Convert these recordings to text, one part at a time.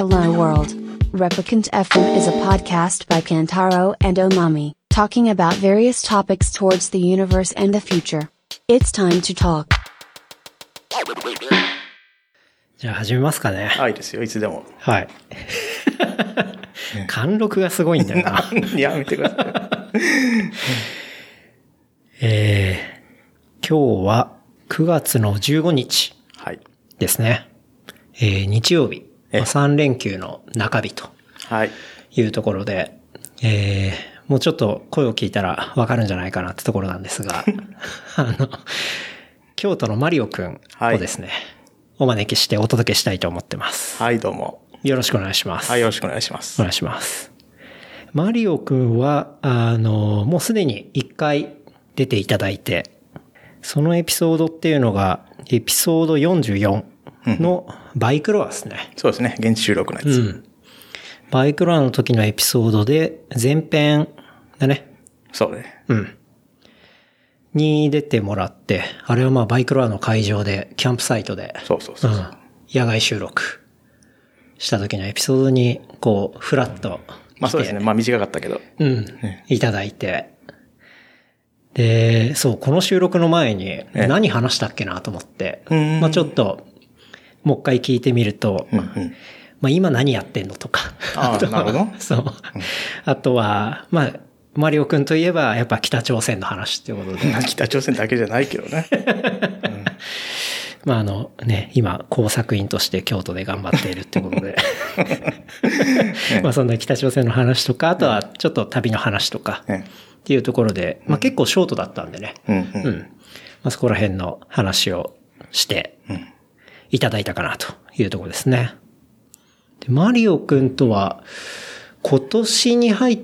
Hello World. Replicant FM is a podcast by Kantaro and Omami, talking about various topics towards the universe and the future. It's time to talk. じゃあ始めますかね。 はいですよ、いつでも。 はい。貫禄がすごいんだよな。 やめてください。 今日は9月の15日ですね。日曜日、3連休の中日というところで、もうちょっと声を聞いたらわかるんじゃないかなってところなんですが、京都のマリオくんをですね、お招きしてお届けしたいと思ってます。 はい、どうも。 よろしくお願いします。 はい、よろしくお願いします。 お願いします。マリオくんは、もうすでに1回出ていただいて、そのエピソードっていうのが、エピソード44のバイクロアですね。 そうですね、現地収録のやつ。 バイクロアの時のエピソードで、前編だね。 そうね。 に出てもらって、あれはまあバイクロアの会場で、キャンプサイトで、 そう。 野外収録した時のエピソードに、こう、フラッと。 まあそうですね、まあ短かったけど。 いただいて。で、そう、この収録の前に何話したっけなと思って、まあちょっと、もう一回聞いてみると、まあ今何やってんのとか。 ああ、なるほど。 そう。あとは、まあ、マリオくんといえばやっぱ北朝鮮の話っていうことで。 北朝鮮だけじゃないけどね。 まあ今工作員として京都で頑張っているってことで。まあそんな北朝鮮の話とか、あとはちょっと旅の話とかっていうところで、まあ結構ショートだったんでね。まあそこら辺の話をしていただいたかなというところですね。でマリオくんとは、今年に入って、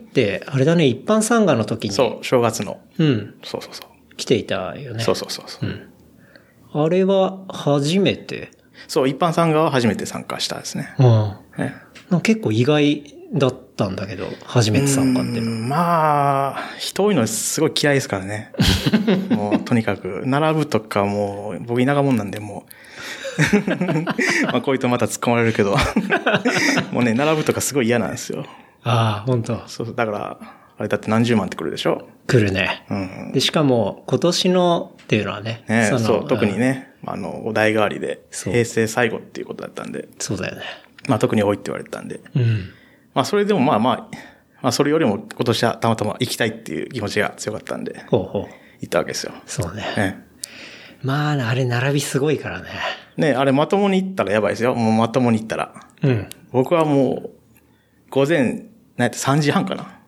あれだね、一般参賀の時に。 そう、正月の。そう。 来ていたよね。 そう。 あれは初めて？ そう、一般参賀は初めて参加したですね。 結構意外だったんだけど、初めて参加っていうのは。 まあ、人多いのすごい嫌いですからね。もう、とにかく、並ぶとかもう、僕田舎者なんで、もう、まあ、こういうとまた突っ込まれるけど、もうね、並ぶとかすごい嫌なんですよ。 ああ、本当。 そう、だから、あれだって何十万ってくるでしょ？ 来るね。で、しかも、今年のっていうのはね。 そう、特にね、お代替わりで、平成最後っていうことだったんで。 そうだよね。 まあ、特に多いって言われてたんで。まあ、それでもまあ、それよりも今年はたまたま行きたいっていう気持ちが強かったんで。行ったわけですよ。 そうね。まあ、あれ並びすごいからね。 ね、あれまともに行ったらやばいですよ。もうまともに行ったら。僕はもう、午前、3時半かな。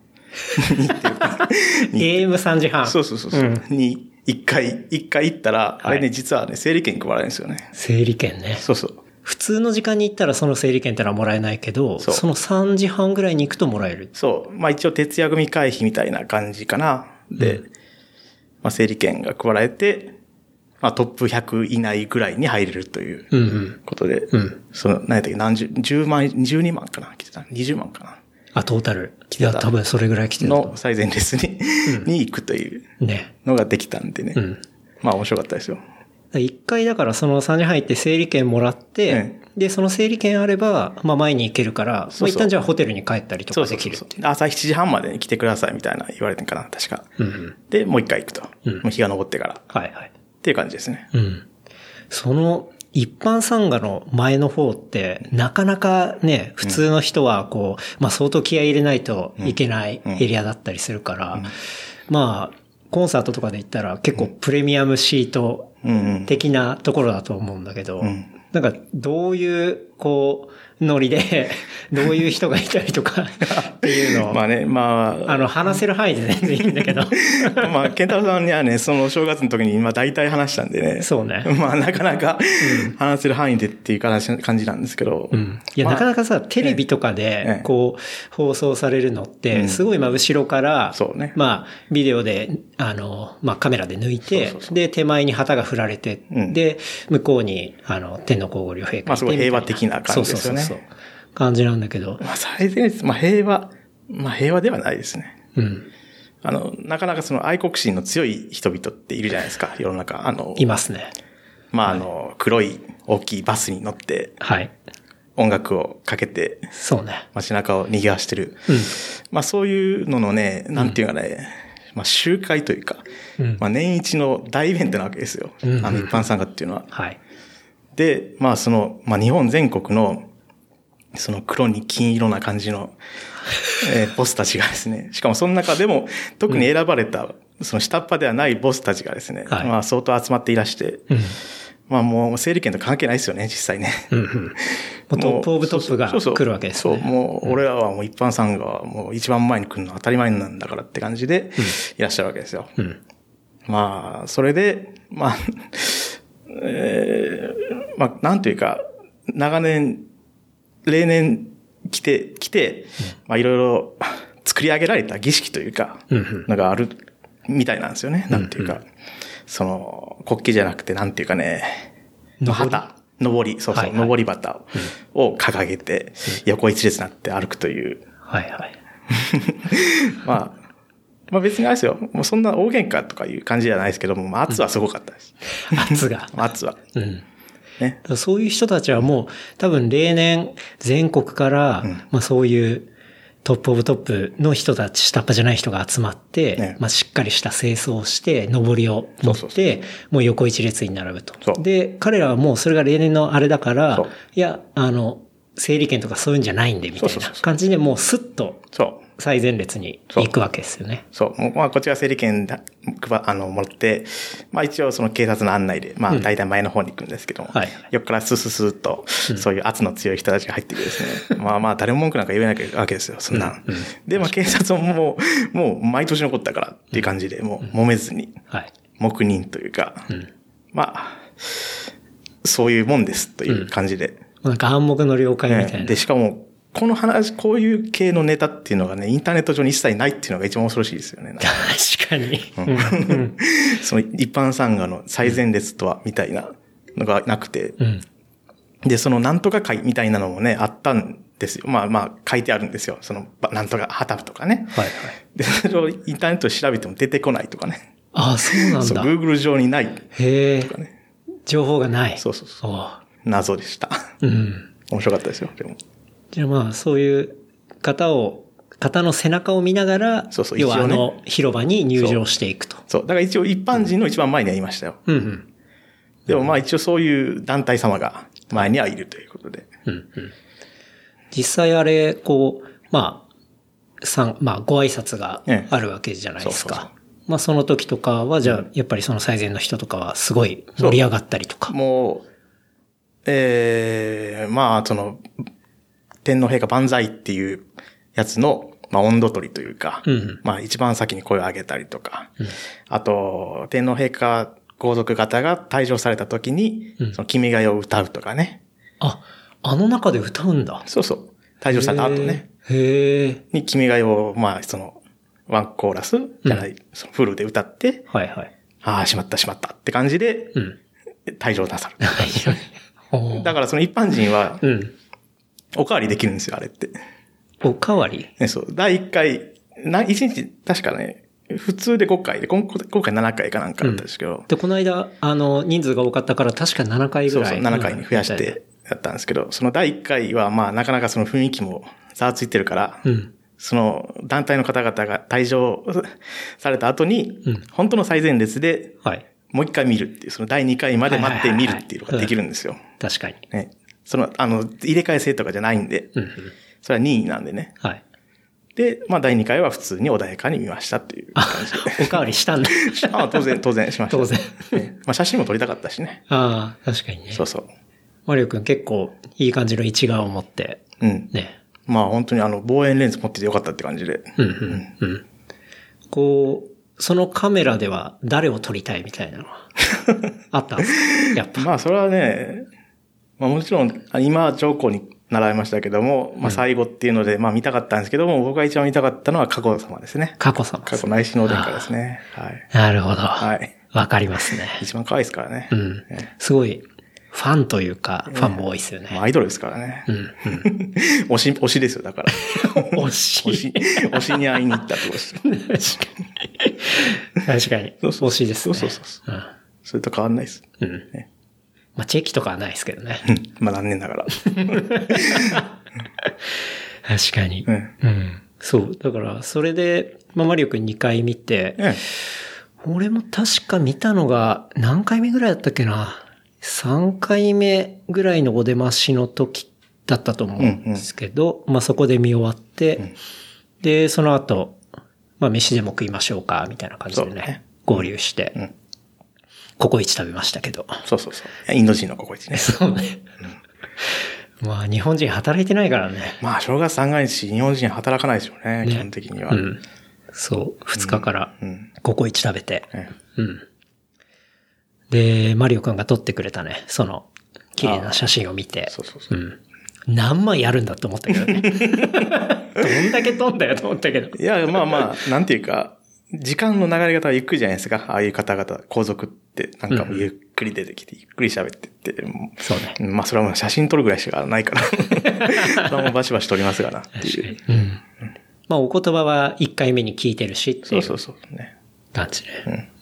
AM3 時半。 そう。に、一回行ったら、あれね、実はね、整理券配られるんですよね。 整理券ね。そう。普通の時間に行ったらその整理券ってのはもらえないけど、その3時半ぐらいに行くともらえる。 そう。まあ一応徹夜組回避みたいな感じかな。で、まあ整理券が配られて、まあトップ100以内ぐらいに入れるということで、何やったっけ、10万、12万かな来てた ?20 万かな。 あ、トータル。いや、多分それぐらい来てるの最前列に行くというのができたんでね。まあ面白かったですよ。 一回だからその3時半行って整理券もらって、で、その整理券あれば、まあ前に行けるから、まあ一旦じゃあホテルに帰ったりとかできるっていう。 朝7時半までに来てくださいみたいな言われてんかな、確か。で、もう一回行くと。もう日が昇ってから。っていう感じですね。 その、一般参賀の前の方って、なかなかね、普通の人はこう、まあ相当気合い入れないといけないエリアだったりするから、まあ、コンサートとかで言ったら結構プレミアムシート的なところだと思うんだけど、なんかどういう、こう、ノリで、どういう人がいたりとかっていうのを。 まあね、まあ。 話せる範囲で全然いいんだけど。 まあ、ケンタロウさんにはね、その正月の時に今大体話したんでね。 そうね。 まあ、なかなか話せる範囲でっていう感じなんですけど。 いや、なかなかさ、テレビとかで、こう、放送されるのって、すごい、まあ、後ろから、まあ、ビデオで、まあ、カメラで抜いて、で、手前に旗が振られて、で、向こうに、天皇皇后両陛下。 まあ、すごい平和的な感じですよね。 感じなんだけど。 まあ、最前列、まあ、平和ではないですね。なかなかその愛国心の強い人々っているじゃないですか、世の中。 いますね。 まあ、黒い大きいバスに乗って、 音楽をかけて、 そうね。 街中を賑わしてる。まあそういうののね、なんていうかね、まあ集会というか、まあ年一の大イベントなわけですよ。一般参加っていうのは。 はい。 で、まあまあ日本全国の、その黒に金色な感じの、ボスたちがですね、しかもその中でも特に選ばれた、その下っ端ではないボスたちがですね、まあ相当集まっていらして、まあもう整理券と関係ないですよね、実際ね。 トップオブトップが来るわけですね。 そう、もう俺らはもう一般参加はもう一番前に来るのは当たり前なんだからって感じでいらっしゃるわけですよ。まあ、それで、まあ、まあ、なんというか、例年来て、まあいろいろ作り上げられた儀式というか、のがあるみたいなんですよね。なんていうか、その、国旗じゃなくて、なんていうかね、旗、上り旗を掲げて、横一列になって歩くという。 はいはい。 まあ別にあれですよ。もうそんな大喧嘩とかいう感じじゃないですけども、まあ圧はすごかったです。圧は。 ね。そういう人たちはもう多分例年全国から、まあそういうトップオブトップの人たち、下っ端じゃない人が集まって、まあしっかりした清掃をして、上りを持って、もう横一列に並ぶと。で、彼らはもうそれが例年のあれだから、いや、整理券とかそういうんじゃないんで、みたいな感じでもうスッと、最前列に行くわけですよね。 そう。まあ、こっちが整理券もらって、まあ一応その警察の案内で、まあ大体前の方に行くんですけども、横からスーッと、そういう圧の強い人たちが入ってくるですね。まあ誰も文句なんか言えないわけですよ、そんな。で、まあ警察ももう毎年残ったからっていう感じで、もう揉めずに、黙認というか、まあ、そういうもんですという感じで。 なんか暗黙の了解みたいな。 で、しかも、この話、こういう系のネタっていうのがね、インターネット上に一切ないっていうのが一番恐ろしいですよね。 確かに。 その一般参加の最前列とは、みたいなのがなくて。で、そのなんとか会みたいなのもね、あったんですよ。まあ、書いてあるんですよ。その、なんとか旗とかね。で、それをインターネットで調べても出てこないとかね。 ああ、そうなんだ。そう、 Google 上にない。 へえ。情報がない。 そう。謎でした。面白かったですよ、でも。 じゃあまあ、そういう方の背中を見ながら、要は広場に入場していくと。 そう。だから一応一般人の一番前にはいましたよ。でもまあ一応そういう団体様が前にはいるということで。 実際あれ、まあご挨拶があるわけじゃないですか。まあその時とかは、じゃあやっぱりその最前の人とかはすごい盛り上がったりとか。 もう、まあ天皇陛下万歳っていうやつの、まあ、温度取りというか、まあ、一番先に声を上げたりとか、あと、天皇陛下皇族方が退場された時に、その君が代を歌うとかね。 あの中で歌うんだ。 そう。退場された後ね。に君が代を、まあ、ワンコーラスじゃない、フルで歌って、ああ、しまったって感じで、退場なさる。だからその一般人は、おかわりできるんですよ、あれって。 おかわり？ そう。第1回、1日、確かね、普通で5回で、今回7回かなんかだったんですけど。 で、この間、人数が多かったから確か7回ぐらい。 そう、7回に増やしてやったんですけど、その第1回は、まあ、なかなかその雰囲気もざわついてるから、その団体の方々が退場された後に、本当の最前列で、もう一回見るっていう、その第2回まで待って見るっていうのができるんですよ。 確かに。 ね。入れ替え制とかじゃないんで、それは任意なんでね。で、まあ第2回は普通に穏やかに見ましたっていう感じで。 おかわりしたんだ。 当然しました。当然。まあ写真も撮りたかったしね。 ああ、確かにね。 そう。 マリオくん結構いい感じの一眼を持って。ね。 まあ本当に望遠レンズ持っててよかったって感じで。 そのカメラでは誰を撮りたいみたいなのはあったんですか？やっぱ。 まあそれはね、まあもちろん、今、上皇に習いましたけども、まあ最後っていうので、まあ見たかったんですけども、僕が一番見たかったのは佳子様ですね。 佳子様。 佳子内親王殿下ですね。 なるほど。わかりますね。 一番可愛いですからね。 すごい、ファンというか、ファンも多いですよね。 アイドルですからね。推しですよ、だから。推しに会いに行ったってことですよ。 確かに。推しですね。 そう。それと変わんないです。 まあ、チェキとかはないですけどね。 まあ何年だから。 確かに。うん。そう。だから、それで、まあ、マリオくん2回見て、俺も確か見たのが、何回目ぐらいだったっけな。3回目ぐらいのお出ましの時だったと思うんですけど、まあそこで見終わって、で、その後、まあ飯でも食いましょうか、みたいな感じでね、合流して、ココイチ食べましたけど。 そうそうそう。インド人のココイチね。 そうね。まあ日本人働いてないからね。 まあ正月三が日日本人働かないですよね、基本的には。 そう、2日からココイチ食べて。で、マリオくんが撮ってくれたね、その、綺麗な写真を見て。何枚やるんだと思ったけどね。どんだけ撮んだよと思ったけど。 いや、まあまあ、なんていうか、時間の流れ方はゆっくりじゃないですか。ああいう方々、皇族ってなんかもゆっくり出てきて、ゆっくり喋ってって。 そうね。 まあそれはもう写真撮るぐらいしかないから。それはもうバシバシ撮りますがなっていう。 まあお言葉は1回目に聞いてるしっていう。 そうね。 感じね。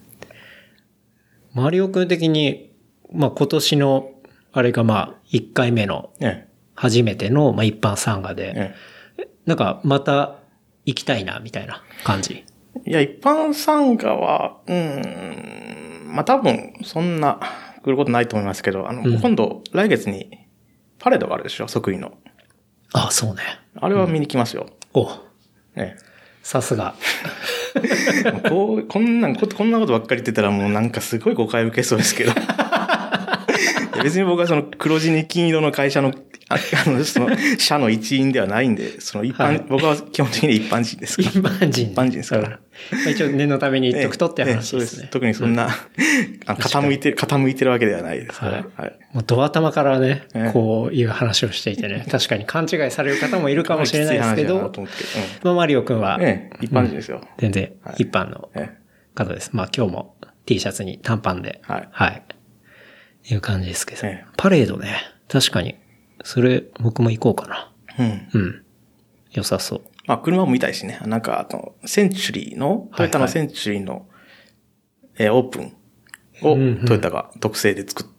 マリオくん的に、まあ今年の、あれがまあ1回目の、初めてのまあ一般参加で、なんかまた行きたいなみたいな感じ。 いや、一般参加は、まあ多分そんな来ることないと思いますけど、今度来月にパレードがあるでしょ、即位の。 ああ、そうね。 あれは見に来ますよ。 さすが。 こんなことばっかり言ってたらもうなんかすごい誤解受けそうですけど。別に僕はその黒地に金色の会社の、その社の一員ではないんで、その僕は基本的に一般人ですから。 一般人。 一般人ですから。 一応念のために言っとくとって話ですね。 そうです。特にそんな、傾いてるわけではないですから。 もうド頭からね、こういう話をしていてね、確かに勘違いされる方もいるかもしれないですけど、まあマリオくんは、 一般人ですよ。 全然一般の方です。まあ今日も T シャツに短パンで、いう感じですけど。パレードね。確かに。それ、僕も行こうかな。良さそう。 まあ、車も見たいしね。なんか、センチュリーの、トヨタのセンチュリーの、オープンをトヨタが特製で作って。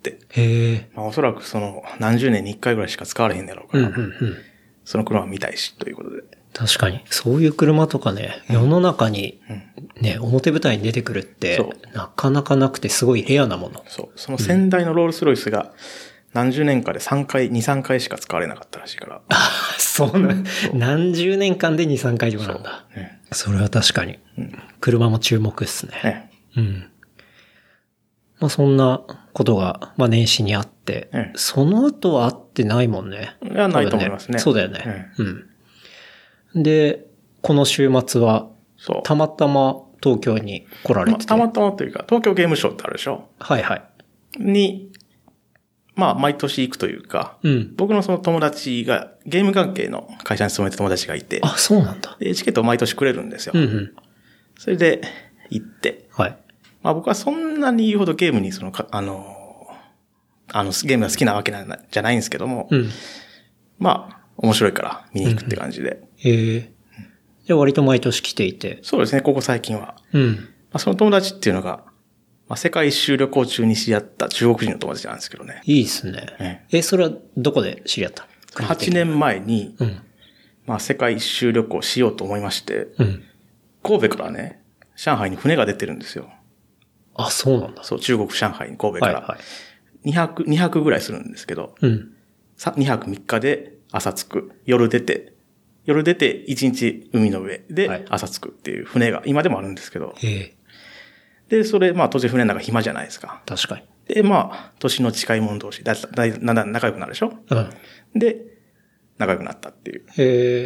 まあ、おそらくその、何十年に一回ぐらいしか使われへんだろうから、その車を見たいし、ということで。 確かに。そういう車とかね、世の中に、ね、表舞台に出てくるって、なかなかなくてすごいレアなもの。 そう。その先代のロールスロイスが、何十年かで2、3回しか使われなかったらしいから。 そうなん何十年間で2、3回とかなんだ。それは確かに。車も注目っすね。まあそんなことが、まあ年始にあって、その後は会ってないもんね。 いや、ないと思いますね。 そうだよね。で、この週末は、たまたま東京に来られてて。 たまたまというか、東京ゲームショウってあるでしょ。に、まあ、毎年行くというか、僕のその友達が、ゲーム関係の会社に勤めて友達がいて、 あ、そうなんだ。 で、チケットを毎年くれるんですよ。それで、行って、まあ僕はそんなに言うほどゲームにゲームが好きなわけじゃないんですけども、まあ、面白いから見に行くって感じで。 じゃあ割と毎年来ていて。 そうですね、ここ最近は。まあ、その友達っていうのが、まあ、世界一周旅行中に知り合った中国人の友達なんですけどね。 いいですね。それはどこで知り合った？ 8 年前に、まあ世界一周旅行しようと思いまして、神戸からね、上海に船が出てるんですよ。 あ、そうなんだ。 そう、中国上海に神戸から。2泊ぐらいするんですけど、2泊3日で朝着く。夜出て1日海の上で朝着くっていう船が今でもあるんですけど。で、それ、まあ当然船の中暇じゃないですか。 確かに。 で、まあ、年の近い者同士、だんだん仲良くなるでしょ。で、仲良くなったっていう。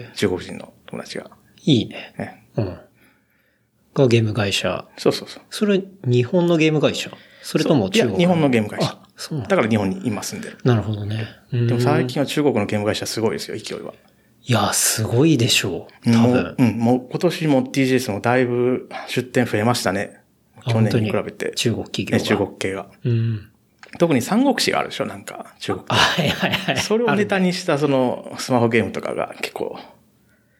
中国人の友達が。 いいね。がゲーム会社。 そう。 それ日本のゲーム会社？それとも中国？ いや、日本のゲーム会社。 そうなんだから日本に今住んでる。 なるほどね。 でも最近は中国のゲーム会社すごいですよ、勢いは。 いや、すごいでしょう。多分。 もう今年も TGS もだいぶ出店増えましたね。去年に比べて。 中国企業が。 中国系が。特に三国志があるでしょ、なんか、中国。 はい。 それをネタにしたそのスマホゲームとかが結構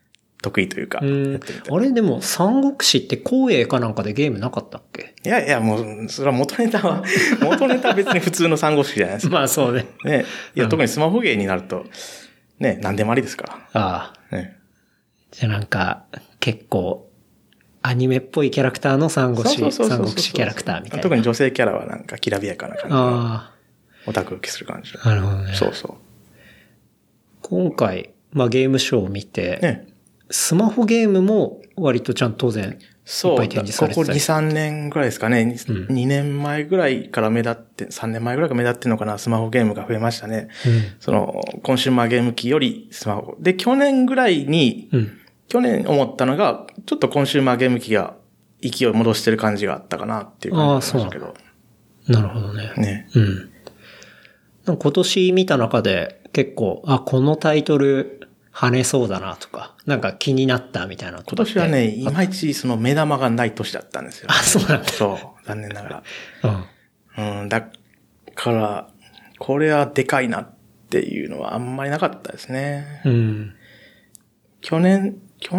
得意というか、やってみたい。 あれでも、三国志って光栄かなんかでゲームなかったっけ？ いやいや、もう、それは元ネタは別に普通の三国志じゃないですか。 まあそうね。 ね。いや、特にスマホゲーになると、ね、何でもありですから。 ああ。 ね。 じゃあなんか、結構、アニメっぽいキャラクターの三国志キャラクターみたいな。 特に女性キャラはなんかきらびやかな感じのオタク受けする感じ。 なるほどね。 そうそう。 今回、まあゲームショーを見て、ね、スマホゲームも割とちゃんと当然、いっぱい展示されてたり。 ここ2、3年ぐらいですかね。2年前ぐらいから目立って、3年前ぐらいから目立ってんのかな、スマホゲームが増えましたね。コンシューマーゲーム機よりスマホ。で、去年ぐらいに、去年思ったのが、ちょっとコンシューマーゲーム機が勢いを戻してる感じがあったかなっていう感じがしましたけど。 なるほどね。 ね。 今年見た中で結構、このタイトル跳ねそうだなとか、なんか気になったみたいな。 今年はね、いまいちその目玉がない年だったんですよ、ね。 そうなんだ。 そう、残念ながら。だから、これはでかいなっていうのはあんまりなかったですね。去年は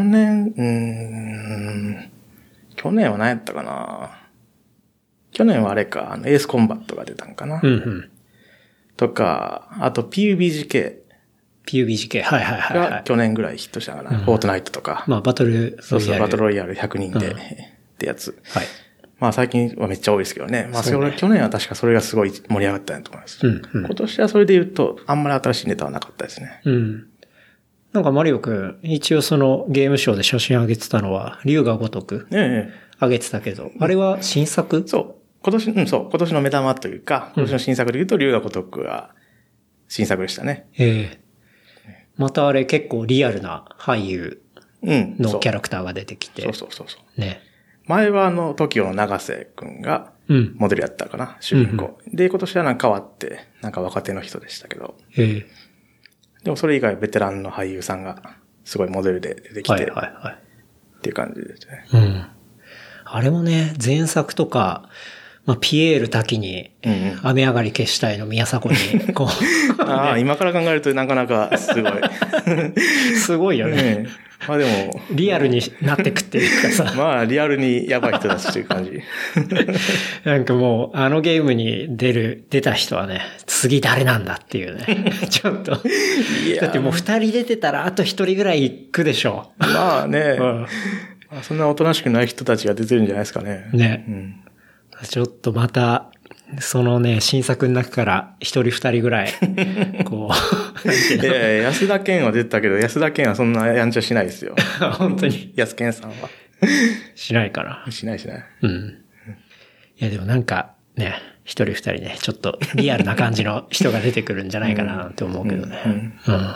何やったかな。去年はあれか、エースコンバットが出たんかな。とか、あと PUBGK。 はいはいはい。 が去年ぐらいヒットしたかな。フォートナイトとか。 まあバトルロイヤル。バトルロイヤル100人で、ってやつ。 はい。 まあ最近はめっちゃ多いですけどね。まあ去年は確かそれがすごい盛り上がったんだと思います。今年はそれで言うと、あんまり新しいネタはなかったですね。 なんかマリオくん、一応そのゲームショーで写真上げてたのは、龍が如く。上げてたけど、あれは新作？ そう。今年の目玉というか、今年の新作で言うと龍が如くが新作でしたね。 またあれ結構リアルな俳優のキャラクターが出てきて。 そう。 ね。 前はTOKIO の永瀬くんがモデルやったかな、主人公。で、今年はなんか変わって、なんか若手の人でしたけど。でもそれ以外ベテランの俳優さんがすごいモデルで出てきて。っていう感じですね。 あれもね、前作とか、まあ、ピエール滝に、雨上がり消したいの宮迫に、こう。今から考えるとなかなかすごい。 すごいよね。 まあでも。 リアルになってくっていうかさ。 まあ、リアルにやばい人だしっていう感じ。 なんかもう、あのゲームに出た人はね、次誰なんだっていうね。ちょっと。だってもう2人出てたらあと1人ぐらい行くでしょ。 まあね。そんなおとなしくない人たちが出てるんじゃないですかね。 ね。ちょっとまた、そのね、新作の中から一人二人ぐらい、こう。 安田健は出てたけど、安田健はそんなやんちゃしないですよ。 本当に。 安健さんは。 しないかな。 しない。 いやでもなんか、ね、一人二人ね、ちょっとリアルな感じの人が出てくるんじゃないかなって思うけどね。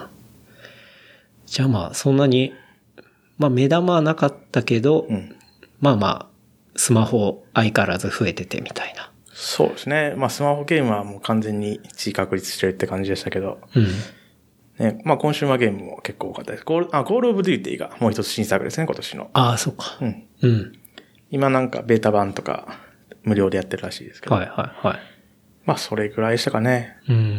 じゃあまあ、そんなに、まあ目玉はなかったけど、まあ、スマホ相変わらず増えててみたいな。 そうですね。まあスマホゲームはもう完全に一位確立してるって感じでしたけど。ね、まあコンシューマーゲームも結構多かったです。ゴールオブデューティーがもう一つ新作ですね、今年の。 そうか。 今なんかベータ版とか無料でやってるらしいですけど。まあそれぐらいでしたかね。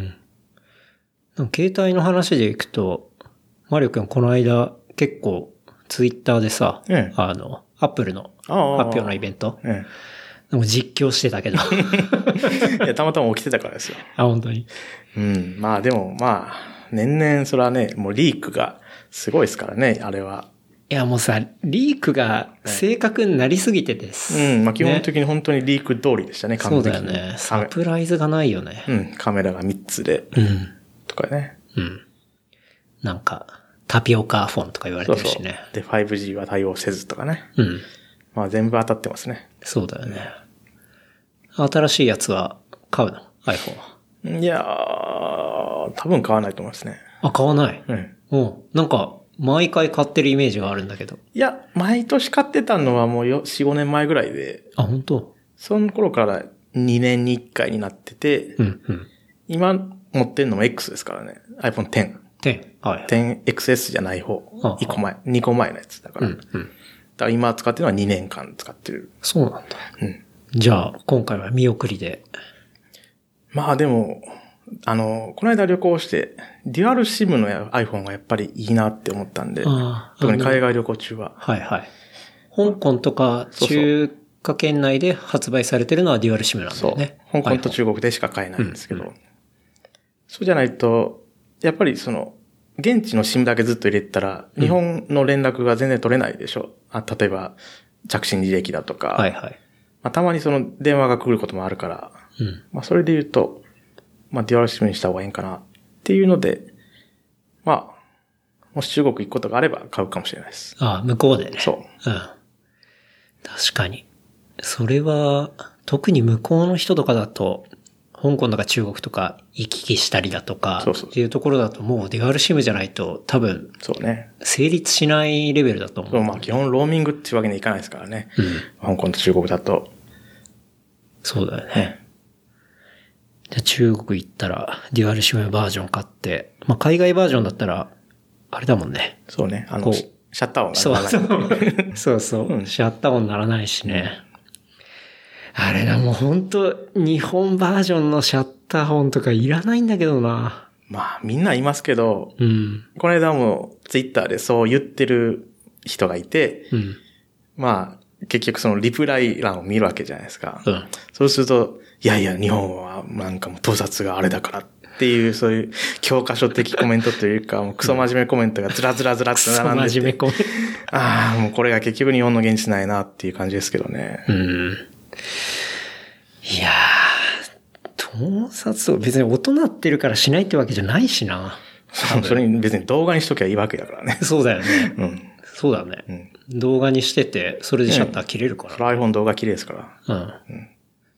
携帯の話でいくと、マリオくんこの間結構ツイッターでさ、アップルの発表のイベント、でも実況してたけど。 いや、たまたま起きてたからですよ。 本当に。 まあでも、年々それはね、もうリークがすごいですからね、あれは。 いやもうさ、リークが正確になりすぎてです。 まあ基本的に本当にリーク通りでしたね、 そうだよね。サプライズがないよね。 カメラが3つで。とかね。 なんか、タピオカフォンとか言われてるしね。 で、5G は対応せずとかね。まあ全部当たってますね。 そうだよね。新しいやつは買うの ?iPhone は。 いやー、多分買わないと思いますね。 買わない？なんか、毎回買ってるイメージがあるんだけど。 いや、毎年買ってたのはもう4、5年前ぐらいで。 本当？ その頃から2年に1回になってて、今持ってんのも X ですからね。iPhone X。10XS じゃない方。2個前のやつだから。だから今使ってるのは2年間使ってる。 そうなんだ。じゃあ、今回は見送りで。 まあでも、 この間旅行して、デュアルシムの iPhone がやっぱりいいなって思ったんで、特に海外旅行中は。 はいはい。香港とか中華圏内で発売されてるのはデュアルシムなんだよね。 そう。香港と中国でしか買えないんですけど。そうじゃないと、やっぱり現地の SIM だけずっと入れてたら、日本の連絡が全然取れないでしょ。例えば、着信履歴だとか。 はいはい。 たまに電話が来ることもあるから、それで言うと、デュアルシムにした方がいいんかなっていうので、もし中国行くことがあれば買うかもしれないです。 ああ、向こうでね。 そう。 確かに。それは、特に向こうの人とかだと、香港とか中国とか行き来したりだとか、っていうところだともうデュアルシムじゃないと多分、 そうね。 成立しないレベルだと思う。 そう、基本ローミングっていうわけにはいかないですからね。香港と中国だと。 そうだよね。じゃあ中国行ったらデュアルシムバージョン買って、海外バージョンだったら、あれだもんね。 そうね。シャッター音がならない。そう。シャッター音ならないしね。あれだ、もう本当日本バージョンのシャッター音とかいらないんだけどな。 みんな言いますけど、この間もツイッターでそう言ってる人がいて、結局リプライ欄を見るわけじゃないですか。そうすると、いやいや、日本はなんかもう盗撮があれだからっていう、そういう教科書的コメントというか、もうクソ真面目コメントがずらずらって並んでて。クソ真面目コメント。もうこれが結局日本の現実ないなっていう感じですけどね。 いやー、盗撮を別に音鳴ってるからしないってわけじゃないしな。 それに別に動画にしときゃいいわけだからね。 そうだよね。そうだね。動画にしてて、それでシャッター切れるから。 iPhone 動画綺麗ですから。 確かにね。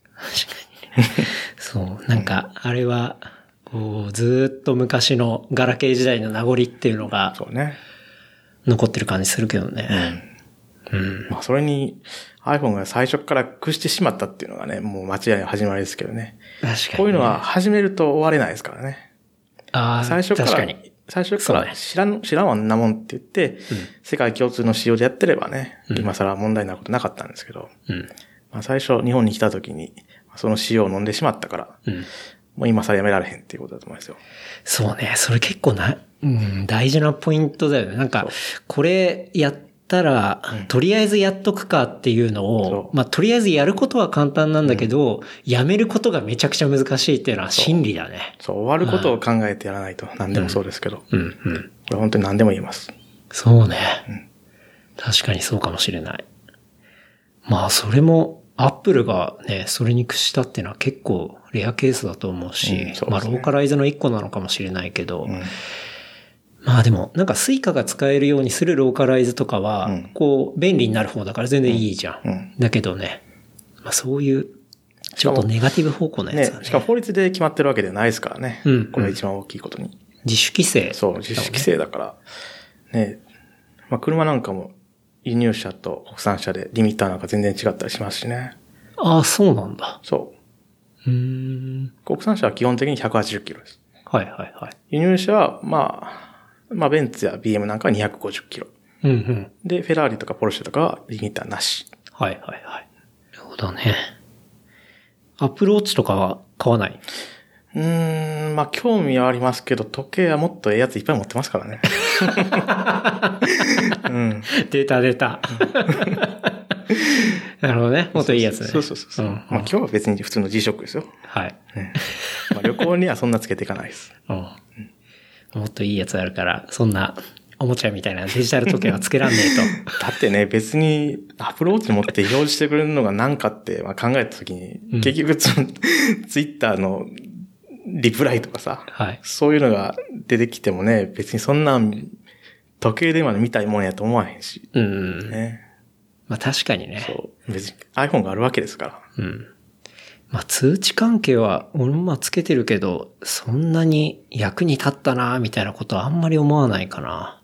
そう、なんか、あれは、ずーっと昔のガラケー時代の名残っていうのが、 そうね。 残ってる感じするけどね。 それに iPhone が最初から屈してしまったっていうのがね、もう間違いの始まりですけどね。 確かに、ね。 こういうのは始めると終われないですからね。最初から知らんわんなもんって言って、世界共通の仕様でやってればね、今更問題なことなかったんですけど、最初日本に来た時に、その仕様を飲んでしまったから、もう今更やめられへんっていうことだと思いますよ。 そうね、それ結構大事なポイントだよね。なんか、これやったら、とりあえずやっとくかっていうのを、とりあえずやることは簡単なんだけど、やめることがめちゃくちゃ難しいっていうのは真理だね。 そう、終わることを考えてやらないと、何でもそうですけど。これ本当に何でも言えます。 そうね。確かにそうかもしれない。それも、アップルがね、それに屈したっていうのは結構レアケースだと思うし、ローカライズの一個なのかもしれないけど、でも、なんかスイカが使えるようにするローカライズとかは、便利になる方だから全然いいじゃん。だけどね、そういう、ちょっとネガティブ方向のやつだね。 しかも法律で決まってるわけではないですからね。これが一番大きいことに。 自主規制。 そう、自主規制だから。ね、車なんかも輸入車と国産車でリミッターなんか全然違ったりしますしね。 ああ、そうなんだ。 そう。国産車は基本的に180キロです。 はい。 輸入車は、ベンツや BM なんかは250キロ。で、フェラーリとかポルシェとかはリミッターなし。 なるほどね。アップルウォッチとかは買わない？ 興味はありますけど、時計はもっとええやついっぱい持ってますからね。 出た。なるほどね。もっといいやつね。 そう。今日は別に普通の G-SHOCK ですよ。 はい。 旅行にはそんなつけていかないです。 もっといいやつあるから、そんなおもちゃみたいなデジタル時計はつけらんねえと。だってね、別にアップルウォッチ持って表示してくれるのが何かって考えたときに、結局ツイッターのリプライとかさ、そういうのが出てきてもね、別にそんな時計電話で見たいもんやと思わへんし。ね、 確かにね。 そう。別に iPhone があるわけですから。 通知関係は俺もつけてるけど、そんなに役に立ったなみたいなことはあんまり思わないかな。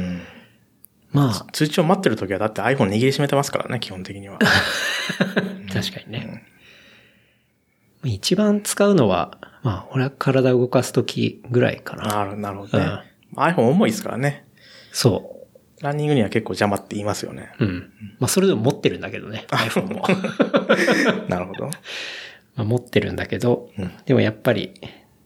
通知を待ってるときはだって iPhone 握りしめてますからね、基本的には。 確かにね。一番使うのは、俺は体を動かすときぐらいかな。 なるほどね。iPhone 重いですからね。 そう。 ランニングには結構邪魔って言いますよね。 それでも持ってるんだけどね、iPhone も。 なるほど。 持ってるんだけど、でもやっぱり、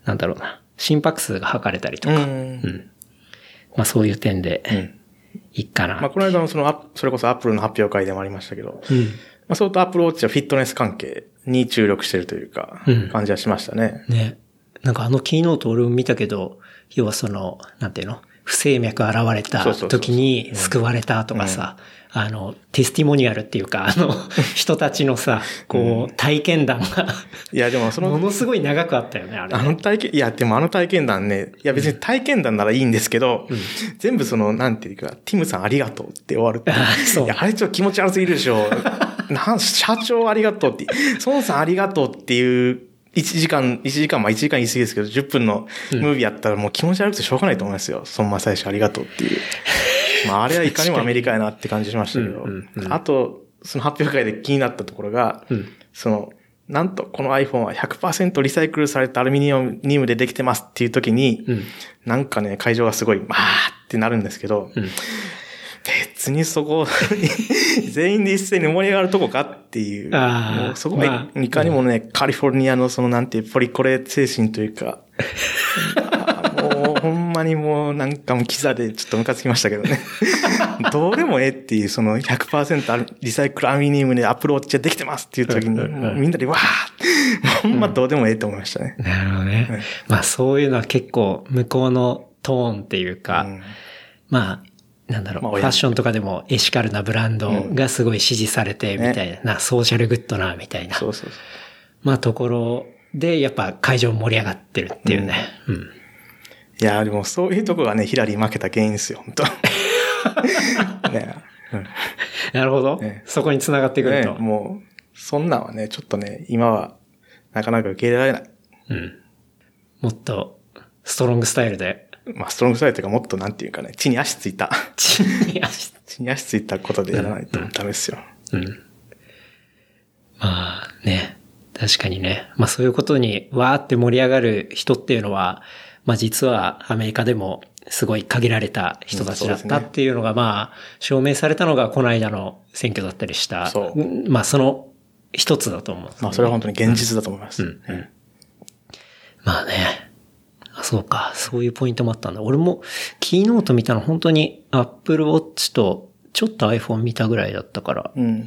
なんだろうな、心拍数が測れたりとか、まあそういう点で、いいかな。 まあこの間のそれこそアップルの発表会でもありましたけど、まあ相当アップルウォッチはフィットネス関係に注力してるというか、感じはしましたね。 ね。なんかキーノート俺も見たけど、要はなんていうの？不整脈現れた時に救われたとかさ、テスティモニアルっていうか、人たちのさ、体験談がいや、でもものすごい長くあったよね、あれ、ね。 いや、でも体験談ね、いや別に体験談ならいいんですけど、全部なんていうか、ティムさんありがとうって終わる。 そう。 いや、あれちょっと気持ち悪すぎるでしょ。社長ありがとうって、孫さんありがとうっていう、1時間言い過ぎですけど、10分のムービーやったらもう気持ち悪くてしょうがないと思いますよ。孫正義ありがとうっていう。まあ、あれはいかにもアメリカやなって感じしましたけど。あと、その発表会で気になったところが、なんとこの iPhone は 100% リサイクルされたアルミニウムでできてますっていう時に、なんかね、会場がすごい、まあってなるんですけど、別にそこ、全員で一斉に盛り上がるとこかっていう。もうそこはいかにもね、カリフォルニアのなんていうポリコレ精神というか、もうほんまにもうなんかもうキザでちょっとムカつきましたけどね。どうでもええっていう100% リサイクルアルミニウムでアプローチでできてますっていう時に、みんなでわーほんまどうでもええと思いましたね。 なるほどね。まあそういうのは結構向こうのトーンっていうか、まあ、なんだろう、ファッションとかでもエシカルなブランドがすごい支持されてみたいな、ソーシャルグッドなみたいな。まあところでやっぱ会場盛り上がってるっていうね。 いや、でもそういうとこがね、ヒラリー負けた原因ですよ、本当なるほど。そこに繋がってくると。 もう、そんなんはね、ちょっとね、今はなかなか受け入れられない。 もっとストロングスタイルで。 まあ、ストロングスタイルというかもっとなんていうかね、地に足ついたことでやらないとダメですよ。 まあね、確かにね。まあそういうことにわーって盛り上がる人っていうのは、まあ実はアメリカでもすごい限られた人たちだったっていうのがまあ証明されたのがこの間の選挙だったりした。まあその一つだと思う。 まあそれは本当に現実だと思います。 まあね。そうか。そういうポイントもあったんだ。俺もキーノート見たの本当に Apple Watch とちょっと iPhone 見たぐらいだったから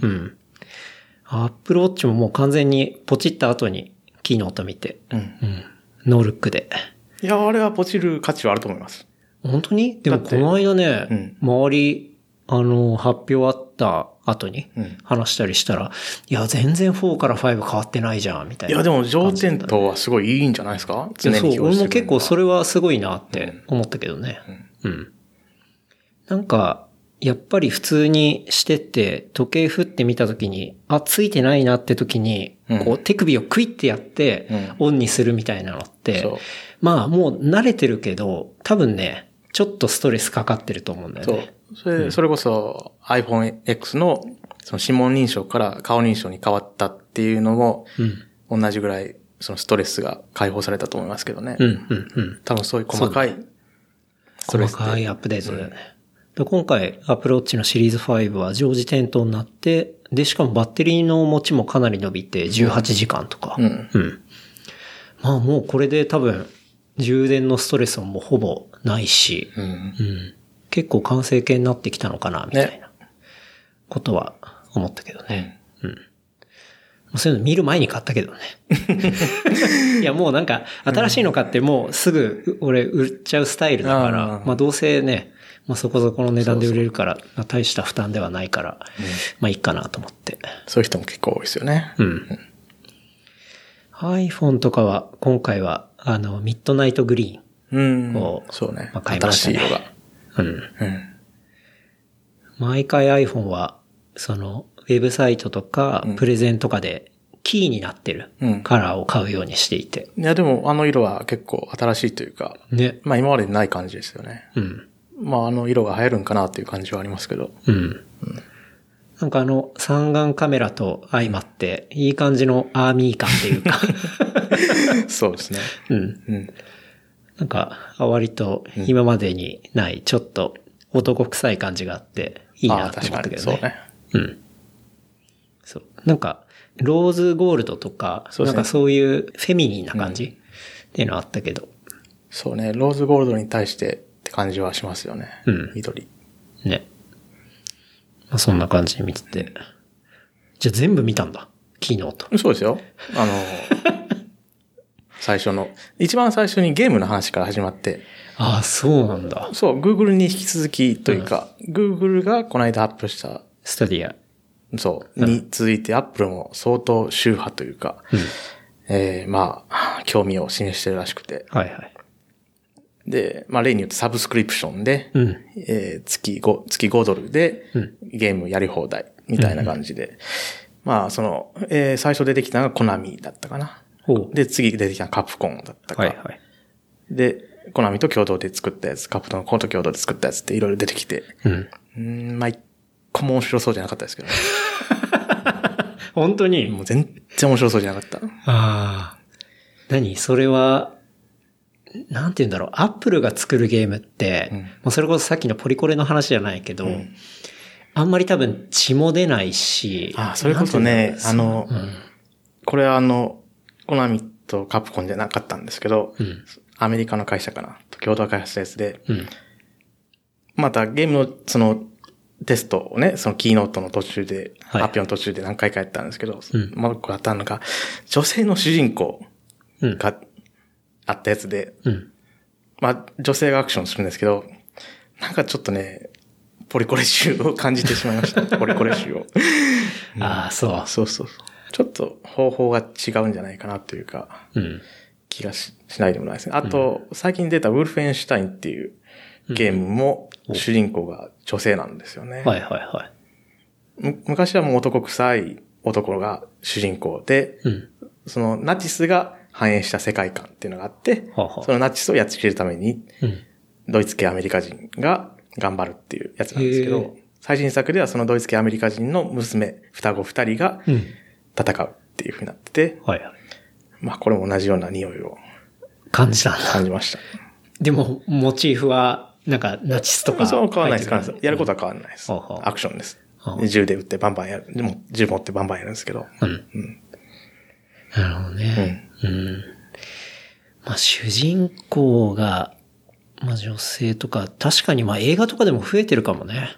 。Apple Watch ももう完全にポチった後にキーノート見て。ノールックで。 いや、あれはポチる価値はあると思います。 本当に？でもこの間ね、周り、発表あった後に話したりしたら、いや、全然4から5変わってないじゃん、みたいな。 いや、でも上点灯はすごいいいんじゃないですか？常に表示してくれるのは。 そう、俺も結構それはすごいなって思ったけどね。なんか、やっぱり普通にしてて、時計振ってみたときに、ついてないなって時に、こう手首をクイッてやって、オンにするみたいなのって、まあもう慣れてるけど、多分ね、ちょっとストレスかかってると思うんだよね。 それこそ iPhone X のその指紋認証から顔認証に変わったっていうのも、同じぐらいそのストレスが解放されたと思いますけどね。多分そういう細かいストレス。細かいアップデートだよね。今回、Apple Watch のシリーズ5は常時点灯になって、で、しかもバッテリーの持ちもかなり伸びて18時間とか。まあもうこれで多分、充電のストレスももうほぼないし、結構完成形になってきたのかな、みたいなことは思ったけどね。そういうの見る前に買ったけどね。いやもうなんか、新しいの買ってもうすぐ俺売っちゃうスタイルだから、まあどうせね、まあそこそこの値段で売れるから、大した負担ではないから、まあいいかなと思って。 そういう人も結構多いですよね。 iPhone とかは、今回は、ミッドナイトグリーンを、 そうね。 まあ、買いましたね。 新しい色が。 毎回 iPhone は、その、ウェブサイトとか、プレゼンとかで、キーになってるカラーを買うようにしていて。 いや、でもあの色は結構新しいというか、ね。まあ今までにない感じですよね。まあ色が流行るんかなっていう感じはありますけど。 なんか三眼カメラと相まって、いい感じのアーミー感っていうか。 そうですね。 なんか、割と今までにない、ちょっと男臭い感じがあって、いいなと思ったけどね。 そうね。 そう。なんか、ローズゴールドとか、なんかそういうフェミニンな感じっていうのはあったけど。 そうね、ローズゴールドに対してって感じはしますよね。 うん。 緑。 ね。まあ、そんな感じで見てて。じゃあ全部見たんだ。キーノート。 そうですよ。最初の、一番最初にゲームの話から始まって。 ああ、そうなんだ。 そう、Google に引き続きというか、Google がこの間アップしたスタディア。 そう、に続いて Apple も相当宗派というか、まあ、興味を示してるらしくて。 はいはい。 で、まあ例によってサブスクリプションで、月5ドルでゲームやり放題みたいな感じで、まあ最初出てきたのがコナミだったかな。で、次出てきたのがカプコンだったか。 はいはい。 で、コナミと共同で作ったやつ、カプコンと共同で作ったやつっていろいろ出てきて、まあ一個も面白そうじゃなかったですけどね。 本当にもう全然面白そうじゃなかった。 ああ。何それは、なんて言うんだろう。アップルが作るゲームって、まあそれこそさっきのポリコレの話じゃないけど、あんまり多分血も出ないし。 ああ、それこそね、これはコナミとカプコンじゃなかったんですけど、アメリカの会社かな、と共同開発したやつで、またゲームのテストをね、そのキーノートの途中で、発表の途中で何回かやったんですけど、まあ、これあったのが、女性の主人公があったやつで、まあ、女性がアクションするんですけど、なんかちょっとね、ポリコレ臭を感じてしまいました。ポリコレ臭を。 ああ、そう。 そう。ちょっと方法が違うんじゃないかなというか、気が しないでもないですね。あと、最近出たウルフェンシュタインっていうゲームも主人公が女性なんですよね。 はいはいはい。 昔はもう男臭い男が主人公で、そのナチスが反映した世界観っていうのがあって、そのナチスをやっつけるために、ドイツ系アメリカ人が頑張るっていうやつなんですけど、最新作ではそのドイツ系アメリカ人の娘、双子2人が戦うっていう風になってて、まあこれも同じような匂いを感じたんだ。 感じました。 でも、モチーフは、なんか、ナチスとか。 そう、変わらないです。やることは変わらないです。アクションです。銃で撃ってバンバンやる。でも、銃持ってバンバンやるんですけど。 なるほどね。まあ、主人公が、まあ、女性とか、確かにまあ、映画とかでも増えてるかもね。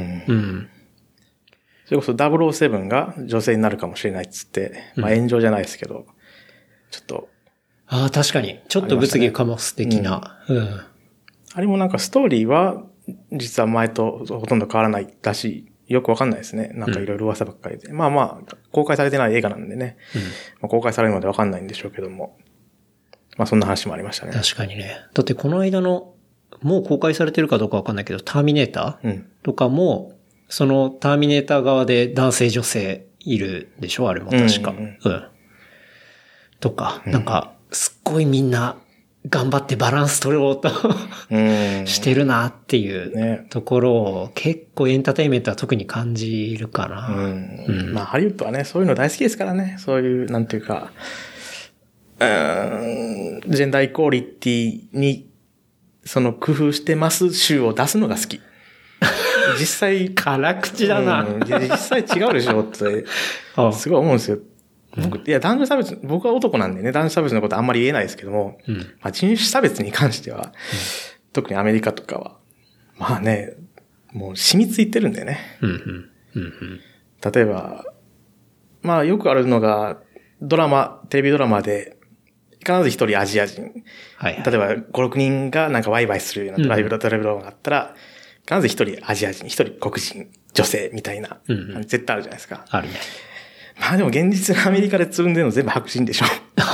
それこそ007が女性になるかもしれないっつって、まあ炎上じゃないですけど、ちょっと。 ああ、確かに。ちょっと物議かます的な。 あれもなんかストーリーは、実は前とほとんど変わらないらしい。よくわかんないですね。なんかいろいろ噂ばっかりで。まあ、公開されてない映画なんでね。まあ、公開されるのでわかんないんでしょうけども。まあそんな話もありましたね。 確かにね。だってこの間の、もう公開されてるかどうかわかんないけど、ターミネーターとかも、そのターミネーター側で男性女性いるでしょあれも確か。とか、なんか、すっごいみんな頑張ってバランス取ろうとしてるなっていうところを結構エンターテインメントは特に感じるかな。 まあハリウッドはね、そういうの大好きですからね。そういう、なんていうか、ジェンダーイコーリティに、その工夫してます集を出すのが好き。実際。 辛口だな。 実際違うでしょって、すごい思うんですよ。いや、男女差別、僕は男なんでね、男女差別のことあんまり言えないですけども、まあ人種差別に関しては、特にアメリカとかは、まあね、もう染みついてるんだよね。例えば、まあよくあるのが、テレビドラマで、必ず一人アジア人。例えば5、6人がなんかワイワイするようなテレビドラマがあったら、必ず一人アジア人、一人黒人、女性みたいな、絶対あるじゃないですか。 あるね。 まあでも現実のアメリカでつるんでるの全部白人でしょ。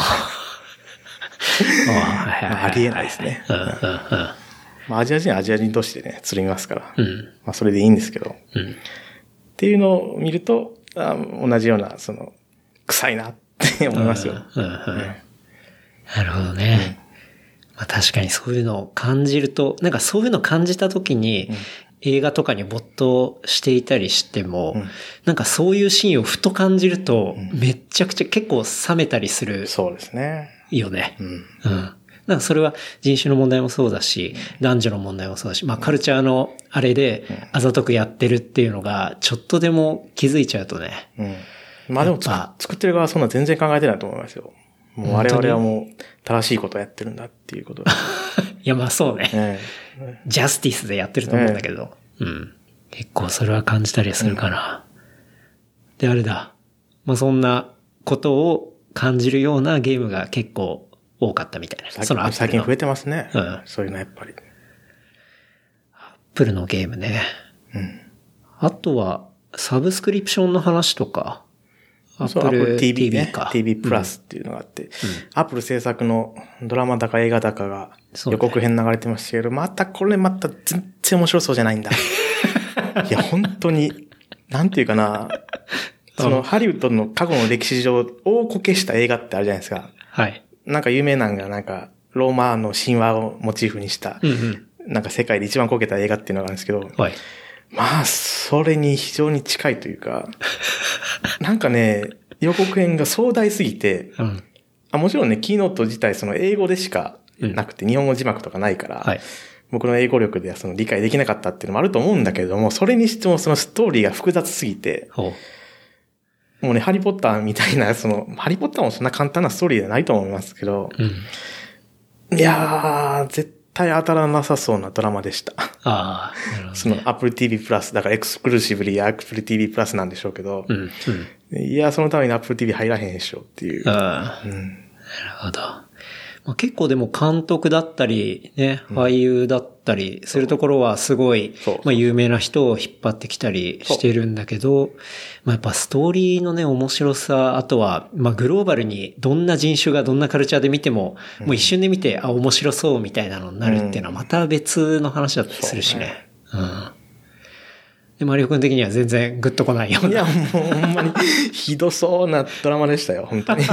ありえないですね。まあアジア人はアジア人同士でね、つるみますから。まあそれでいいんですけど。っていうのを見ると、同じような、臭いなって思いますよ。 なるほどね。まあ確かにそういうのを感じると、なんかそういうのを感じたときに、映画とかに没頭していたりしても、なんかそういうシーンをふと感じると、めっちゃくちゃ結構冷めたりする。 そうですね。 よね。なんかそれは人種の問題もそうだし、男女の問題もそうだし、まあカルチャーのあれであざとくやってるっていうのが、ちょっとでも気づいちゃうとね。 まあでも作ってる側はそんな全然考えてないと思いますよ。 もう我々はもう正しいことをやってるんだっていうこといや、まあそうね。ジャスティスでやってると思うんだけど。うん。結構それは感じたりするかな。で、あれだ。まあそんなことを感じるようなゲームが結構多かったみたいな。 最近増えてますね。うん。そういうのやっぱり。 アップルのゲームね。 うん。 あとは、サブスクリプションの話とか。 Apple TV ね。TV プラスっていうのがあって。Apple 制作のドラマだか映画だかが予告編流れてましたけど、また全然面白そうじゃないんだ。いや、本当に、なんていうかな。そのハリウッドの過去の歴史上、大こけした映画ってあるじゃないですか。 はい。 なんか有名なのが、なんか、ローマの神話をモチーフにした、なんか世界で一番こけた映画っていうのがあるんですけど、 はい。 まあ、それに非常に近いというか、なんかね、予告編が壮大すぎて、もちろんね、キーノート自体その英語でしかなくて、日本語字幕とかないから、はい、僕の英語力ではその理解できなかったっていうのもあると思うんだけれども、それにしてもそのストーリーが複雑すぎて、もうね、ハリーポッターみたいな、ハリーポッターもそんな簡単なストーリーじゃないと思いますけど、いやー、絶対当たらなさそうなドラマでした。 ああ、なるほどね。 その Apple TV プラス、だからエクスクルーシブリー Apple TV プラスなんでしょうけど、いや、そのために Apple TV 入らへんでしょっていう。 なるほど。まあ、結構でも監督だったり、ね、俳優だったりするところはすごい、まあ有名な人を引っ張ってきたりしてるんだけど、まあやっぱストーリーのね、面白さ、あとは、まあグローバルにどんな人種がどんなカルチャーで見ても、もう一瞬で見て、面白そうみたいなのになるっていうのはまた別の話だったりするしね。で、マリオ君的には全然グッとこないような。 いや、もうほんまにひどそうなドラマでしたよ、本当に。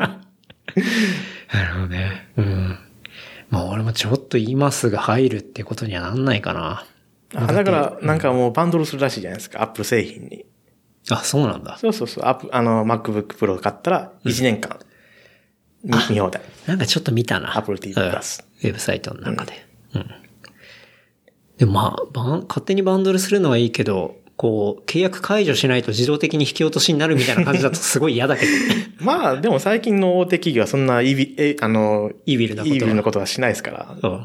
なるほどね。まあ俺もちょっと今すぐ入るってことにはなんないかな。 だから、なんかもうバンドルするらしいじゃないですか、Apple 製品に。 あ、そうなんだ。 そう。MacBook Pro 買ったら1年間見放題。 なんかちょっと見たな。 Apple TV プラス。 ウェブサイトの中で。でもまあ、勝手にバンドルするのはいいけど、こう、契約解除しないと自動的に引き落としになるみたいな感じだとすごい嫌だけどね。 まあ、でも最近の大手企業はそんなイービルなことはしないですから。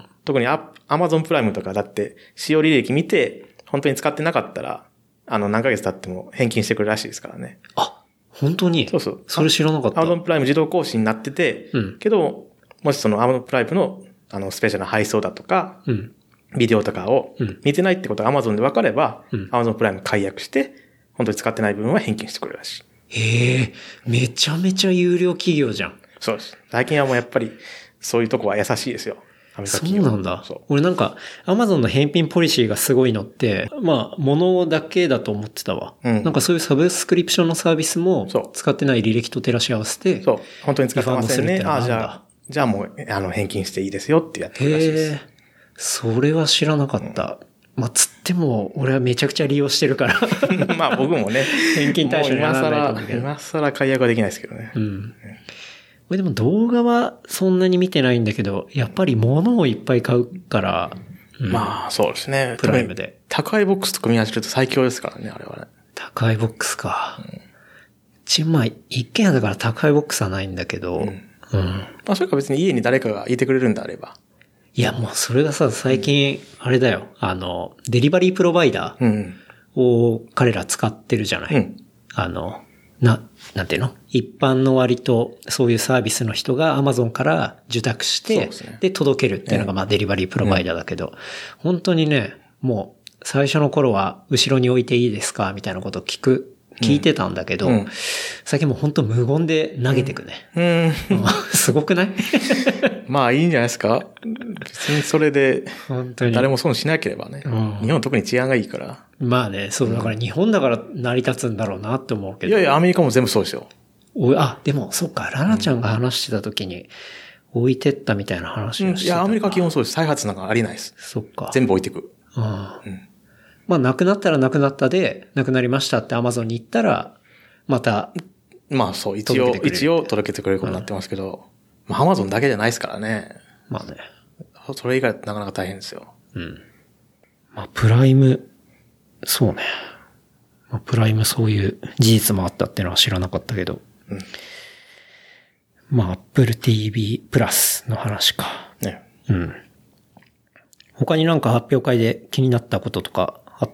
特にAmazon プライムとかだって使用履歴見て、本当に使ってなかったら、何ヶ月経っても返金してくるらしいですからね。 あ、本当に？ そう。 それ知らなかった。 Amazon プライム自動更新になってて、けど、もしその Amazon プライムの、スペシャルな配送だとか、ビデオとかを見てないってことが Amazon で分かれば、Amazon プライム解約して、本当に使ってない部分は返金してくれるらしい。 へえ、めちゃめちゃ有料企業じゃん。 そうです。最近はもうやっぱり、そういうとこは優しいですよ。 そうなんだ。俺なんか、Amazon の返品ポリシーがすごいのって、まあ、物だけだと思ってたわ。なんかそういうサブスクリプションのサービスも、使ってない履歴と照らし合わせて、 そう。本当に使ってませんね。じゃあもう、返金していいですよってやってるらしいです。 それは知らなかった。まあ、つっても、俺はめちゃくちゃ利用してるから。 まあ僕もね。 返金対象にはならないと思うけど。 今更解約はできないですけどね。 これでも動画はそんなに見てないんだけど、やっぱり物をいっぱい買うから、 まあそうですね。 プライムで。 高いボックスと組み合わせると最強ですからね、あれはね。 高いボックスか。まあ、一軒家だから高いボックスはないんだけど、 まあそれか別に家に誰かがいてくれるんであれば。 いや、もうそれがさ、最近、あれだよ。デリバリープロバイダーを彼ら使ってるじゃない。なんていうの？一般の割とそういうサービスの人が Amazon から受託して、で、届けるっていうのがまあデリバリープロバイダーだけど、本当にね、もう最初の頃は後ろに置いていいですかみたいなことを聞いてたんだけど、最近もう本当無言で投げてくね。すごくない？ まあいいんじゃないですか。別にそれで誰も損しなければね。日本特に治安がいいから。 まあね、そうだから日本だから成り立つんだろうなって思うけど。 いやアメリカも全部そうですよ。 でもそうか、ラナちゃんが話してた時に置いてったみたいな話をしてた。 いやアメリカ基本そうです。再発なんかありないです。 そっか。 全部置いてく。 まあなくなったらなくなったで、なくなりましたって Amazon に行ったら、また。 まあそう、一応届けてくれることになってますけど、まあ Amazon だけじゃないですからね。 まあね。 それ以外なかなか大変ですよ。 まあプライム、そうね。プライムそういう事実もあったっていうのは知らなかったけど。 まあ、Apple TV プラスの話か。 ね。 うん。他になんか発表会で気になったこととかあった？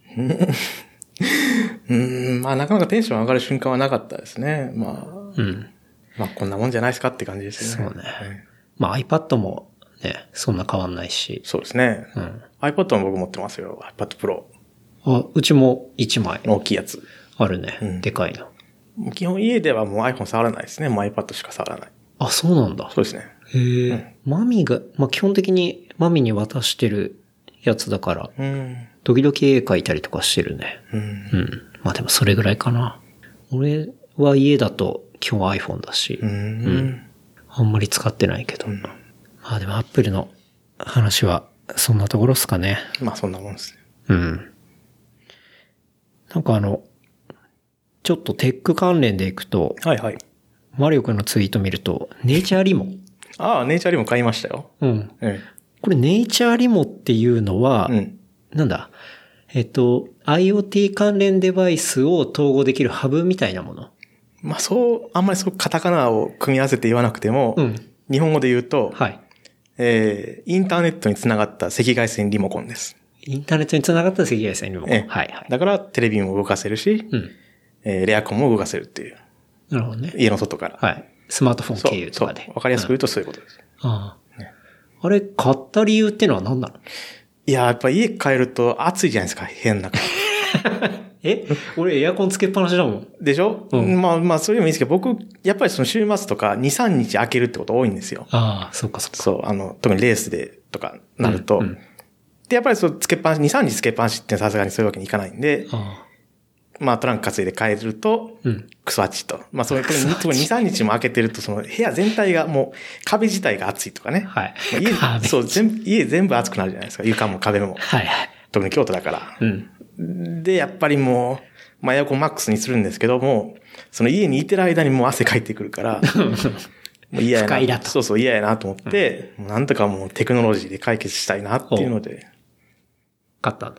まあなかなかテンション上がる瞬間はなかったですね。まあ。 うん。 まあこんなもんじゃないですかって感じですよね。 そうね。まあ iPad もね、そんな変わんないし。 そうですね。うん。iPad も僕持ってますよ。iPad Pro。 あ、うちも1枚。 大きいやつ。 あるね。うん、でかいの。 基本家ではもう iPhone 触らないですね。もう iPad しか触らない。 あ、そうなんだ。 そうですね。 へえ、うん。マミが、まあ基本的にマミに渡してるやつだから、 うん、 時々絵描いたりとかしてるね。うん。うん。まあでもそれぐらいかな。俺は家だと基本 iPhone だし、うん。あんまり使ってないけど。うん、まあでも Apple の話はそんなところっすかね。 まあそんなもんですね。 うん。なんかちょっとテック関連でいくと、 はいはい。 マリオ君のツイート見ると、ネイチャーリモ。 ああ、ネイチャーリモ買いましたよ。 うん。これネイチャーリモっていうのは、なんだIoT 関連デバイスを統合できるハブみたいなもの。 まああんまりカタカナを組み合わせて言わなくても、日本語で言うと、はい。インターネットにつながった赤外線リモコンです。 インターネットにつながった赤外線リモコン。はいはい。 だからテレビも動かせるし、レアコンも動かせるっていう。 なるほどね。 家の外から。 はい。スマートフォン経由とかで。 わかりやすく言うとそういうことです。 ああ。あれ、買った理由ってのは何なの？ いや、やっぱ家帰ると暑いじゃないですか、部屋の中。 俺エアコンつけっぱなしだもん。 でしょ？まあ、そういうのもいいですけど、僕、やっぱりその週末とか2、3日空けるってこと多いんですよ。 ああ、そっかそっか。 そう、特にレースでとかなると。で、やっぱりつけっぱなし、2、3日つけっぱなしってさすがにそういうわけにいかないんで、まあトランク担いで帰ると、クソ暑いと。まあそういう、2、3日も開けてると、その部屋全体がもう壁自体が暑いとかね。 はい。 家全部暑くなるじゃないですか。床も壁も。 はいはい。 特に京都だから。で、やっぱりもう、まあエアコンマックスにするんですけども、その家にいてる間にもう汗かいてくるから、もう嫌やな。 不快だと。 そう嫌やなと思って、なんとかもうテクノロジーで解決したいなっていうので。 買ったんだ。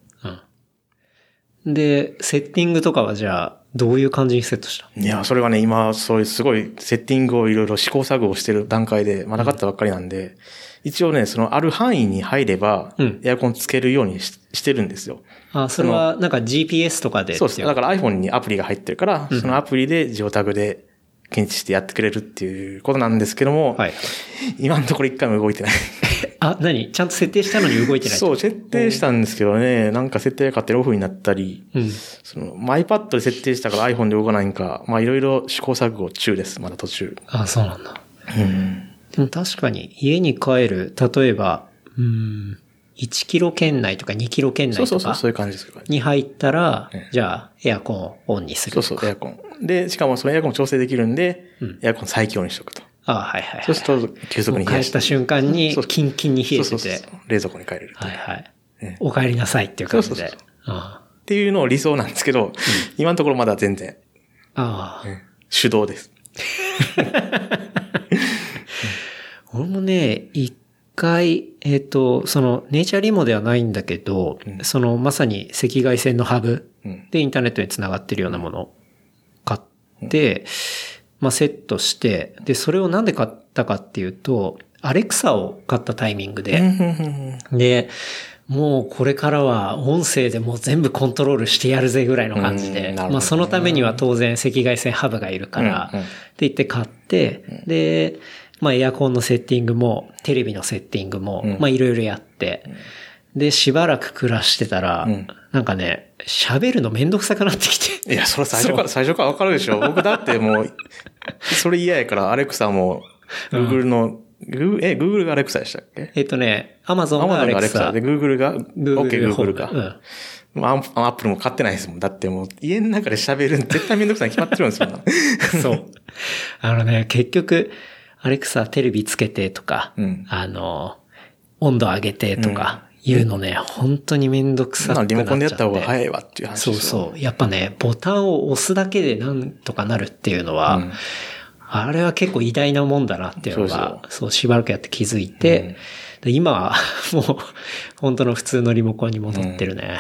うん。 で、セッティングとかはじゃあ、どういう感じにセットした？ いや、それがね、今、そういうすごいセッティングをいろいろ試行錯誤してる段階で、まだかったばっかりなんで、一応ね、そのある範囲に入れば、エアコンつけるようにしてるんですよ。 あ、それはなんか GPS とかで。 そうです。だから iPhone にアプリが入ってるから、そのアプリでジオタグで検知してやってくれるっていうことなんですけども、はい、今のところ一回も動いてない。 あ、何？ちゃんと設定したのに動いてない？ そう、設定したんですけどね、なんか設定が勝手にオフになったり、iPad で設定したから iPhone で動かないんか、まあいろいろ試行錯誤中です、まだ途中。 あ、そうなんだ。でも確かに家に帰る、例えば、1キロ圏内とか2キロ圏内とかそういう感じです。 に入ったら、じゃあエアコンをオンにするとか。 そう、エアコン。で、しかもそのエアコン調整できるんで、エアコン最強にしとくと。 ああ、はいはい。 そうすると急速に冷やして。 帰った瞬間にキンキンに冷えてて。 冷蔵庫に帰れる。 はいはい。お帰りなさいっていう感じで。 っていうのを理想なんですけど、今のところまだ全然。手動です。 俺もね、一回、そのネイチャーリモではないんだけど、そのまさに赤外線のハブでインターネットにつながってるようなものを買って、まあセットして、で、それをなんで買ったかっていうと、アレクサを買ったタイミングで、で、もうこれからは音声でもう全部コントロールしてやるぜぐらいの感じで、まあそのためには当然赤外線ハブがいるから、って言って買って、で、まあエアコンのセッティングも、テレビのセッティングも、まあいろいろやって、で、しばらく暮らしてたら、なんかね、喋るのめんどくさくなってきて。 いや、それ最初からわかるでしょ。僕だってもう、それ嫌やから、アレクサも、Google の、Google がアレクサでしたっけ Amazon がアレクサ。 で、Google が、 OK、 Google か。アップルも買ってないですもん。だってもう、家の中で喋るの絶対めんどくさいに決まってるんですよ。 そう。結局、アレクサテレビつけてとか、温度上げてとか、いうのね、本当にめんどくさくなっちゃって。 リモコンでやった方が早いわっていう話そうそう。やっぱね、ボタンを押すだけでなんとかなるっていうのは、あれは結構偉大なもんだなっていうのが、そうしばらくやって気づいて、で今はもう本当の普通のリモコンに戻ってるね。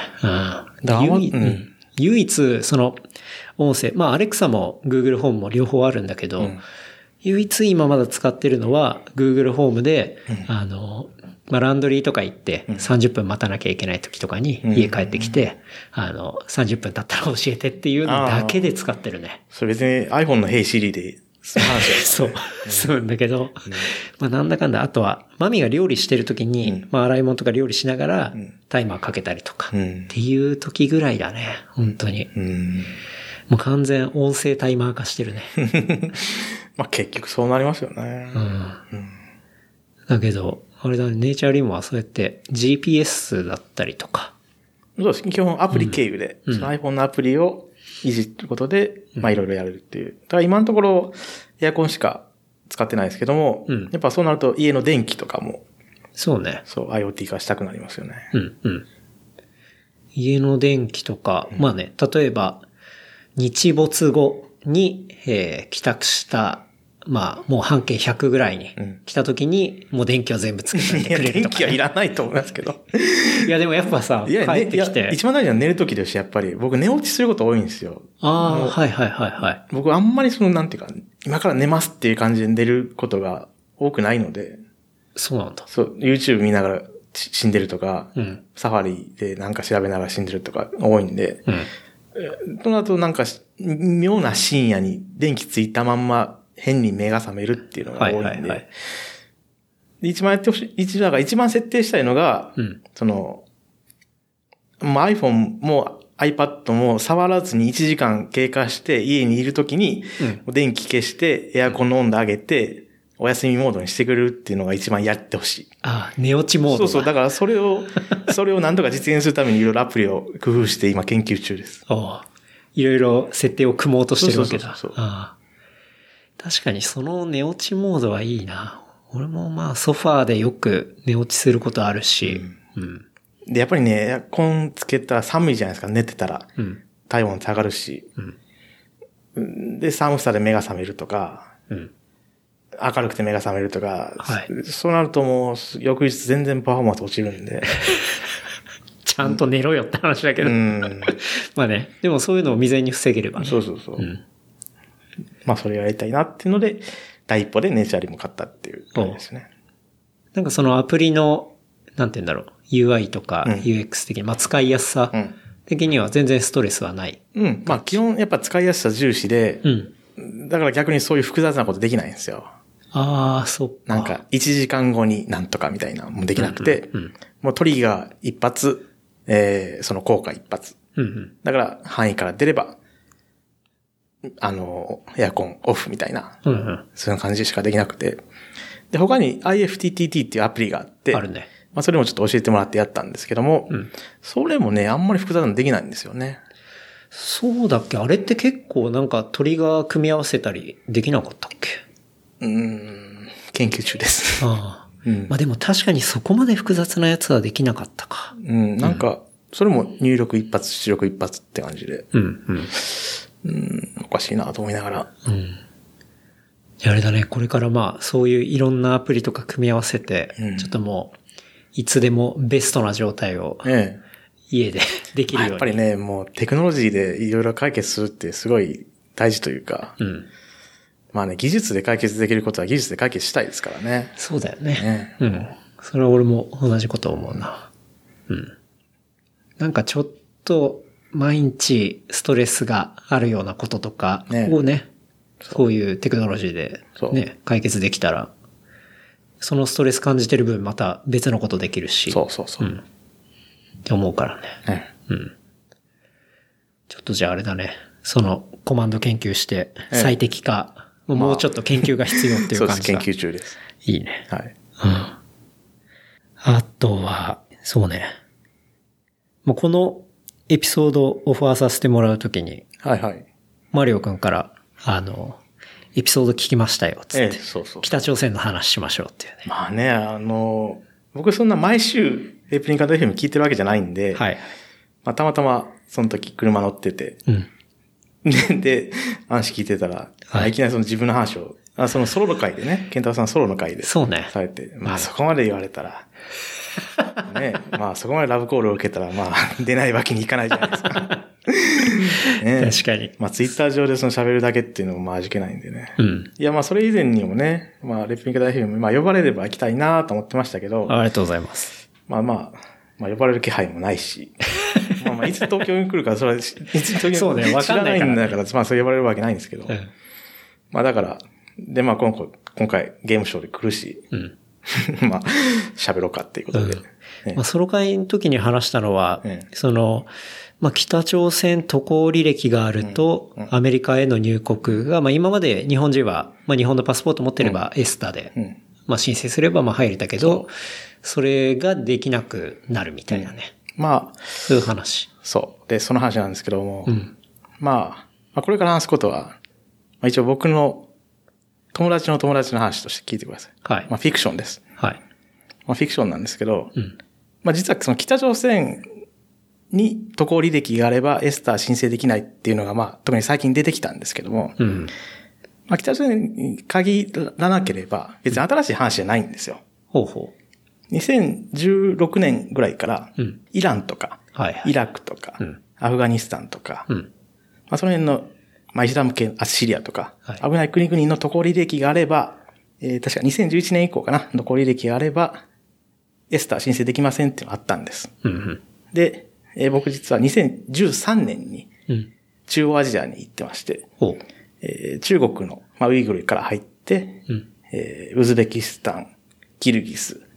唯一、その音声、まあアレクサも Google ホームも両方あるんだけど、 唯一今まだ使ってるのは Google ホームで、ランドリーとか行って30分待たなきゃいけない時とかに家帰ってきて、30分経ったら教えてっていうのだけで使ってるね。 それ別に iPhone の Hey Siri でそう。そうなんだけど、なんだかんだ、あとは、マミが料理してる時に、洗い物とか料理しながら、タイマーかけたりとか、っていう時ぐらいだね。本当に。もう完全音声タイマー化してるね。 結局そうなりますよね。 だけど、あれだね、ネイチャーリムはそうやって GPS だったりとか。 そうです。基本アプリ経由で、その iPhone のアプリをいじることで、いろいろやるっていう。だから今のところエアコンしか使ってないですけども、やっぱそうなると家の電気とかも、 そうね。 そう、IoT 化したくなりますよね。 家の電気とか、例えば、日没後に、帰宅した、もう半径100ぐらいに来た時に、もう電気は全部つけてくれるとか、ね。 電気はいらないと思いますけど。 いや、でもやっぱさ、帰ってきて。 一番大事なのは寝る時ですし、やっぱり。僕寝落ちすること多いんですよ。 はい。 僕あんまりなんていうか、今から寝ますっていう感じで寝ることが多くないので。 そうなんだ。 そう、YouTube 見ながら死んでるとか、サファリでなんか調べながら死んでるとか多いんで、その後なんか妙な深夜に電気ついたまんま変に目が覚めるっていうのが多いんで、一番やってほしい、一番設定したいのが、iPhone も iPad も触らずに1時間経過して家にいるときに、電気消してエアコンの温度上げて、お休みモードにしてくれるっていうのが一番やってほしい。 寝落ちモード。 そう、だからそれを何とか実現するためにいろいろアプリを工夫して今研究中です。 いろいろ設定を組もうとしてるわけだ。 そう。 確かにその寝落ちモードはいいな。俺もソファーでよく寝落ちすることあるし。 で、やっぱりね、エアコンつけたら寒いじゃないですか、寝てたら。体温下がるし。で、寒さで目が覚めるとか。明るくて目が覚めるとか。そうなるともう、翌日全然パフォーマンス落ちるんで。 ちゃんと寝ろよって話だけど。でもそういうのを未然に防げればね。 そう。それやりたいなっていうので、第一歩でネイチャーリム買ったっていう感じですね。 なんかそのアプリの、なんて言うんだろう、UI とか UX 的に、使いやすさ的には全然ストレスはない。 基本やっぱ使いやすさ重視で、だから逆にそういう複雑なことできないんですよ。 そっか。 なんか1時間後になんとかみたいなもできなくて、もうトリガー一発、その効果一発。だから範囲から出れば、エアコンオフみたいな、そういう感じしかできなくて。で、他に IFTTT っていうアプリがあって、 あるね。 それもちょっと教えてもらってやったんですけども、それもね、あんまり複雑なのできないんですよね。 そうだっけ？あれって結構なんかトリガー組み合わせたりできなかったっけ？ 研究中です。 でも確かにそこまで複雑なやつはできなかったか。 なんか、それも入力一発、出力一発って感じで。おかしいなと思いながら。 あれだね、これからそういういろんなアプリとか組み合わせて、ちょっともう、いつでもベストな状態を、家でできるように。 やっぱりね、もうテクノロジーでいろいろ解決するってすごい大事というか、技術で解決できることは技術で解決したいですからね。 そうだよね。それは俺も同じこと思うな。なんかちょっと毎日ストレスがあるようなこととかをね、こういうテクノロジーでね、解決できたら、そのストレス感じてる分また別のことできるし。って思うからね。ちょっとじゃああれだね。そのコマンド研究して最適化、もうちょっと研究が必要っていう感じだ。 そうです、研究中です。 いいね。あとは、そうね。もうこのエピソードをオファーさせてもらうときに、マリオくんから、エピソード聞きましたよ、つって。北朝鮮の話しましょうっていうね。僕そんな毎週、レプリカント FM 聞いてるわけじゃないんで、たまたまその時車乗ってて、で、話聞いてたら、いきなりその自分の話を、そのソロの回でね、ケンタロウさんソロの回で、されて、そこまで言われたら、そこまでラブコールを受けたら、出ないわけにいかないじゃないですか。 ね。 確かに。 まあツイッター上でその喋るだけっていうのもまあ味気ないんでね。 うん。 いやまあそれ以前にもね、まあレプリカ大FM、まあ呼ばれれば行きたいなと思ってましたけど。 ありがとうございます。 まあ呼ばれる気配もないし。まあいつ東京に来るか、それはいつ東京にそうね、わ知らないんだから、まあそう呼ばれるわけないんですけど。 うん、 まあだから、でまあ今回ゲームショーで来るし。うん。まあ、喋ろうかっていうことで。 まあ、ソロ会の時に話したのは、まあ、北朝鮮渡航履歴があると、アメリカへの入国が、まあ、今まで日本人は、まあ、日本のパスポート持ってれば、エスタで、まあ、申請すれば、まあ、入れたけど、それができなくなるみたいなね。 まあ、 そういう話。 そう。で、その話なんですけども、まあ、これから話すことは、まあ、一応僕の友達の話として聞いてください。 はい。 まあ、フィクションです。 はい。 まあ、フィクションなんですけど、まあ、実はその北朝鮮に渡航履歴があればエスター申請できないっていうのが、まあ、特に最近出てきたんですけども、まあ、北朝鮮に限らなければ、別に新しい話じゃないんですよ。 ほうほう。2016年ぐらいから、イランとか、イラクとか、アフガニスタンとか、まあ、その辺のまあ、イスラム系、シリアとか、危ない国々の渡航履歴があれば、確か2011年以降かな、渡航履歴があれば、エスター申請できませんっていうのがあったんです。で、僕実は2013年に、中央アジアに行ってまして、中国の、まあ、ウイグルから入って、ウズベキスタン、キルギス、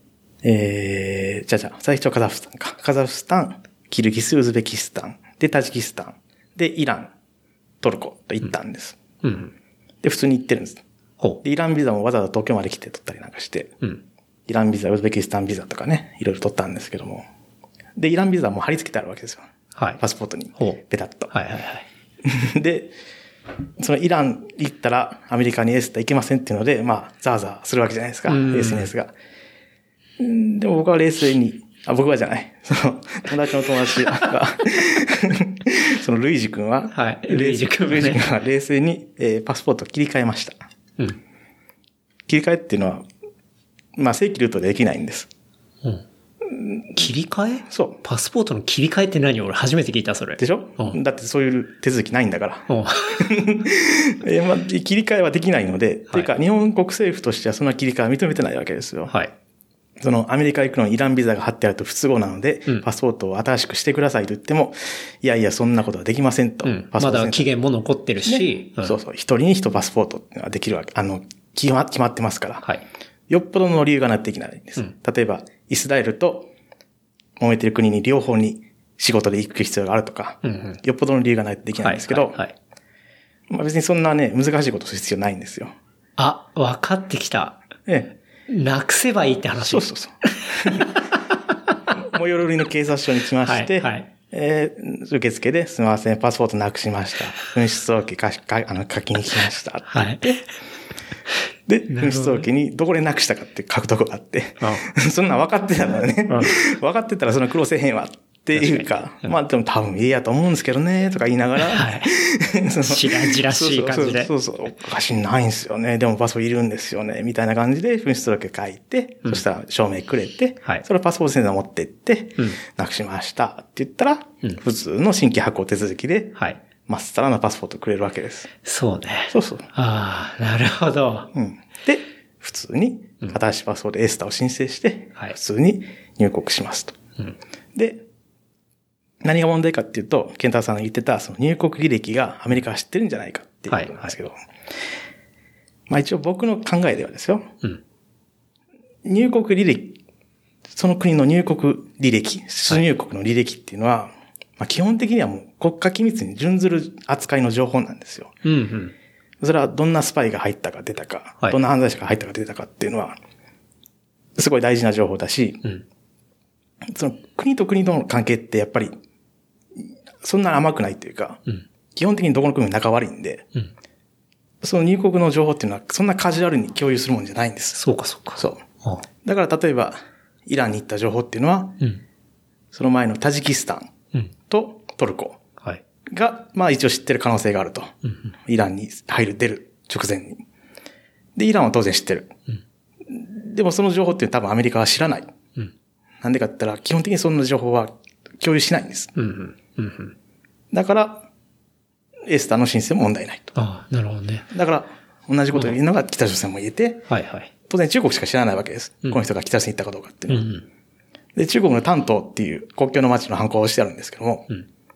最初カザフスタンか。カザフスタン、キルギス、ウズベキスタン、で、タジキスタン、で、イラン、トルコと行ったんです。で、普通に行ってるんです。で、イランビザもわざわざ東京まで来て取ったりなんかして、イランビザ、ウズベキスタンビザとかね、いろいろ取ったんですけども。で、イランビザも貼り付けてあるわけですよ。パスポートに。ペタッと。で、そのイラン行ったらアメリカにエスタ行けませんっていうので、まあ、ザーザーするわけじゃないですか。SNS が。でも僕は冷静に、僕はじゃない。その、友達の友達が、そのルイジ君は、ルイジ君は冷静に、パスポートを切り替えました。切り替えっていうのは、まあ正規ルートでできないんです。 切り替え？ そう。 パスポートの切り替えって何？俺初めて聞いた、それ。 でしょ？だってそういう手続きないんだから。まあ、切り替えはできないので、というか日本国政府としてはそんな切り替えは認めてないわけですよ。そのアメリカ行くのにイランビザが貼ってあると不都合なので、パスポートを新しくしてくださいと言っても、いやいやそんなことはできませんと。 まだ期限も残ってるし。 そうそう。一人に一パスポートっていうのはできるわけ。決まってますから。よっぽどの理由がなってできないんです。例えば、イスラエルと揉めてる国に両方に仕事で行く必要があるとか、よっぽどの理由がないとできないんですけど、まあ別にそんなね、難しいことする必要ないんですよ。 あ、分かってきた。なくせばいいって話。 そう。最寄りの警察署に来まして、受付で、すみません、パスポートなくしました。紛失届課金しました。で、紛失届にどこでなくしたかって書くとこがあって、そんなん分かってたからね。分かってたらそんな苦労せえへんわっていうか、まあでも多分いいやと思うんですけどね、とか言いながら、 しらじらしい感じで。 そう、おかしいないんですよね。でもパスポートいるんですよね。みたいな感じで紛失届書いて、そしたら証明くれて、それをパスポートセンター持ってって、なくしましたって言ったら、普通の新規発行手続きで、まっさらなパスポートくれるわけです。 そうね。 そう。 ああ、なるほど。 で、普通に新しいパスポートエスタを申請して、普通に入国しますと。で、何が問題かっていうと、ケンタロウさんが言ってた、その入国履歴がアメリカは知ってるんじゃないかっていうことなんですけど、まあ一応僕の考えではですよ、入国履歴、その国の入国履歴、出入国の履歴っていうのは、まあ基本的にはもう国家機密に準ずる扱いの情報なんですよ。それはどんなスパイが入ったか出たか、どんな犯罪者が入ったか出たかっていうのは、すごい大事な情報だし、その国と国との関係ってやっぱり、そんな甘くないというか、基本的にどこの国も仲悪いんで、その入国の情報っていうのはそんなカジュアルに共有するもんじゃないんです。 そうか。 だから例えば、イランに行った情報っていうのは、その前のタジキスタンとトルコが、まあ一応知ってる可能性があると。イランに出る直前に。で、イランは当然知ってる。でもその情報って多分アメリカは知らない。なんでかって言ったら、基本的にそんな情報は共有しないんです。だから、 エースターの申請も問題ないと。 ああ、なるほどね。 だから、同じことを言うのが北朝鮮も言えて、 はいはい。 当然中国しか知らないわけです。この人が北朝鮮に行ったかどうかっていうのは。で、中国の丹東っていう国境の町の犯行をしてあるんですけども、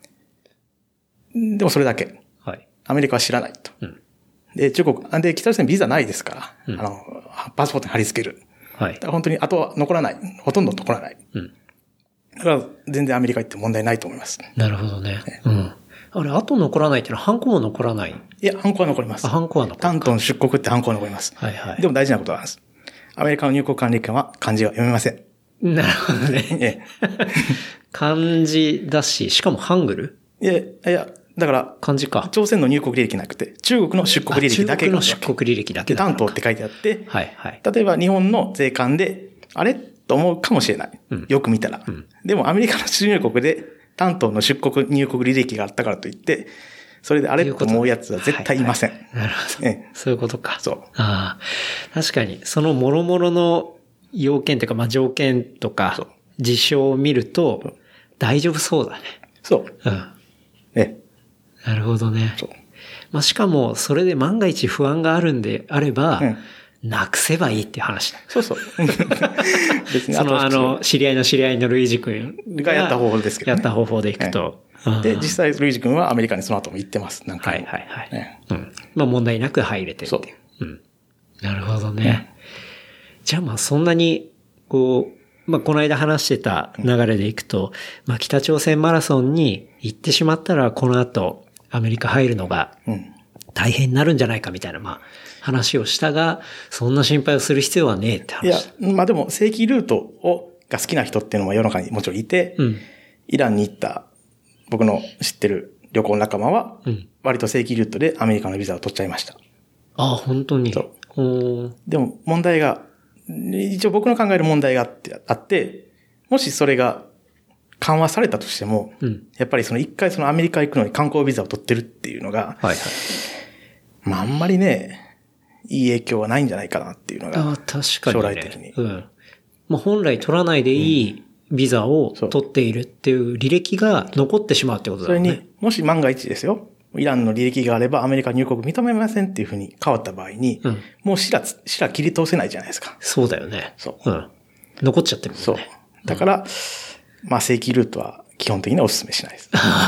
でもそれだけ。 はい。 アメリカは知らないと。で、中国、で、北朝鮮ビザないですから、パスポートに貼り付ける。 はい。 だから本当に、あとは残らない。ほとんど残らない。だから、全然アメリカ行って問題ないと思います。 なるほどね。あれ、後残らないっていうのは、ハンコも残らない？ いや、ハンコは残ります。 ハンコは残る。 丹東の出国ってハンコは残ります。 はいはい。 でも大事なことなんです。アメリカの入国管理官は漢字は読めません。 なるほどね。漢字だし、しかもハングル？ いや、だから、 漢字か。 朝鮮の入国履歴なくて、中国の出国履歴だけが。 中国の出国履歴だけだ。 丹東って書いてあって、 はいはい。 例えば日本の税関で、あれと思うかもしれない。よく見たら。でもアメリカの出入国で、丹東の出国、入国履歴があったからといって、それであれと思うやつは絶対いません。 なるほど。そういうことか。 そう。 ああ。確かに、その諸々の要件というか、条件とか、事象を見ると、大丈夫そうだね。 そう。 なるほどね。しかも、それで万が一不安があるんであれば、なくせばいいっていう話だ。 そうそう。 別に知り合いの知り合いのルイージ君がやった方法ですけどね。 やった方法でいくと。 で、実際ルイージ君はアメリカにその後も行ってます。 はいはいはい。問題なく入れてるっていう。なるほどね。じゃあそんなに、この間話してた流れでいくと、北朝鮮マラソンに行ってしまったら、この後、アメリカ入るのが大変になるんじゃないかみたいな、話をしたが、そんな心配をする必要はねえって話。 いや、でも正規ルートが好きな人っていうのも世の中にもちろんいて、イランに行った僕の知ってる旅行仲間は、割と正規ルートでアメリカのビザを取っちゃいました。 ああ、本当に。 でも問題が、一応僕の考える問題があって、もしそれが緩和されたとしても、やっぱり一回アメリカ行くのに観光ビザを取ってるっていうのが、あんまりね、いい影響はないんじゃないかなっていうのが、将来的に。 本来取らないでいいビザを取っているっていう履歴が残ってしまうってことだよね。 それに、もし万が一ですよ、イランの履歴があればアメリカ入国認めませんっていうふうに変わった場合に、もうしら切り通せないじゃないですか。 そうだよね。残っちゃってるもんね。 そう。だから、正規ルートは基本的にはお勧めしないです。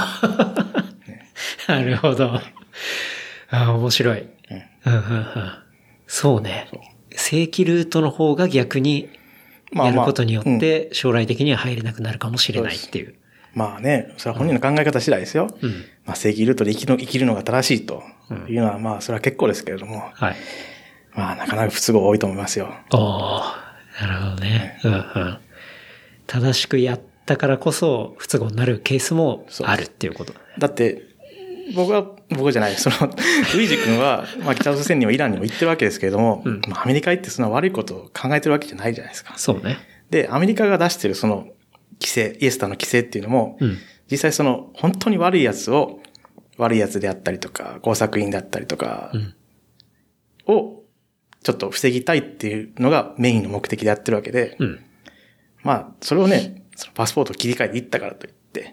なるほど。面白い。そうね。正規ルートの方が逆にやることによって将来的には入れなくなるかもしれないっていう。 それは本人の考え方次第ですよ。正規ルートで生きるのが正しいというのは、それは結構ですけれども。なかなか不都合多いと思いますよ。 なるほどね。正しくやったからこそ不都合になるケースもあるっていうこと。 だって、僕じゃない、ルイージ君は、北朝鮮にもイランにも行ってるわけですけれども、アメリカ行ってそんな悪いことを考えてるわけじゃないじゃないですか。 そうね。 で、アメリカが出してる規制、イエスタの規制っていうのも、実際本当に悪いやつであったりとか、工作員だったりとか、を、ちょっと防ぎたいっていうのがメインの目的でやってるわけで、それをね、パスポートを切り替えていったからといって、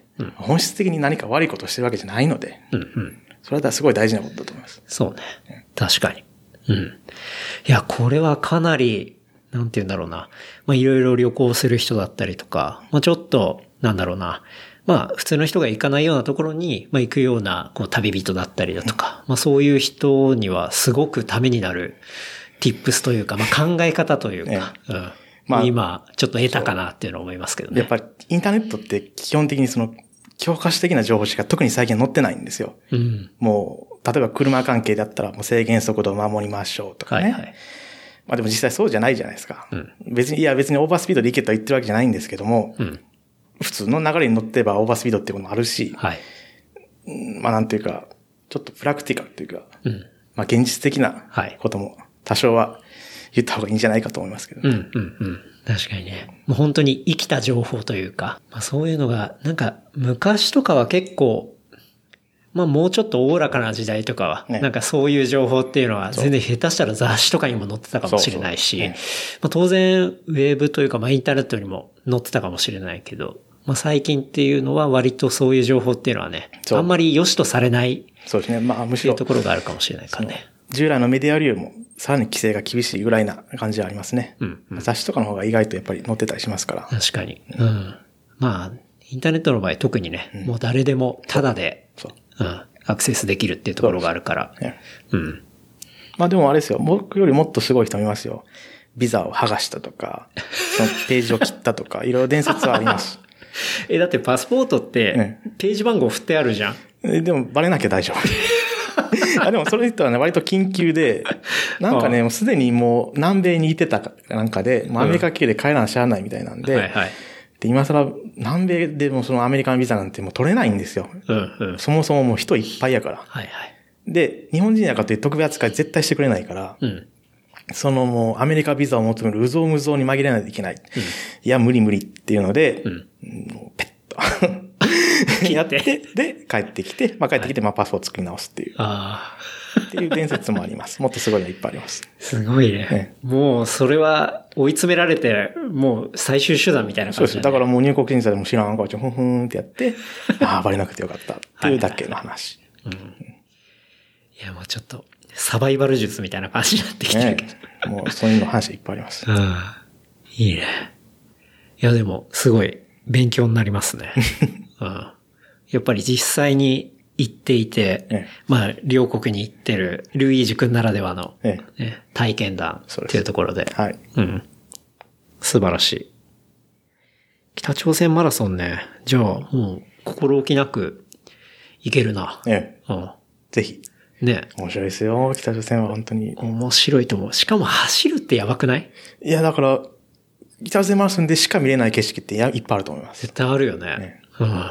本質的に何か悪いことをしてるわけじゃないので、それはすごい大事なことだと思います。 そうね。確かに。いや、これはかなり、なんて言うんだろうな。いろいろ旅行する人だったりとか、ちょっと、普通の人が行かないようなところに、行くような、旅人だったりだとか、そういう人にはすごくためになる、tips というか、考え方というか、今、ちょっと得たかなっていうのを思いますけどね。 やっぱり、インターネットって基本的に教科書的な情報しか特に最近載ってないんですよ。もう、例えば車関係だったらもう制限速度を守りましょうとかね。でも実際そうじゃないじゃないですか。別にオーバースピードで行けとは言ってるわけじゃないんですけども、普通の流れに乗ってればオーバースピードってこともあるし、なんていうか、ちょっとプラクティカルというか、現実的なことも多少は言った方がいいんじゃないかと思いますけどね。 確かにね。もう本当に生きた情報というか、そういうのが、昔とかは結構、もうちょっとおおらかな時代とかは、そういう情報っていうのは全然下手したら雑誌とかにも載ってたかもしれないし、当然ウェブというかインターネットにも載ってたかもしれないけど、 まあ最近っていうのは割とそういう情報っていうのはね、あんまり良しとされないそうですね。まあむしろ。 っていうところがあるかもしれないからね。 従来のメディアよりもさらに規制が厳しいぐらいな感じはありますね。雑誌とかの方が意外とやっぱり載ってたりしますから。 確かに。まあ、インターネットの場合特にね、もう誰でもタダで、アクセスできるっていうところがあるから。 まあでもあれですよ。僕よりもっとすごい人もいますよ。ビザを剥がしたとか、そのページを切ったとか、いろいろ伝説はあります。 だってパスポートって、ページ番号振ってあるじゃん。 でもバレなきゃ大丈夫。でもそれ言ったらね、割と緊急で、なんかね、もうすでにもう南米にいてたかなんかで、もうアメリカ系で帰らなしゃあないみたいなんで、で、今更南米でもそのアメリカのビザなんてもう取れないんですよ。そもそももう人いっぱいやから。で、日本人やからという特別扱い絶対してくれないから、そのもうアメリカビザを求めるうぞうむぞうに紛れないといけない。いや、無理無理っていうので、もうペッと。やって、で、帰ってきて、まあ帰ってきて、まあパスを作り直すっていう。っていう伝説もあります。もっとすごいのいっぱいあります。 すごいね。もう、それは追い詰められて、もう最終手段みたいな感じ、ね。 そうです。だからもう入国審査でも知らんから、ふんふんってやって、ああ、バレなくてよかったっていうだけの話。 いや、もうちょっと、サバイバル術みたいな感じになってきてるけど。 もうそういうの話いっぱいあります。 いいね。いや、でも、すごい勉強になりますね。やっぱり実際に行っていて、まあ、両国に行ってるルイージ君ならではの、体験談っていうところで、素晴らしい。北朝鮮マラソンね、じゃあもう心置きなく行けるな。 ぜひ。 ね。 面白いですよ、北朝鮮は本当に。 面白いと思う。しかも走るってやばくない？ いや、だから、北朝鮮マラソンでしか見れない景色っていっぱいあると思います。 絶対あるよね。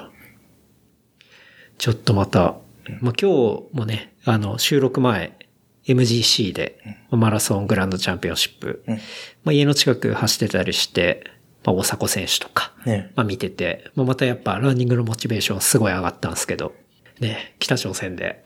ちょっとまた、まあ、今日もね、収録前、MGC で、マラソングランドチャンピオンシップ、まあ、家の近く走ってたりして、まあ、大迫選手とか、まあ、見てて、まあ、またやっぱランニングのモチベーションすごい上がったんですけど、ね、北朝鮮で、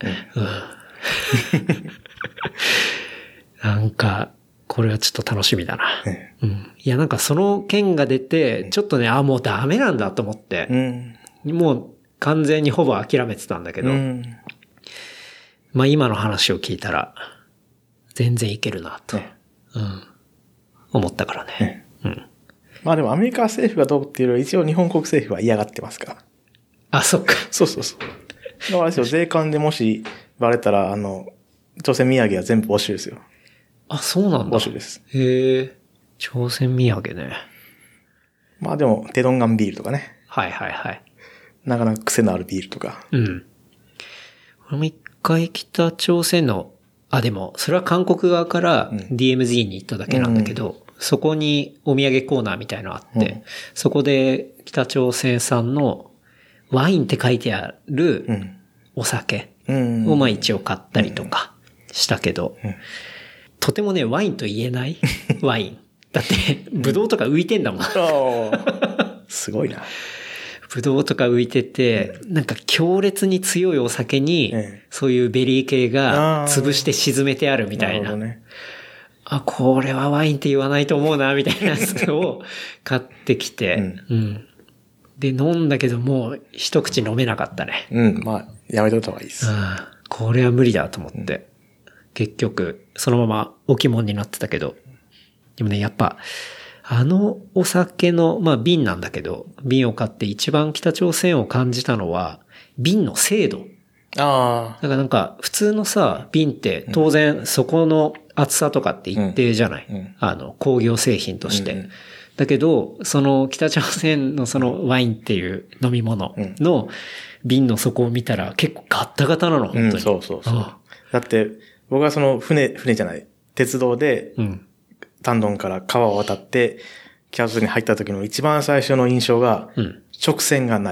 なんか、これはちょっと楽しみだな。いや、なんかその件が出て、ちょっとね、もうダメなんだと思って、もう完全にほぼ諦めてたんだけど、まあ今の話を聞いたら、全然いけるなと、思ったからね。 まあでもアメリカ政府がどうっていうより一応日本国政府は嫌がってますから。 あ、そっか。 そう。だからですよ、税関でもしバレたら、朝鮮土産は全部没収ですよ。 あ、そうなんだ。 没収です。 へえ。朝鮮土産ね。 まあでも、テドンガンビールとかね。なかなか癖のあるビールとか。 俺も一回北朝鮮の、でも、それは韓国側から DMZ に行っただけなんだけど、そこにお土産コーナーみたいなのあって、そこで北朝鮮産のワインって書いてあるお酒をまあ一応買ったりとかしたけど、とてもね、ワインと言えないワイン。だって、ブドウとか浮いてんだもん。 すごいな。 ブドウとか浮いてて、なんか強烈に強いお酒に、そういうベリー系が潰して沈めてあるみたいな。これはワインって言わないと思うな、みたいなやつを買ってきて、で、飲んだけどもう一口飲めなかったね。 まあ、やめといた方がいいです。 これは無理だと思って。結局、そのまま置物になってたけど。でもね、やっぱ、お酒の、まあ瓶なんだけど、瓶を買って一番北朝鮮を感じたのは、瓶の精度。だからなんか、普通のさ、瓶って当然そこの厚さとかって一定じゃない。工業製品として。だけど、その北朝鮮のそのワインっていう飲み物の瓶の底を見たら結構ガッタガタなの、本当に。 そう。だって、僕はその船じゃない、鉄道で、丹東から川を渡って、北朝鮮に入った時の一番最初の印象が、直線がない。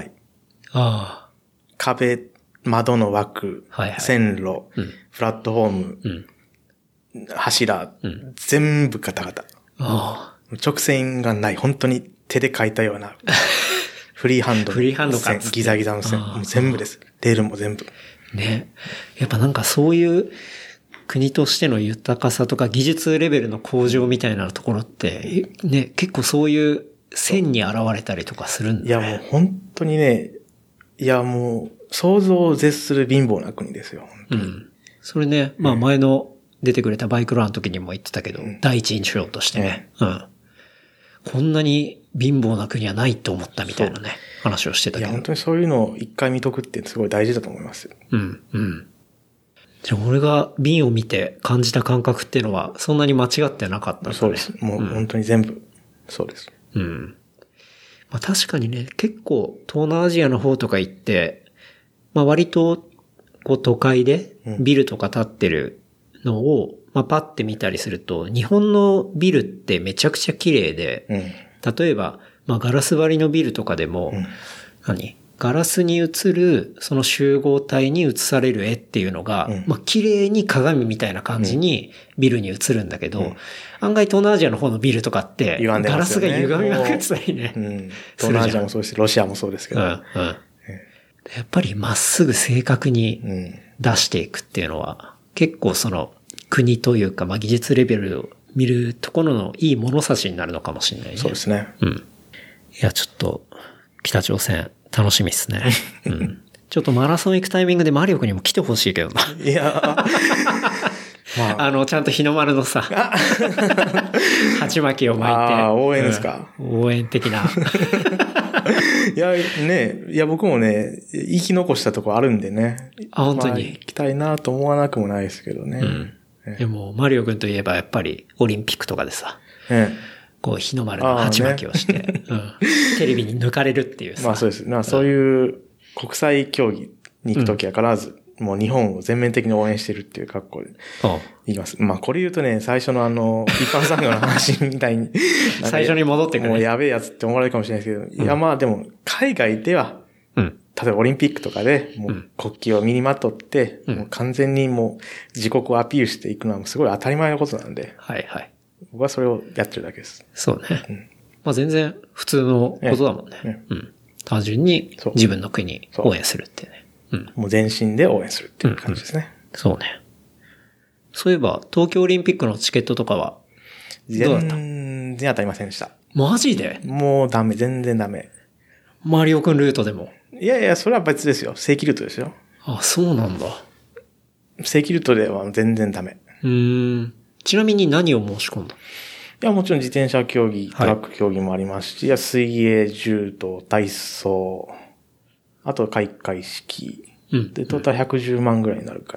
壁、窓の枠、線路、プラットフォーム、柱、全部ガタガタ。直線がない。本当に手で描いたような、フリーハンド線、ギザギザの線、もう全部です。レールも全部。 ね。やっぱなんかそういう国としての豊かさとか技術レベルの向上みたいなところって、ね、結構そういう線に現れたりとかするんだね。 いやもう本当にね、いやもう想像を絶する貧乏な国ですよ。 うん。それね、まあ前の出てくれたバイクランの時にも言ってたけど、第一印象としてね、こんなに貧乏な国はないと思ったみたいなね、話をしてたけど。 いや本当にそういうのを一回見とくってすごい大事だと思います。 うん、うん。じゃあ俺が瓶を見て感じた感覚っていうのはそんなに間違ってなかったんだね。 そうです。もう本当に全部、そうです。 うん。まあ確かにね、結構東南アジアの方とか行って、まあ割とこう都会でビルとか建ってるのを、まあパッて見たりすると、日本のビルってめちゃくちゃ綺麗で、例えば、まあガラス張りのビルとかでも、ガラスに映るその集合体に映される絵っていうのが、まあ綺麗に鏡みたいな感じにビルに映るんだけど、案外東南アジアの方のビルとかって、ガラスが歪みまくってたりね。 東南アジアもそうですし、ロシアもそうですけど。 やっぱりまっすぐ正確に出していくっていうのは、結構その国というか、まあ技術レベルを見るところのいい物差しになるのかもしれないね。 そうですね。 いや、ちょっと北朝鮮楽しみですね。ちょっとマラソン行くタイミングでマリオ君にも来てほしいけどな。 いやまあ、ちゃんと日の丸のさ、鉢巻きを巻いて。 応援ですか、 応援的な。 いや、ね、いや、僕もね、生き残したとこあるんでね。 本当に、 行きたいなと思わなくもないですけどね。 でも、マリオ君といえばやっぱりオリンピックとかでさ、こう、日の丸の鉢巻きをして、テレビに抜かれるっていうさ。 まあそうです。まあそういう国際競技に行くときは必ず、もう日本を全面的に応援してるっていう格好で行きます。まあこれ言うとね、最初の一般産業の話みたいに。 最初に戻ってくる、 もうやべえやつって思われるかもしれないですけど、いやまあでも、海外では、例えばオリンピックとかで、もう国旗を身にまとって、もう完全にもう自国をアピールしていくのはすごい当たり前のことなんで。 はいはい。 僕はそれをやってるだけです。 そうね。まあ全然普通のことだもんね。単純に自分の国応援するってね。 もう全身で応援するっていう感じですね。 そうね。そういえば、東京オリンピックのチケットとかはどうだった？ 全然当たりませんでした。 マジで？ もうダメ、全然ダメ。 マリオくんルートでも？ いやいや、それは別ですよ。正規ルートですよ。 あ、そうなんだ。 正規ルートでは全然ダメ。 ちなみに何を申し込んだ？ いや、もちろん自転車競技、トラック競技もありますし、水泳、柔道、体操、あと開会式。で、トータル110万ぐらいになるから。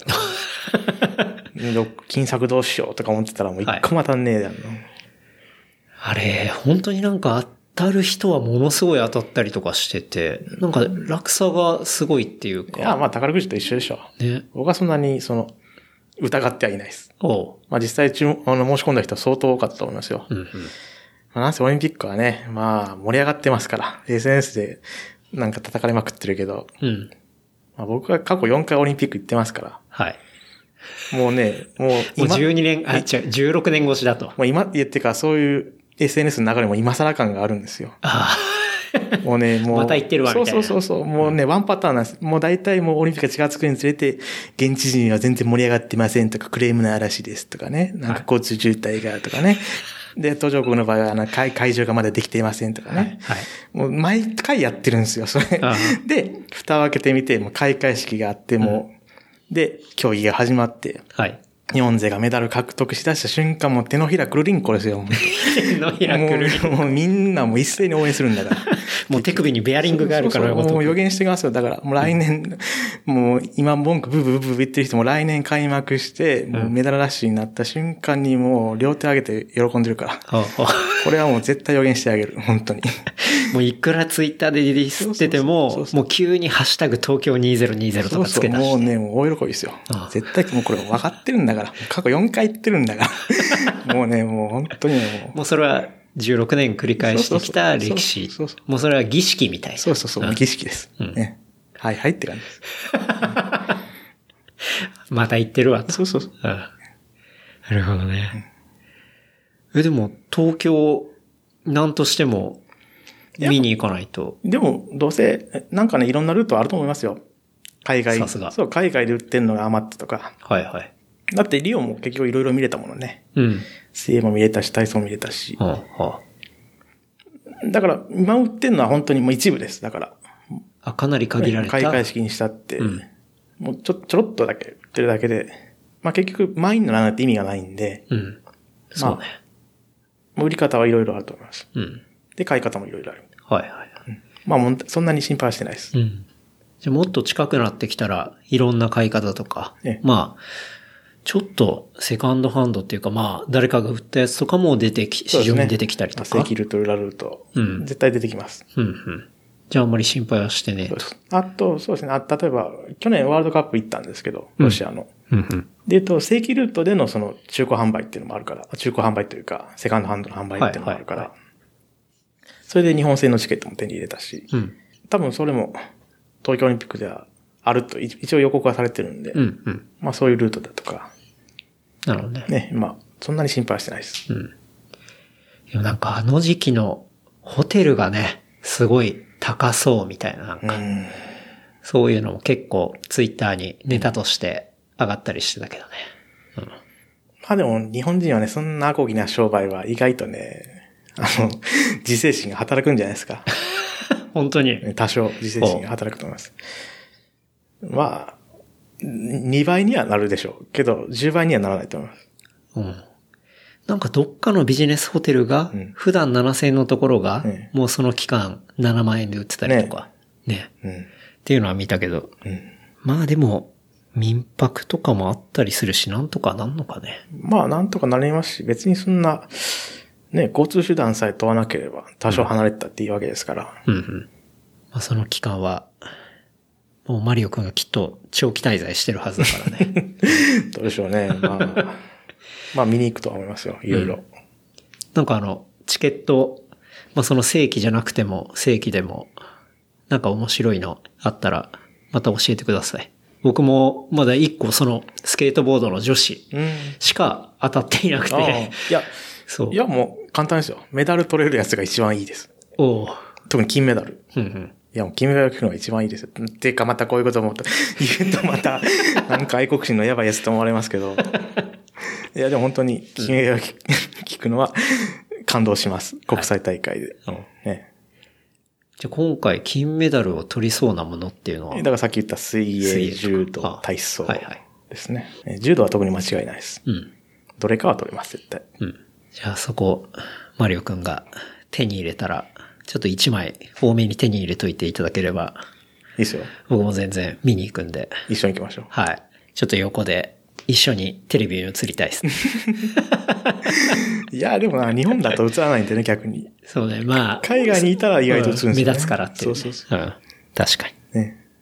金策どうしようとか思ってたらもう一個も当たんねえだよ、 あれ、本当になんか当たる人はものすごい当たったりとかしてて、なんか落差がすごいっていうか。 いや、まあ宝くじと一緒でしょ。ね。僕はそんなに疑ってはいないです。まあ実際申し込んだ人は相当多かったと思いますよ。なんせオリンピックはね、まあ盛り上がってますから、SNS でなんか叩かれまくってるけど、まあ、僕は過去4回オリンピック行ってますから。 はい。 もうね、もう 12年、16年越しだと。 もう今、言ってか、そういう SNS の流れも今更感があるんですよ。もうね、もう。 また行ってるわ、みたいな。 そう。もうね、ワンパターンなんです。もう大体もうオリンピックが近づくにつれて、現地人は全然盛り上がってませんとか、クレームの嵐ですとかね、なんか交通渋滞がとかね。で、途上国の場合は、会場がまだできていませんとかね。もう毎回やってるんですよ、それ。で、蓋を開けてみて、もう開会式があって、もう、で、競技が始まって、日本勢がメダル獲得しだした瞬間、もう手のひらくるりんこですよ。 手のひらくるりんこ。 もうみんなもう一斉に応援するんだから。 もう手首にベアリングがあるから。 もう予言してきますよ。だから、もう来年、もう今文句ブブブブ言ってる人も来年開幕して、もうメダルラッシュになった瞬間にもう両手上げて喜んでるから。これはもう絶対予言してあげる。本当に。 もういくらツイッターでディスってても、もう急にハッシュタグ東京2020とかつけたし。 もうね、もう大喜びですよ。絶対もうこれ分かってるんだから。過去4回言ってるんだから。もうね、もう本当にもうそれは16年繰り返してきた歴史。もうそれは儀式みたいな。 そう、儀式です。ね。はいはいって感じです。 また言ってるわと。 そう。 なるほどね。でも東京、なんとしても見に行かないと。 でも、どうせ、なんかね、いろんなルートあると思いますよ。海外。 さすが。 そう、海外で売ってるのが余ってとか。だってリオも結局いろいろ見れたものね。水泳も見れたし、体操も見れたし。 だから、今売ってるのは本当にもう一部です。だから。 かなり限られた。 開会式にしたって、もうちょろっとだけ売ってるだけで、結局、満員にならないって意味がないんで、 そうね。 売り方はいろいろあると思います。で、買い方もいろいろある。 はい。 もうそんなに心配はしてないです。 じゃあもっと近くなってきたら、いろんな買い方とか、ちょっとセカンドハンドっていうか、誰かが売ったやつとかも市場に出てきたりとか。 正規ルート、裏ルート、絶対出てきます。 じゃああんまり心配はしてね。 あと、そうですね。例えば、去年ワールドカップ行ったんですけど、ロシアの。で、正規ルートでのその中古販売っていうのもあるから、中古販売というか、セカンドハンドの販売っていうのもあるから、それで日本製のチケットも手に入れたし、多分それも東京オリンピックではあると一応予告はされてるんで、そういうルートだとか。 なるほどね。 ね、そんなに心配はしてないです。 でもなんかあの時期のホテルがね、すごい高そうみたいな、そういうのも結構ツイッターにネタとして上がったりしてたけどね。 でも日本人はね、そんなアコギな商売は意外とね、自制心が働くんじゃないですか。 本当に。 多少自制心が働くと思います。2倍にはなるでしょう。けど、10倍にはならないと思います。 なんかどっかのビジネスホテルが、普段7000円のところが、もうその期間7万円で売ってたりとか、ね。っていうのは見たけど。でも、民泊とかもあったりするし、なんとかなんのかね。 なんとかなりますし、別にそんな、ね、交通手段さえ問わなければ、多少離れてたっていいわけですから。 その期間は、もうマリオくんがきっと長期滞在してるはずだからね。 どうでしょうね。見に行くとは思いますよ。いろいろ。 なんかチケット、その正規じゃなくても正規でも、なんか面白いのあったら、また教えてください。僕もまだ1個そのスケートボードの女子しか当たっていなくて。 いやもう簡単ですよ。メダル取れるやつが一番いいです。特に金メダル。いやもう金メダル聞くのが一番いいですよ。っていうかまたこういうことも言うとまた、なんか愛国心のやばいやつと思われますけど。いやでも本当に金メダル聞くのは感動します。国際大会で。 じゃあ今回金メダルを取りそうなものっていうのはだからさっき言った水泳、柔道、体操ですね。柔道は特に間違いないです。どれかは取れます、絶対。 じゃあそこ、マリオくんが手に入れたら、ちょっと1枚多めに手に入れといていただければ。 いいですよ。 僕も全然見に行くんで。 一緒に行きましょう。 はい。ちょっと横で一緒にテレビに映りたいですね。 いや、でも日本だと映らないんでね、逆に。 そうね、 海外にいたら意外と映るんですよね。 目立つからっていう、ね。 そう。 確かに。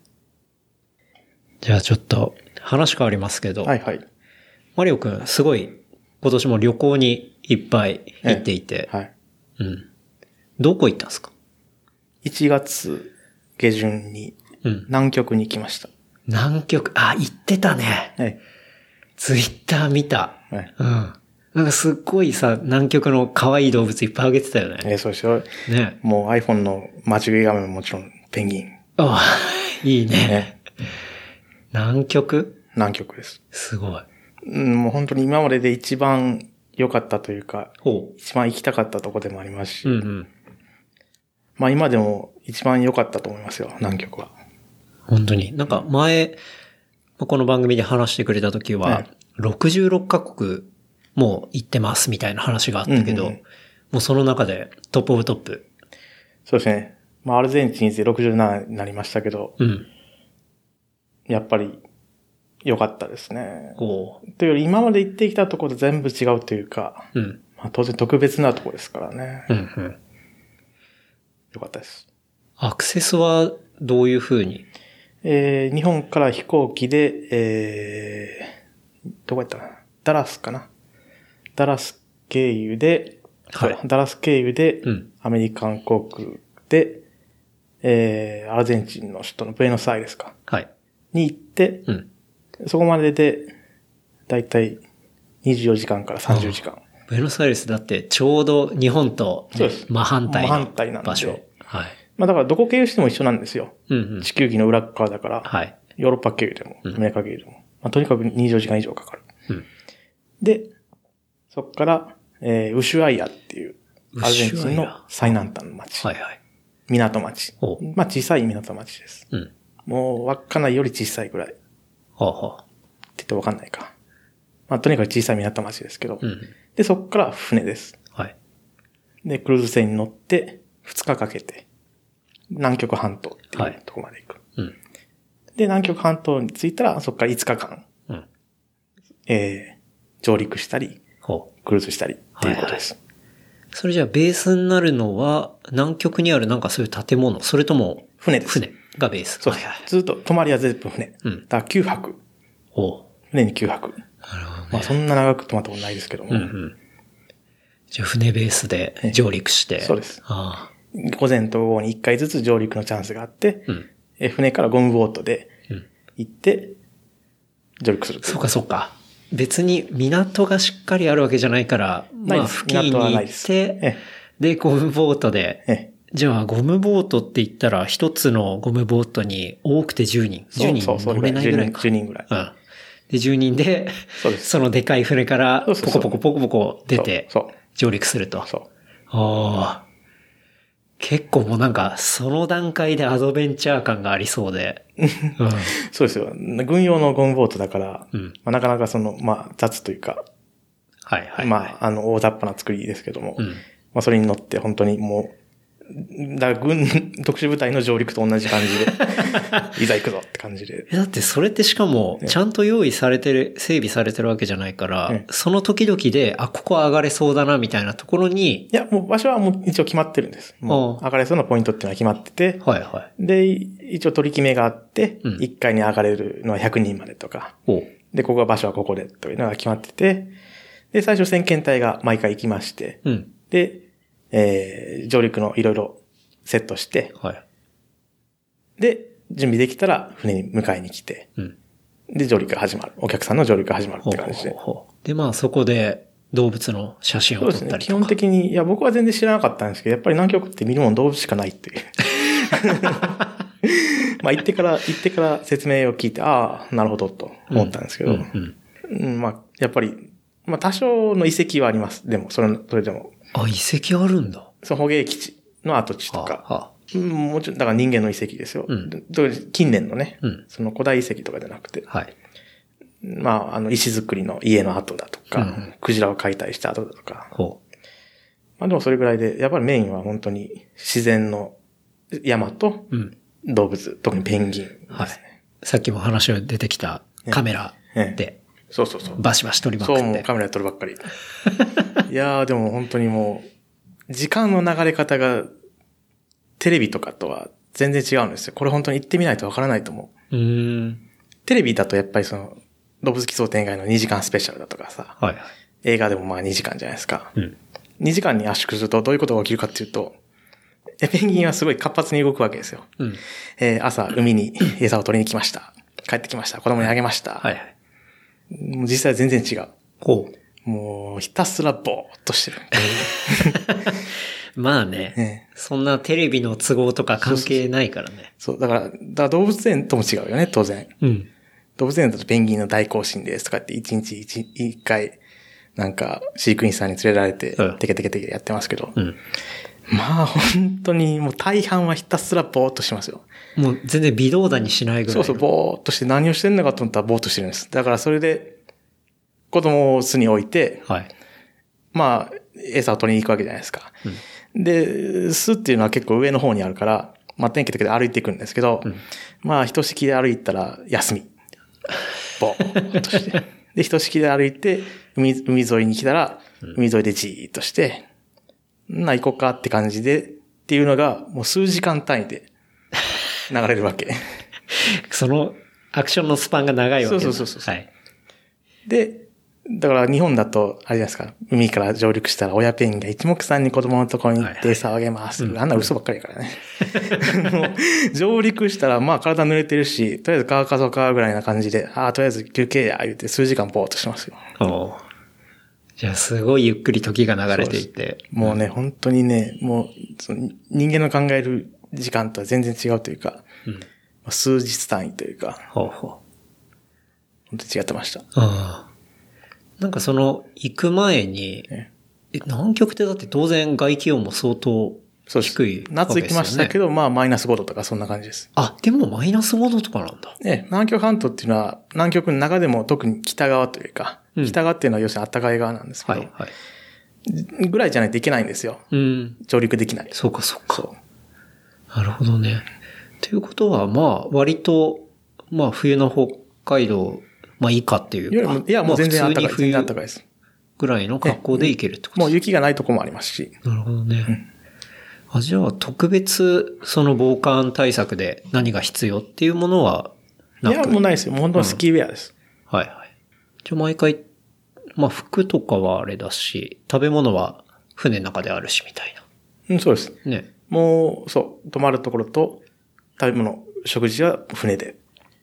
じゃあちょっと話変わりますけど。マリオくん、すごい今年も旅行にいっぱい行っていて。どこ行ったんですか ?1 月下旬に南極に来ました。 南極、行ってたね。ツイッター見た。なんかすっごいさ、南極の可愛い動物いっぱいあげてたよね。 そうでしょ。ね。もう iPhone の待ち受け画面ももちろんペンギン。 いいね。南極です。 すごい。 もう本当に今までで一番良かったというか、一番行きたかったとこでもありますし、今でも一番良かったと思いますよ、南極は。 本当に。なんか前、この番組で話してくれた時は、66カ国もう行ってますみたいな話があったけど、もうその中でトップオブトップ。 そうですね。アルゼンチンで67になりましたけど、やっぱり良かったですね。というより今まで行ってきたところと全部違うというか、当然特別なところですからね。良かったです。 アクセスはどういう風に？ 日本から飛行機で、どこやったかな？ダラスかな？ダラス経由で、ダラス経由で、アメリカン航空で、アルゼンチンの首都のブエノスアイレスか。に行って、そこまでで、だいたい24時間から30時間。 ブエノスアイレスだってちょうど日本と真反対の場所。 だからどこ経由しても一緒なんですよ。地球儀の裏側だから、ヨーロッパ経由でも、アメリカ経由でも。とにかく24時間以上かかる。で、そこから、ウシュアイアっていうアルゼンチンの最南端の町。 はいはい。 港町。まあ小さい港町です。 うん。 もう稚内より小さいぐらい。 はあはあ。 って言ってわかんないか。まあとにかく小さい港町ですけど。 うん。 で、そこから船です。 はい。 で、クルーズ船に乗って2日かけて南極半島っていうところまで行く。 うん。 で、南極半島に着いたらそこから5日間。 うん。 上陸したり、クルーズしたりっていうことです。 はいはい、それじゃあベースになるのは南極にあるなんかそういう建物、それとも船です。 船がベース。 そうです。はいはい、ずっと泊まりは全部船。 うん。 だから9泊。船に9泊。 なるほどね。 まあそんな長く泊まったことないですけども。 うんうん。じゃあ船ベースで上陸して。 そうです。 ああ、 午前と午後に1回ずつ上陸のチャンスがあって、 うん、 船からゴムボートで行って上陸する。 そうかそうか。別に港がしっかりあるわけじゃないから、まあ付近に行って、で、ゴムボートで、じゃあゴムボートって言ったら一つのゴムボートに多くて10人。10人乗れないぐらいか。 10人ぐらい。 うん。で、10人で、そのでかい船からポコポコポコポコ出て、上陸すると。 そう。 ああ。結構もうなんか、その段階でアドベンチャー感がありそうで。 うん、そうですよ。軍用のゴムボートだから、 うん、 まあ、なかなかその、まあ、雑というか、 はいはい、はい。 まあ、大雑把な作りですけども、 うん、 まあ、それに乗って本当にもう、だから特殊部隊の上陸と同じ感じで、いざ行くぞって感じで。 だってそれってしかも、ちゃんと用意されてる、整備されてるわけじゃないから、その時々で、あ、ここは上がれそうだな、みたいなところに。 いや、もう場所はもう一応決まってるんです。もう上がれそうなポイントっていうのは決まってて、 はいはい。 で、一応取り決めがあって、1階に上がれるのは100人までとか、で、ここは場所はここでというのが決まってて、で、最初先遣隊が毎回行きまして、 うん、 で、上陸のいろいろセットして、 はい、 で、準備できたら船に迎えに来て、 うん、 で、上陸が始まる。お客さんの上陸が始まるって感じで。 で、まあそこで動物の写真を撮ったりとか。そうですね。 基本的に、いや、僕は全然知らなかったんですけど、やっぱり南極って見るもん動物しかないっていう。まあ行ってから説明を聞いて、ああ、なるほどと思ったんですけど、まあ、やっぱり、まあ多少の遺跡はあります。でも、それでも。 あ、遺跡あるんだ。 そう、捕鯨基地の跡地とか。もちろん、だから人間の遺跡ですよ。近年のね、その古代遺跡とかじゃなくて。 はい。 まあ、石造りの家の跡だとか、クジラを解体した跡だとか。まあでもそれぐらいで、やっぱりメインは本当に自然の山と動物、特にペンギンですね。はい。 さっきも話が出てきたカメラで。 そうそうそう。 バシバシ撮りまくって。 そう、もうカメラで撮るばっかり。いやーでも本当にもう、時間の流れ方が、テレビとかとは全然違うんですよ。これ本当に行ってみないとわからないと思う。テレビだとやっぱりその、動物奇想天外の2時間スペシャルだとかさ、 はい、 映画でもまあ2時間じゃないですか。 うん、 2時間に圧縮するとどういうことが起きるかっていうと、ペンギンはすごい活発に動くわけですよ。 うん、 朝、海に餌を取りに来ました。帰ってきました。子供にあげました。 はいはい、 もう実際は全然違う。 ほう。 もうひたすらぼーっとしてる。 まあね、そんなテレビの都合とか関係ないからね。 そう、だから動物園とも違うよね、当然。 うん。 動物園だとペンギンの大行進ですとかって1日1回、なんか飼育員さんに連れられて、テケテケテケやってますけど。 うん。 まあ本当にもう大半はひたすらぼーっとしますよ。 もう全然微動だにしないぐらい。 そうそう、ぼーっとして何をしてんのかと思ったらぼーっとしてるんです。だからそれで、子供を巣に置いて、 はい。 まあ、餌を取りに行くわけじゃないですか。うん、で、巣っていうのは結構上の方にあるから、まあ天気的で歩いていくんですけど、まあ、ひとしきり歩いたら休み。ぼーっとして。で、ひとしきり歩いて、海沿いに来たら、海沿いでじーっとして、行こうかって感じで、っていうのが、もう数時間単位で流れるわけ。 そのアクションのスパンが長いわけだ。 そう。 はい。 で、だから日本だと、あれじゃないですか、海から上陸したら親ペンギンが一目散に子供のところに行って餌をあげます。あんな嘘ばっかりやからね。もう上陸したら、まあ体濡れてるし、とりあえず乾かそうかぐらいな感じで、とりあえず休憩や、言って数時間ぼーっとしますよ。 じゃあすごいゆっくり時が流れていて。 もうね、本当にね、もう人間の考える時間とは全然違うというか、数日単位というか、本当に違ってました。 なんかその、行く前に、 南極ってだって当然外気温も相当低いわけですよね。 夏行きましたけど、まあマイナス5度とかそんな感じです。 あ、でもマイナス5度とかなんだ。 南極半島っていうのは、南極の中でも特に北側というか、北側っていうのは要するに暖かい側なんですけど、はいはい。ぐらいじゃないといけないんですよ。上陸できない。 そうかそうか。そう。なるほどね。ということは、まあ割と、まあ冬の北海道、まあいいかっていうか。 いや、もう全然暖かい。全然暖かいです。 ぐらいの格好で行けるってことですか？ もう雪がないとこもありますし。 なるほどね。じゃあ特別その防寒対策で何が必要っていうものはなく？ いや、もうないですよ。もう本当にスキーウェアです。 はいはい。じゃあ毎回、まあ服とかはあれだし、食べ物は船の中であるしみたいな。そうです。 ね。 もう、そう、泊まるところと食べ物、食事は船で。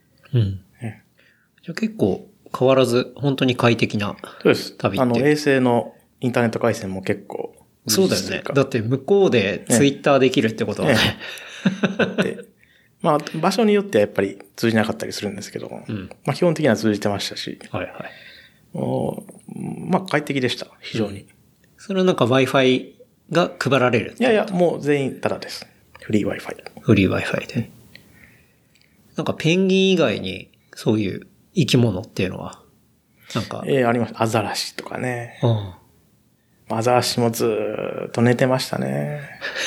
じゃあ結構変わらず本当に快適な旅って。 そうです。衛星のインターネット回線も結構。 そうだよね。だって向こうでツイッターできるってことはね。 まあ場所によってはやっぱり通じなかったりするんですけども、まあ基本的には通じてましたし。 はいはい。 まあ快適でした。非常に。 それはなんか Wi-Fi が配られる？ いやいや、もう全員タダです。フリー Wi-Fi。 フリー Wi-Fi で。なんかペンギン以外にそういう生き物っていうのはなんか。 あります。アザラシとかね。アザラシもずーっと寝てましたね。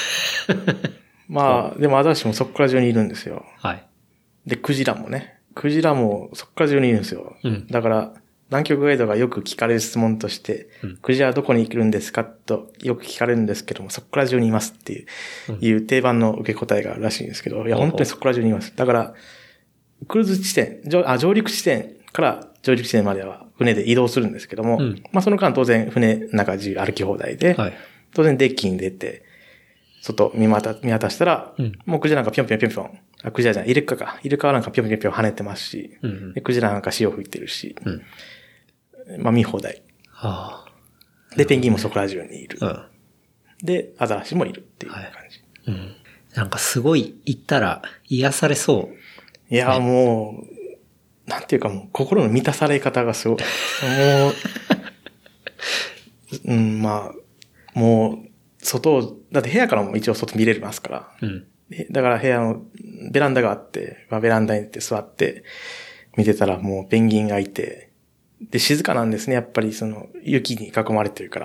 まあ、でもアザラシもそこから中にいるんですよ。 はい。 で、クジラもそこから中にいるんですよ。だから、南極ガイドがよく聞かれる質問として、クジラはどこにいるんですかとよく聞かれるんですけども、そこから中にいますっていう定番の受け答えがあるらしいんですけど、いや、本当にそこから中にいます。だから、クルーズ地点、上陸地点から上陸地点までは船で移動するんですけども、まあその間当然船の中自由歩き放題で、当然デッキに出て、外見渡したら、もうクジラなんかぴょんぴょんぴょんぴょん、クジラじゃない、イルカはなんかぴょんぴょんぴょん跳ねてますし、でクジラなんか潮吹いてるし、まあ見放題。で、ペンギンもそこら中にいる。で、アザラシもいるっていう感じ。 なんかすごい行ったら癒されそう。 いや、もう、なんていうかもう、心の満たされ方がすごい。まあ、もう、だって部屋からも一応外見れますから。だから部屋のベランダがあって、まあ、ベランダに行って座って、見てたらもうペンギンがいて、で、静かなんですね、やっぱり雪に囲まれてるから。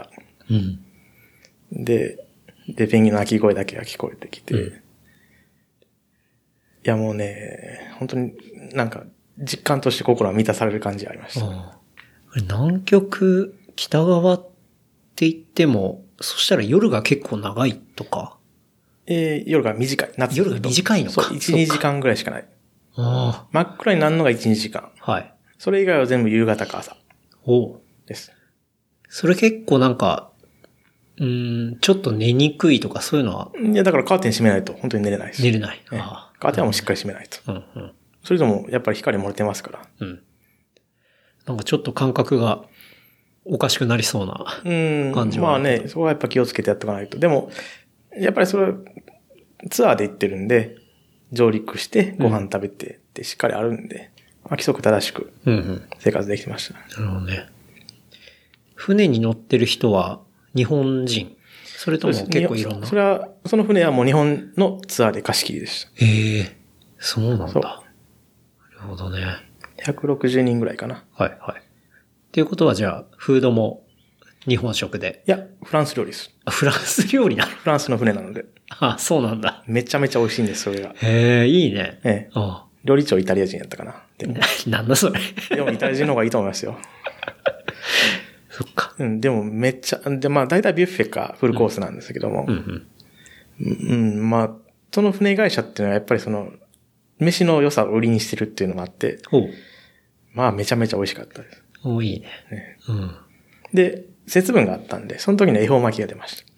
で、ペンギンの鳴き声だけが聞こえてきて、いやもうね、本当になんか実感として心は満たされる感じがありました。 南極北側って言っても、そしたら夜が結構長いとか？ 夜が短い。 夜が短いのか。 そう、1、2時間ぐらいしかない。真っ暗になるのが1、2時間。 はい。 それ以外は全部夕方か朝。です。 それ結構なんか、ちょっと寝にくいとかそういうのは？ いや、だからカーテン閉めないと本当に寝れないです。 寝れない。 カーテンはもうしっかり閉めないと。それともやっぱり光漏れてますから。 なんかちょっと感覚がおかしくなりそうな感じは。 まあね、そこはやっぱ気をつけてやっておかないと。でも、やっぱりそれ、ツアーで行ってるんで、上陸してご飯食べてってしっかりあるんで、まあ規則正しく生活できてました。 なるほどね。船に乗ってる人は日本人？それとも結構いろんな？ その船はもう日本のツアーで貸し切りでした。 そうなんだ。なるほどね。 160人ぐらいかな。 はいはい。っていうことはじゃあ、フードも日本食で？ いや、フランス料理です。 フランス料理なの？ フランスの船なので。 そうなんだ。 めちゃめちゃ美味しいんです、それが。 いいね。 料理長イタリア人やったかな。でもなんだそれ。 でもイタリア人の方がいいと思いますよ。 そっか。 でもめっちゃ、まあ大体ビュッフェかフルコースなんですけども。まあ、その船会社っていうのはやっぱり飯の良さを売りにしてるっていうのもあって、まあめちゃめちゃ美味しかったです。 いいね。 で、節分があったんで、その時に恵方巻きが出ました。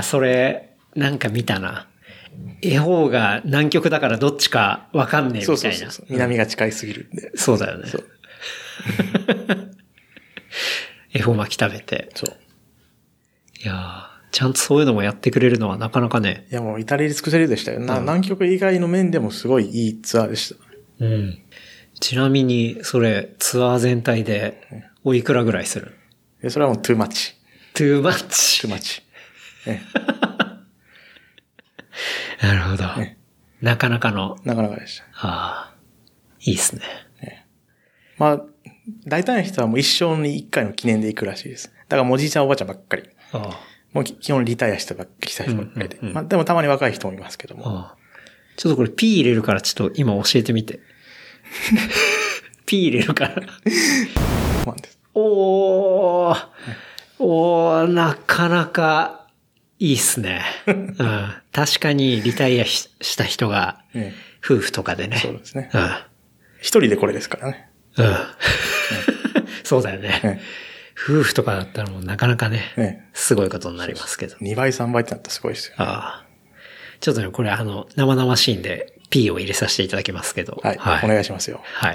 それ、なんか見たな。恵方が南極だからどっちかわかんねえみたいな。 そう。南が近いすぎるんで。 そうだよね。恵方巻き食べて。いやちゃんとそういうのもやってくれるのはなかなかね。 いやもう至れり尽くせりでしたよ。南極以外の面でもすごいいいツアーでした。 ちなみに、それ、ツアー全体で、おいくらぐらいする？ でそれはもうトゥーマッチ。 トゥーマッチ。 トゥーマッチ。 なるほど。なかなかの。 なかなかでした。 ああ、いいっすね。 まあ、大体の人はもう一生に一回の記念で行くらしいです。だからもうおじいちゃんおばあちゃんばっかり。もう基本リタイアした人ばっかりで。まあでもたまに若い人もいますけども。 ちょっとこれ P 入れるからちょっと今教えてみて。P 入れるから。おー、なかなかいいっすね。うん、確かにリタイアした人が、夫婦とかでね。 そうですね。一人でこれですからね。 そうだよね。夫婦とかだったらもうなかなかね、すごいことになりますけど。 2倍3倍ってなったらすごいですよ。 ちょっとね、これ生々しいんで P を入れさせていただきますけど。 はい。お願いしますよ。 はい。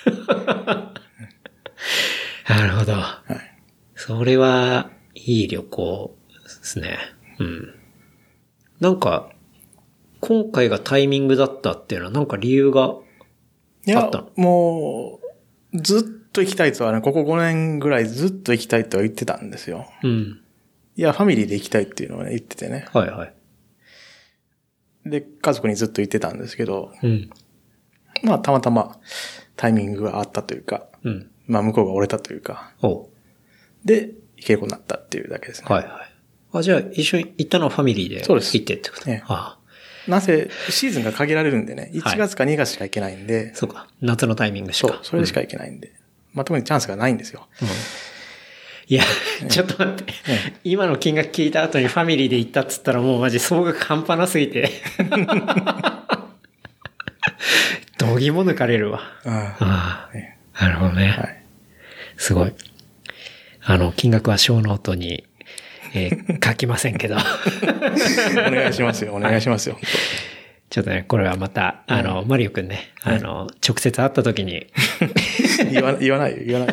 なるほど。それはいい旅行ですね。うん。なんか、今回がタイミングだったっていうのはなんか理由があったの？いや、 もう、ずっと行きたいとはね、ここ5年ぐらいずっと行きたいとは言ってたんですよ。うん。いや、ファミリーで行きたいっていうのをね、言っててね。 はいはい。 で、家族にずっと言ってたんですけど、まあ、たまたまタイミングがあったというか、まあ、向こうが折れたというか、で、行けることになったっていうだけですね。 はいはい。じゃあ、一緒に行ったのはファミリーで行ってってこと？ なぜ、シーズンが限られるんでね、1月か2月しか行けないんで。 そうか。夏のタイミングしか。 そう、それでしか行けないんで。まあ、特にチャンスがないんですよ。 いや、ちょっと待って。今の金額聞いた後にファミリーで行ったっつったらもうマジ総額半端なすぎて。どぎも抜かれるわ。なるほどね。すごい。金額は小ノートに、書きませんけど。 お願いしますよ、お願いしますよ。 ちょっとね、これはまた、マリオくんね、直接会った時に言わないよ。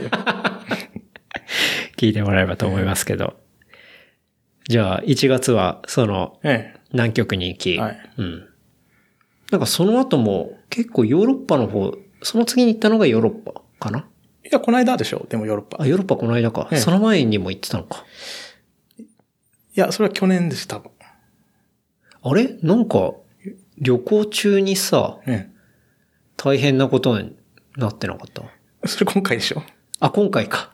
聞いてもらえればと思いますけど。じゃあ、1月は、南極に行き、なんかその後も結構ヨーロッパの方、その次に行ったのがヨーロッパかな？ いや、この間でしょ、でもヨーロッパ。 ヨーロッパこの間か。その前にも行ってたのか。 いや、それは去年です、多分。 あれ？なんか、旅行中にさ、大変なことになってなかった？ それ今回でしょ？ 今回か。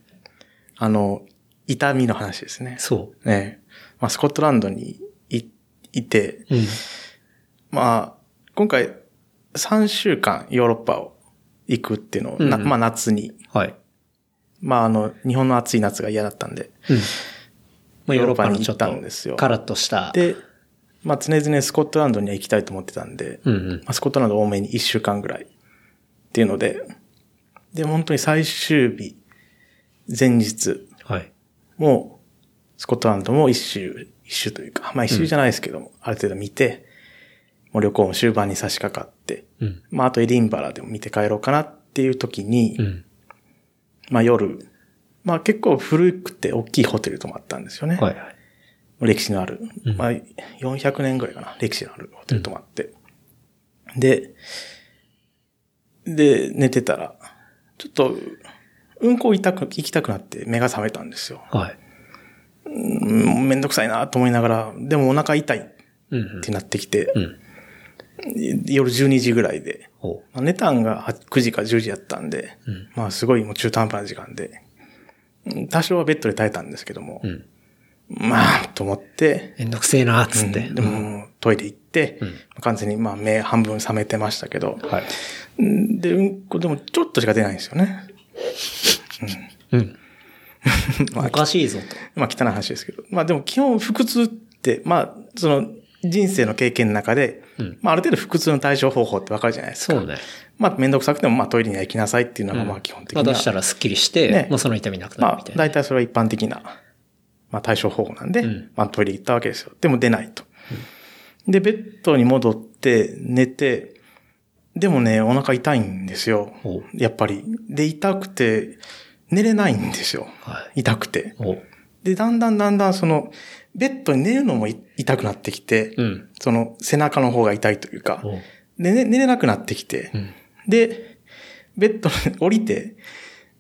痛みの話ですね。 そう。 まあ、スコットランドにいて、まあ、今回3週間ヨーロッパを行くっていうのを、まあ夏に。はい。まあ日本の暑い夏が嫌だったんで、 まあヨーロッパに行ったんですよ。カラッとした。 で、まあ常々スコットランドには行きたいと思ってたんで、まあ、スコットランド多めに1週間ぐらいっていうので、で、本当に最終日、前日、もう、スコットランドも一周というか、まあ一周じゃないですけども、ある程度見て、もう旅行も終盤に差し掛かって、まああとエディンバラでも見て帰ろうかなっていう時に、まあ夜、まあ結構古くて大きいホテル泊まったんですよね。歴史のある、まあ400年ぐらいかな、歴史のあるホテル泊まって。で、寝てたら、ちょっと、うんこ行きたくなって目が覚めたんですよ。めんどくさいなと思いながら、でもお腹痛いってなってきて、夜12時ぐらいで、まあ、寝たんが9時か10時やったんで、まあすごいもう中途半端な時間で、多少はベッドで耐えたんですけども、まあと思って、 めんどくせえなーっつって。 でもトイレ行って、完全にまあ目半分覚めてましたけど、で、うんこでもちょっとしか出ないんですよね。 まあ、おかしいぞと。 まあ汚い話ですけど。まあでも基本腹痛って、まあその人生の経験の中で、まあある程度腹痛の対処方法ってわかるじゃないですか。そうね。まあめんどくさくてもまあトイレには行きなさいっていうのがまあ基本的な。 まあ出したらスッキリして、まあその痛みなくなるみたいな。 まあ大体それは一般的な、まあ対処方法なんで、まあトイレ行ったわけですよ。でも出ないと。で、ベッドに戻って寝て、でもね、お腹痛いんですよ。やっぱり。で、痛くて、寝れないんですよ。痛くて。で、だんだんその、ベッドに寝るのも痛くなってきて、その背中の方が痛いというか、で、寝れなくなってきて、で、ベッドに降りて、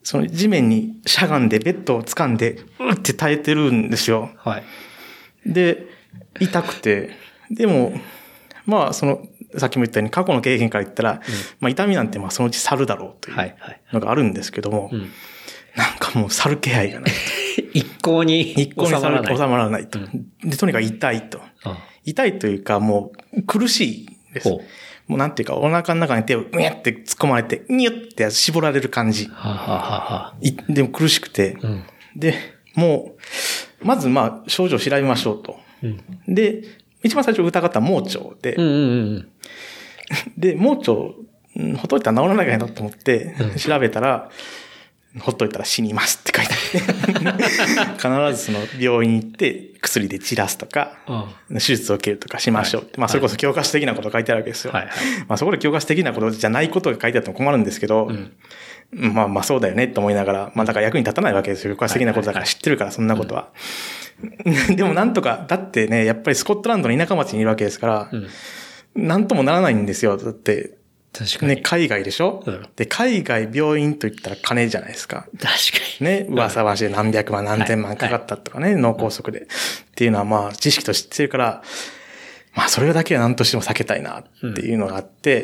その地面にしゃがんでベッドを掴んで、うって耐えてるんですよ。 はい。 で、痛くて、でも、まあ、さっきも言ったように過去の経験から言ったら、まあ痛みなんてまあそのうち去るだろうというのがあるんですけども、なんかもう去る気配がないと。 一向に収まらない。 収まらないと。で、とにかく痛いと。痛いというかもう苦しいです。もうなんていうかお腹の中に手をうやって突っ込まれて、にゅって絞られる感じ。でも苦しくて。で、もう、まずまあ症状を調べましょうと。で、一番最初疑った盲腸で、で、盲腸、ほっといたら治らないかなと思って、調べたら、ほっといたら死にますって書いてあって、必ずその病院に行って薬で散らすとか、手術を受けるとかしましょうって。まあそれこそ教科書的なことが書いてあるわけですよ。まあそこで教科書的なことじゃないことが書いてあっても困るんですけど、まあまあそうだよねと思いながら、まあだから役に立たないわけですよ。教科書的なことだから知ってるからそんなことは。でもなんとか、だってね、やっぱりスコットランドの田舎町にいるわけですから、なんともならないんですよ。だって、 確かに。 ね、海外でしょ、で、海外病院といったら金じゃないですか。 確かに。 ね、噂話で何百万何千万かかったとかね、脳梗塞で。っていうのはまあ知識と知ってるから、まあそれだけは何としても避けたいなっていうのがあって、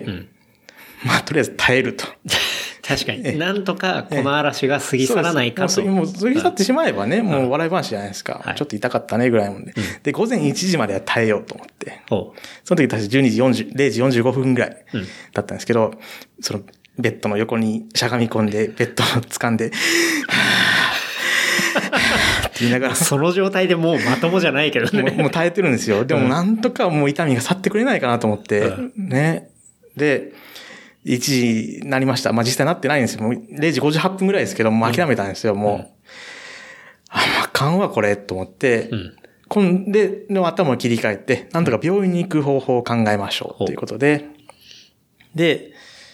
まあとりあえず耐えると。 確かに。なんとかこの嵐が過ぎ去らないかと。 もう過ぎ去ってしまえばね、もう笑い話じゃないですか。ちょっと痛かったねぐらいもんで。で、午前1時までは耐えようと思って。その時私0時45分ぐらいだったんですけど、そのベッドの横にしゃがみ込んで、ベッドを掴んで、って言いながら。 その状態でもうまともじゃないけどね。 もう耐えてるんですよ。でもなんとかもう痛みが去ってくれないかなと思って、ね。で、1時になりました。まあ、実際なってないんですよ。もう0時58分ぐらいですけど、もう諦めたんですよ、もう。あかんわ、これ、と思って、で、頭を切り替えて、なんとか病院に行く方法を考えましょう、ということで。で、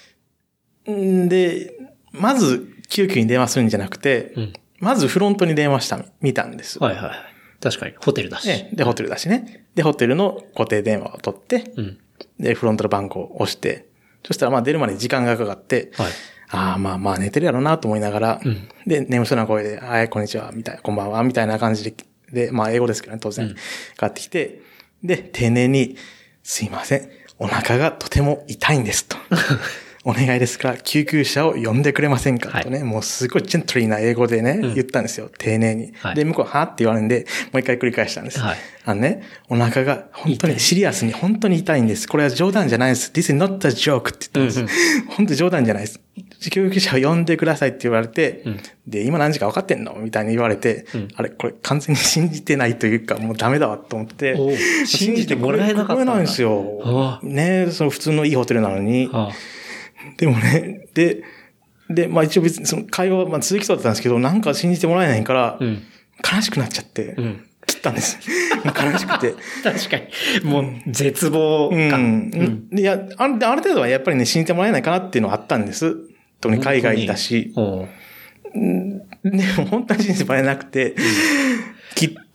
まず、救急に電話するんじゃなくて、まずフロントに電話見たんです。 はいはい。確かに、ホテルだし。 で、ホテルだしね。で、ホテルの固定電話を取って、で、フロントの番号を押して、そしたらまあ出るまで時間がかかって、ああまあ寝てるやろうなと思いながら、で、眠そうな声で、はい、こんにちは、みたいな、こんばんは、みたいな感じで、まあ英語ですけどね、当然、かかってきて、で、丁寧に、すいません、お腹がとても痛いんですと。お願いですから、救急車を呼んでくれませんかとね、もうすごいジェントリーな英語でね、言ったんですよ、丁寧に。で、向こう、はって言われるんで、もう一回繰り返したんです。お腹が本当にシリアスに本当に痛いんです。これは冗談じゃないです。This is not a joke って言ったんです。本当に冗談じゃないです。救急車を呼んでくださいって言われて、で、今何時か分かってんのみたいに言われて、あれ、これ完全に信じてないというか、もうダメだわと思って。 信じてもらえなかったんだ。 これなんですよ。ね、その普通のいいホテルなのに。でもね、で、まあ一応別にその会話は続きそうだったんですけど、なんか信じてもらえないから、悲しくなっちゃって、切ったんです。悲しくて。 確かに。もう絶望感。 いや、ある程度はやっぱりね、信じてもらえないかなっていうのはあったんです。特に海外だし。でも本当に信じてもらえなくて、切って、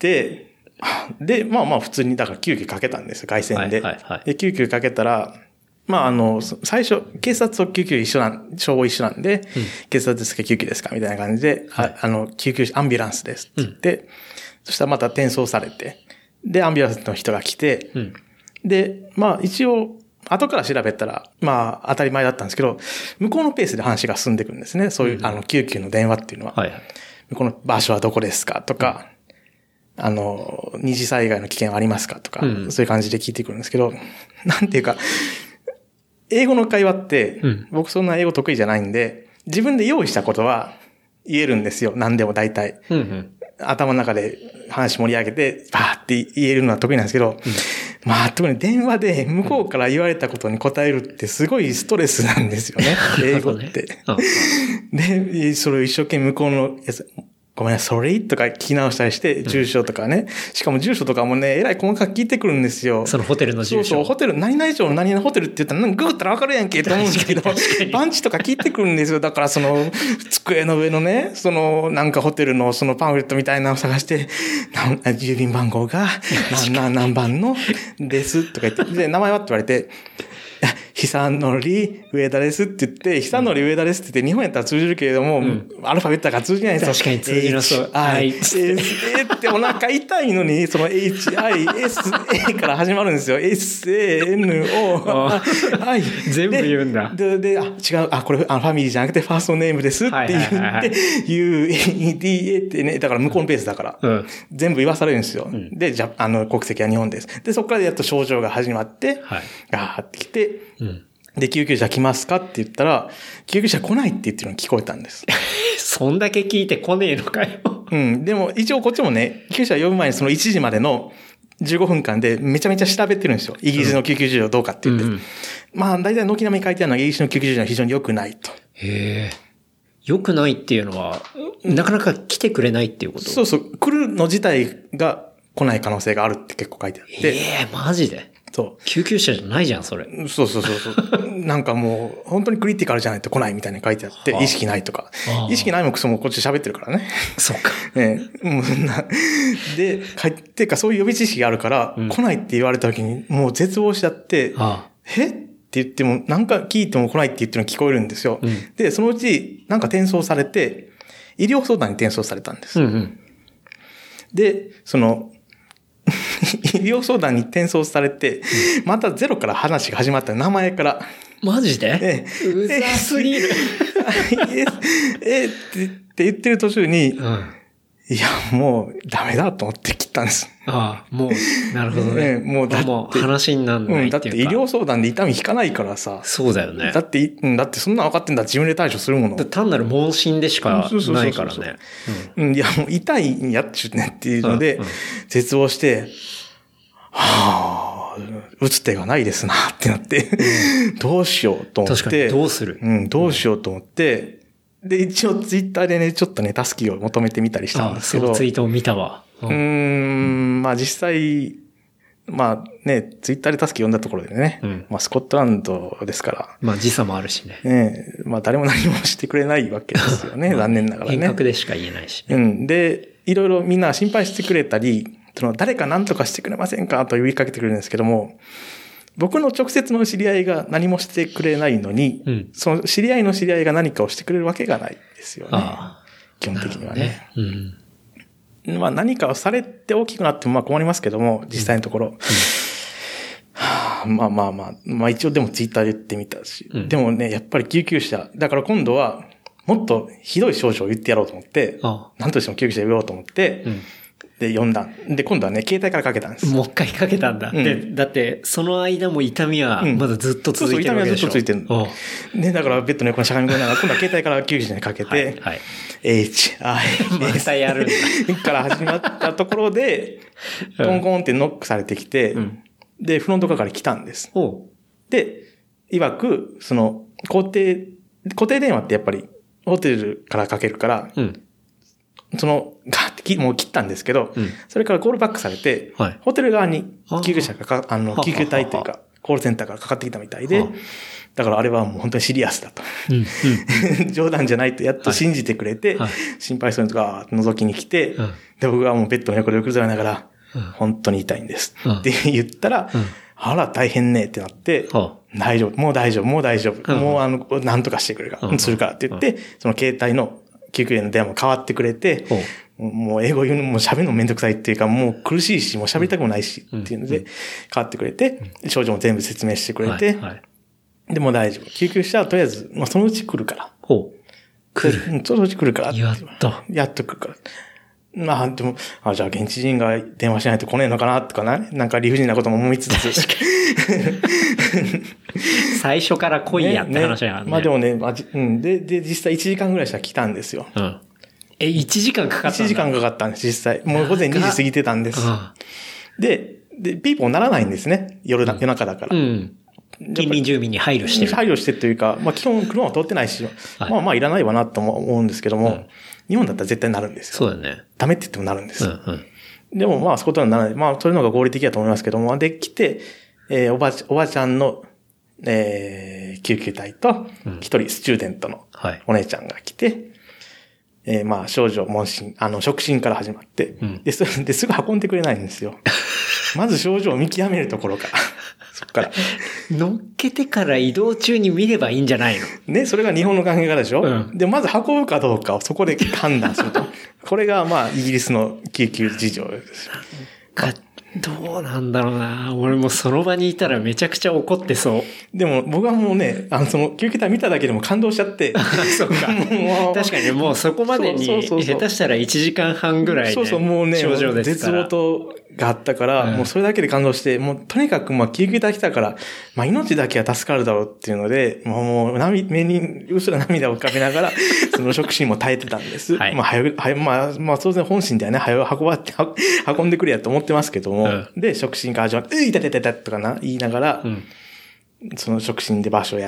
で、まあ普通に、だから救急かけたんです、外線で。で、救急かけたら、まあ最初、警察と救急消防一緒なんで、警察ですか救急ですかみたいな感じで、救急アンビュランスですって言って、そしたらまた転送されて、で、アンビュランスの人が来て、で、まあ一応、後から調べたら、まあ当たり前だったんですけど、向こうのペースで話が進んでくるんですね。そういう、救急の電話っていうのは。向こうの場所はどこですかとか、二次災害の危険はありますかとか、そういう感じで聞いてくるんですけど、なんていうか、英語の会話って、僕そんな英語得意じゃないんで、自分で用意したことは言えるんですよ。何でも大体。頭の中で話盛り上げて、バーって言えるのは得意なんですけど、まあ特に電話で向こうから言われたことに答えるってすごいストレスなんですよね。英語って。で、それを一生懸命向こうのやつ、ごめんなさい、sorry とか聞き直したりして、住所とかね。しかも住所とかもね、えらい細かく聞いてくるんですよ。 そのホテルの住所。 そう、ホテル、何々町の何々ホテルって言ったら、ググったらわかるやんけと思うんですけど、バンチとか聞いてくるんですよ。だから机の上のね、なんかホテルのそのパンフレットみたいなのを探して、郵便番号が、何番のですとか言って、で、名前はって言われて、 久典上田ですって言って、久典上田ですって言って、日本やったら通じるけれども、アルファベットが通じないんですよ。 確かに通じなそう。 ってお腹痛いのに、その HISA から始まるんですよ。SANO、I。 全部言うんだ。 で、違う、これファミリーじゃなくてファーストネームですって言って、UEDA ってね、だから向こうのペースだから、全部言わされるんですよ。で、国籍は日本です。で、そこからやっと症状が始まって、ガーってきて、で、救急車来ますかって言ったら、救急車来ないって言ってるの聞こえたんです。 そんだけ聞いて来ねえのかよ。 でも一応こっちもね、救急車呼ぶ前にその1時までの15分間でめちゃめちゃ調べてるんですよ。イギリスの救急事情どうかって言って。まあ、大体軒並み書いてあるのはイギリスの救急事情は非常に良くないと。 へえ。良くないっていうのは、なかなか来てくれないっていうこと？ そうそう。来るの自体が来ない可能性があるって結構書いてあって。 マジで？ そう。 救急車じゃないじゃん、それ。 そう。なんかもう、本当にクリティカルじゃないと来ないみたいに書いてあって、意識ないとか。意識ないもクソもこっち喋ってるからね。 そっか。 で、っていうかそういう予備知識があるから、来ないって言われた時に、もう絶望しちゃって、えって言っても、なんか聞いても来ないって言ってるの聞こえるんですよ。で、そのうち、なんか転送されて、医療相談に転送されたんです。で、医療相談に転送されて、またゼロから話が始まった、名前から。 マジで？うざすぎる。 って言ってる途中に、いや、もうダメだと思って切ったんです。 もう、なるほどね。 もうだって。 もう話にならないっていうか。 だって医療相談で痛み引かないからさ。 そうだよね。 だってそんな分かってんだ自分で対処するもの。 単なる問診でしかないからね。 いや、もう痛いんやっちゅうねっていうので、絶望して、打つ手がないですなってなって、どうしようと思って。 確かに、どうする？ どうしようと思って、で、一応ツイッターでね、ちょっとね、助けを求めてみたりしたんですけど。 そう、ツイートを見たわ。 まあ実際、まあね、ツイッターで助け呼んだところでね、まあスコットランドですから。 まあ時差もあるしね。 まあ誰も何もしてくれないわけですよね、残念ながらね。 遠隔でしか言えないしね。 で、いろいろみんな心配してくれたり、誰か何とかしてくれませんかと呼びかけてくれるんですけども、僕の直接の知り合いが何もしてくれないのに、その知り合いの知り合いが何かをしてくれるわけがないですよね。基本的にはね。まあ何かをされて大きくなってもまあ困りますけども、実際のところ。まあ一応でもツイッターで言ってみたし。でもね、やっぱり救急車。だから今度はもっとひどい症状を言ってやろうと思って、何としても救急車呼ぼうと思って、で、呼んだ。で、今度はね、携帯からかけたんです。 もう一回かけたんだ。だって、その間も痛みはまだずっと続いてるわけでしょ。 そう、痛みはずっと続いてる。で、だからベッドの横にしゃがみ込みながら、今度は携帯から救急車にかけて、 またやるんだ。 から始まったところで、コンコンってノックされてきて、で、フロント係来たんです。で、曰く、固定電話ってやっぱり、ホテルからかけるから、ガーってもう切ったんですけど、それからコールバックされて、ホテル側に救急車が救急隊というか、コールセンターからかかってきたみたいで、だからあれはもう本当にシリアスだと。冗談じゃないとやっと信じてくれて、心配そうにとか覗きに来て、で、僕はもうベッドの横で横ずらながら、本当に痛いんです。って言ったら、あら大変ねってなって、大丈夫、もう大丈夫、もうなんとかしてくれるから、するからって言って、その携帯の救急車の電話も変わってくれて、もう英語言うのも喋るのめんどくさいっていうか、もう苦しいし、もう喋りたくもないしっていうので変わってくれて、症状も全部説明してくれて、でも大丈夫。救急車はとりあえず、そのうち来るから。そのうち来るから。 やっと来るから。まあでも、じゃあ現地人が電話しないと来ねえのかなとかなんか理不尽なことも思いつつ。 最初から来いやって話やね。 まあでもね、で、実際1時間ぐらいしたら来たんですよ。 1時間かかったんだ。 1時間かかったんです、実際。もう午前2時過ぎてたんです。で、ピーポー鳴らないんですね。夜中だから。 近隣住民に配慮してる。 配慮してというか、まあ基本車は通ってないし、まあいらないわなと思うんですけども、日本だったら絶対なるんですよ。 そうだね。 ダメって言ってもなるんです。でもまあそことはならない。まあそういうのが合理的だと思いますけども、で、来て、おばちゃんの、救急隊と、一人スチューデントのお姉ちゃんが来て、まあ症状、問診、触診から始まって、ですぐ運んでくれないんですよ。まず症状を見極めるところから。 そっから。 乗っけてから移動中に見ればいいんじゃないの？ ね、それが日本の考え方でしょ、 うん、 で、まず運ぶかどうかをそこで判断すると。これがまあ、イギリスの救急事情ですよ。 どうなんだろうな。俺もその場にいたらめちゃくちゃ怒ってそう。 でも僕はもうね、その救急隊見ただけでも感動しちゃって。 そうか。確かにもうそこまでに下手したら1時間半ぐらい、ね、 そうそう、もうね、 症状ですから。 絶望とがあったから、もうそれだけで感動して、もうとにかくまあ救急隊来たから、まあ命だけは助かるだろうっていうので、もう目にうっすら涙を浮かべながら、その触診も耐えてたんです。はい、まあ当然本心ではね、運んでくれやと思ってますけども、で、触診が始まって、痛いとか言いながら、その触診で場所をやって、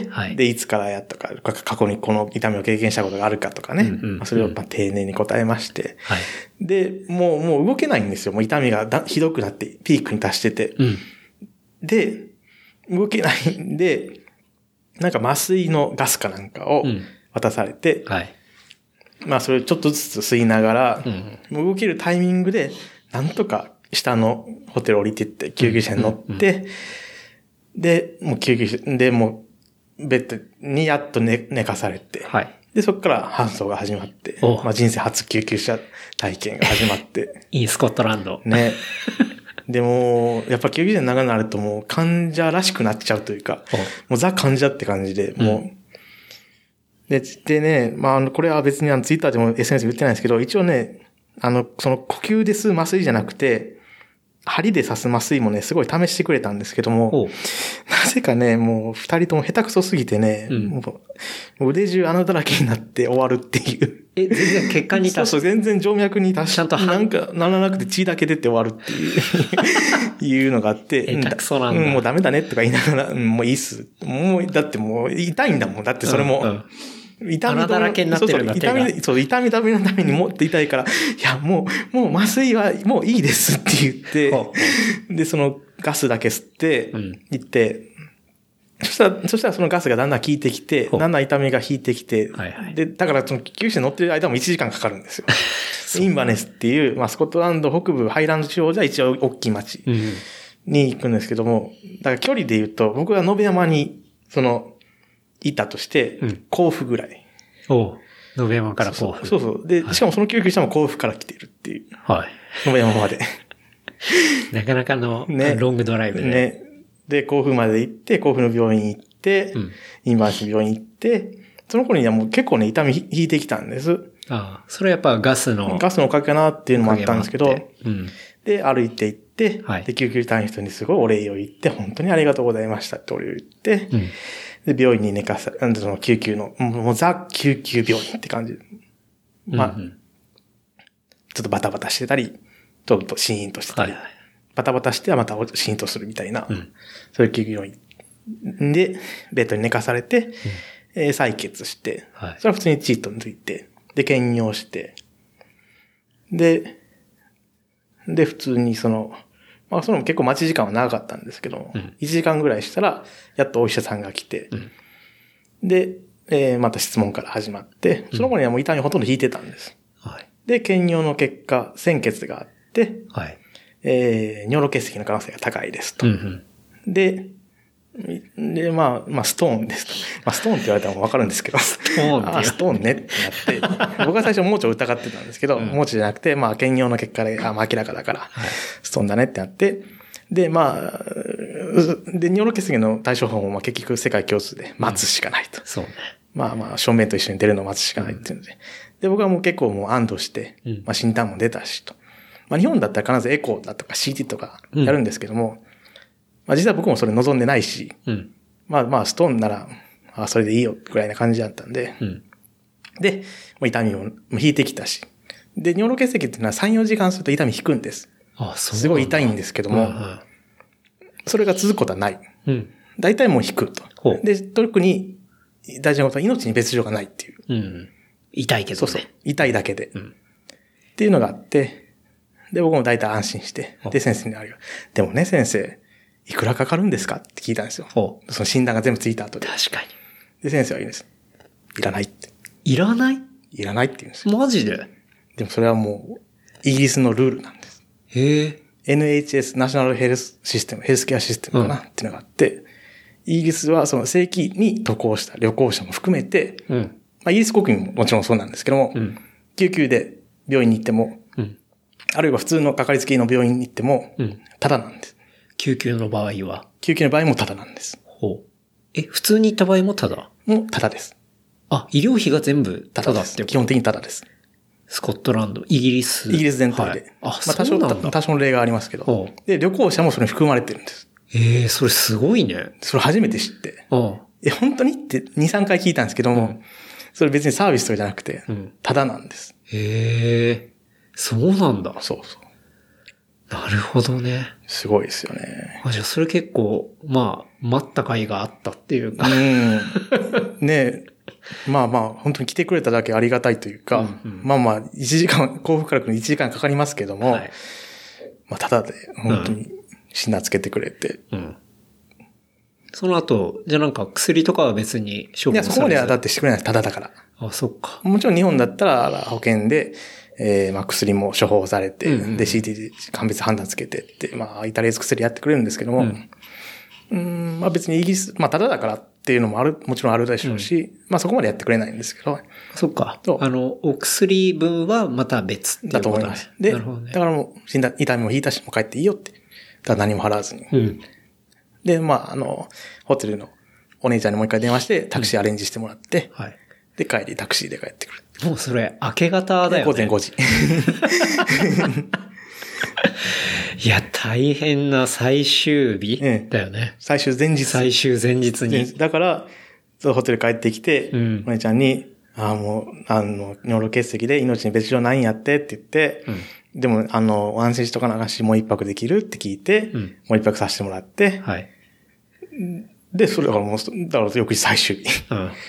はい、で、いつからやったか、過去にこの痛みを経験したことがあるかとかね、それをまあ丁寧に答えまして、はい、で、もう動けないんですよ。もう痛みがひどくなってピークに達してて。で、動けないんで、なんか麻酔のガスかなんかを渡されて、はい、まあそれをちょっとずつ吸いながら、もう動けるタイミングで、なんとか下のホテル降りてって救急車に乗って、で、もう救急車、で、もう、ベッドにやっと寝かされて、はい。で、そこから搬送が始まって、まあ人生初救急車体験が始まって。 いいスコットランド。 ね。でも、やっぱ救急車長くなるともう患者らしくなっちゃうというか、もうザ患者って感じで、もう、でね、まあこれは別にツイッターでも SNS で言ってないんですけど、一応ね、その呼吸で吸う麻酔じゃなくて、針で刺す麻酔もね、すごい試してくれたんですけども、なぜかね、もう二人とも下手くそすぎてね、もう腕中穴だらけになって終わるっていう。 全然血管に達そう、全然静脈に達しちゃんとなんかならなくて血だけ出て終わるっていう、いうのがあって、 下手くそなんだ。 もうダメだねとか言いながら、もういいっす。もう、だってもう痛いんだもん。だってそれも。 痛みだらけになってるんだって。痛み止めのためにもって痛いから、いや、もう麻酔はもういいですって言って、で、そのガスだけ吸って、行って、そしたらそのガスがだんだん効いてきて、だんだん痛みが引いてきて、で、だからその救急車に乗ってる間も1時間かかるんですよ。インバネスっていう、まあスコットランド北部ハイランド地方じゃ一応大きい町に行くんですけども、だから距離で言うと、僕が延山に、いたとして、甲府ぐらい。 延山から甲府。 そう。で、しかもその救急車も甲府から来ているっていう。はい。延山まで。 なかなかの、ロングドライブで。 ね。で、甲府まで行って、甲府の病院行って、インバーシの病院行って、その頃にはもう結構ね、痛み引いてきたんです。 ああ、それはやっぱガスのおかげかなっていうのもあったんですけど、で、歩いて行って、で、救急隊の人にすごいお礼を言って、本当にありがとうございましたってお礼を言って、で、病院にその救急の、もうザ・救急病院って感じ。まあ、ちょっとバタバタしてたり、ちょっとシーンとしてたり、バタバタしてはまたシーンとするみたいな、そういう救急病院。で、ベッドに寝かされて、採血して、それは普通にチート抜いて、で、検尿して、で、普通にまあ、それも結構待ち時間は長かったんですけども、1時間ぐらいしたら、やっとお医者さんが来て、で、また質問から始まって、その頃にはもう痛みほとんど引いてたんです。で、検尿の結果、鮮血があって、尿路結石の可能性が高いですと。で、まあ、ストーンですと。まあ、ストーンって言われたらわかるんですけど、ストーンねってなって、僕は最初盲腸を疑ってたんですけど、盲腸じゃなくて、まあ、検尿の結果で、まあ、明らかだから、ストーンだねってなって、で、まあ、で、尿路結石の対処法も、まあ、結局世界共通で待つしかないと。 そうね。 まあ、正面と一緒に出るのを待つしかないっていうので。で、僕はもう結構もう安堵して、まあ、診断も出たしと。まあ、日本だったら必ずエコーだとか CT とかやるんですけども、まあ実際僕もそれ望んでないし、まあストーンなら、それでいいよくらいな感じだったんで、で、痛みも引いてきたし、で、尿路結石っていうのは3、4時間すると痛み引くんです。すごい痛いんですけども、それが続くことはない。大体もう引くと。で、特に大事なことは命に別状がないっていう。 痛いけどね。 そう。痛いだけで。っていうのがあって、で、僕も大体安心して、で、先生にでもね、先生、いくらかかるんですかって聞いたんですよ。その診断が全部ついた後で。 確かに。 で、先生は言うんです。いらないって。 いらない？ いらないって言うんですよ。 マジで？ でもそれはもう、イギリスのルールなんです。 へえ。 NHS、ナショナルヘルスシステム、ヘルスケアシステムかな、っていうのがあって、イギリスはその正規に渡航した旅行者も含めて、まあ、イギリス国民ももちろんそうなんですけども、救急で病院に行っても、あるいは普通のかかりつけ医の病院に行っても、タダなんです。 救急の場合は救急の場合もタダなんです。 ほう。普通に行った場合もタダ？ もうタダです。 あ、医療費が全部タダってこと？ 基本的にタダです。 スコットランド、イギリス全体で。はい、まあ多少の例がありますけど。で、旅行者もそれに含まれてるんです。 それすごいね。 それ初めて知って。本当にって2、3回聞いたんですけども、それ別にサービスとかじゃなくて、タダなんです。 そうなんだ。 そうそう。 なるほどね。 すごいですよね。 じゃあそれ結構、まあ、待った甲斐があったっていうか。 ねまあまあ、本当に来てくれただけありがたいというか、まあまあ、1時間、甲府から来る1時間かかりますけども、まあ、ただで、本当に、診断つけてくれて。 その後、じゃあなんか薬とかは別に処方されず？いや、 そこまではだってしてくれないです。ただだから。 あ、そっか。 もちろん日本だったら保険で、まあ薬も処方されて、で CT で鑑別判断つけてって、まあイタリア薬やってくれるんですけども、まあ別にイギリス、まあただだからっていうのももちろんあるでしょうし、まあそこまでやってくれないんですけど。 そっか。お薬分はまた別っていうことだと思います。 で、だからもう痛みも引いたし、もう帰っていいよって。ただ何も払わずに。で、まあホテルのお姉ちゃんにもう一回電話して、タクシーアレンジしてもらって、で、タクシーで帰ってくる。 もうそれ、明け方だよね。 午前5時。 いや、大変な最終日だよね。 最終前日に。だから、ホテル帰ってきて、お姉ちゃんに、もう、尿路結石で命に別状ないんやってって言って、でも、安心しとかなあかんし、もう一泊できるって聞いて、もう一泊させてもらって、で、それからもう、だから翌日最終日。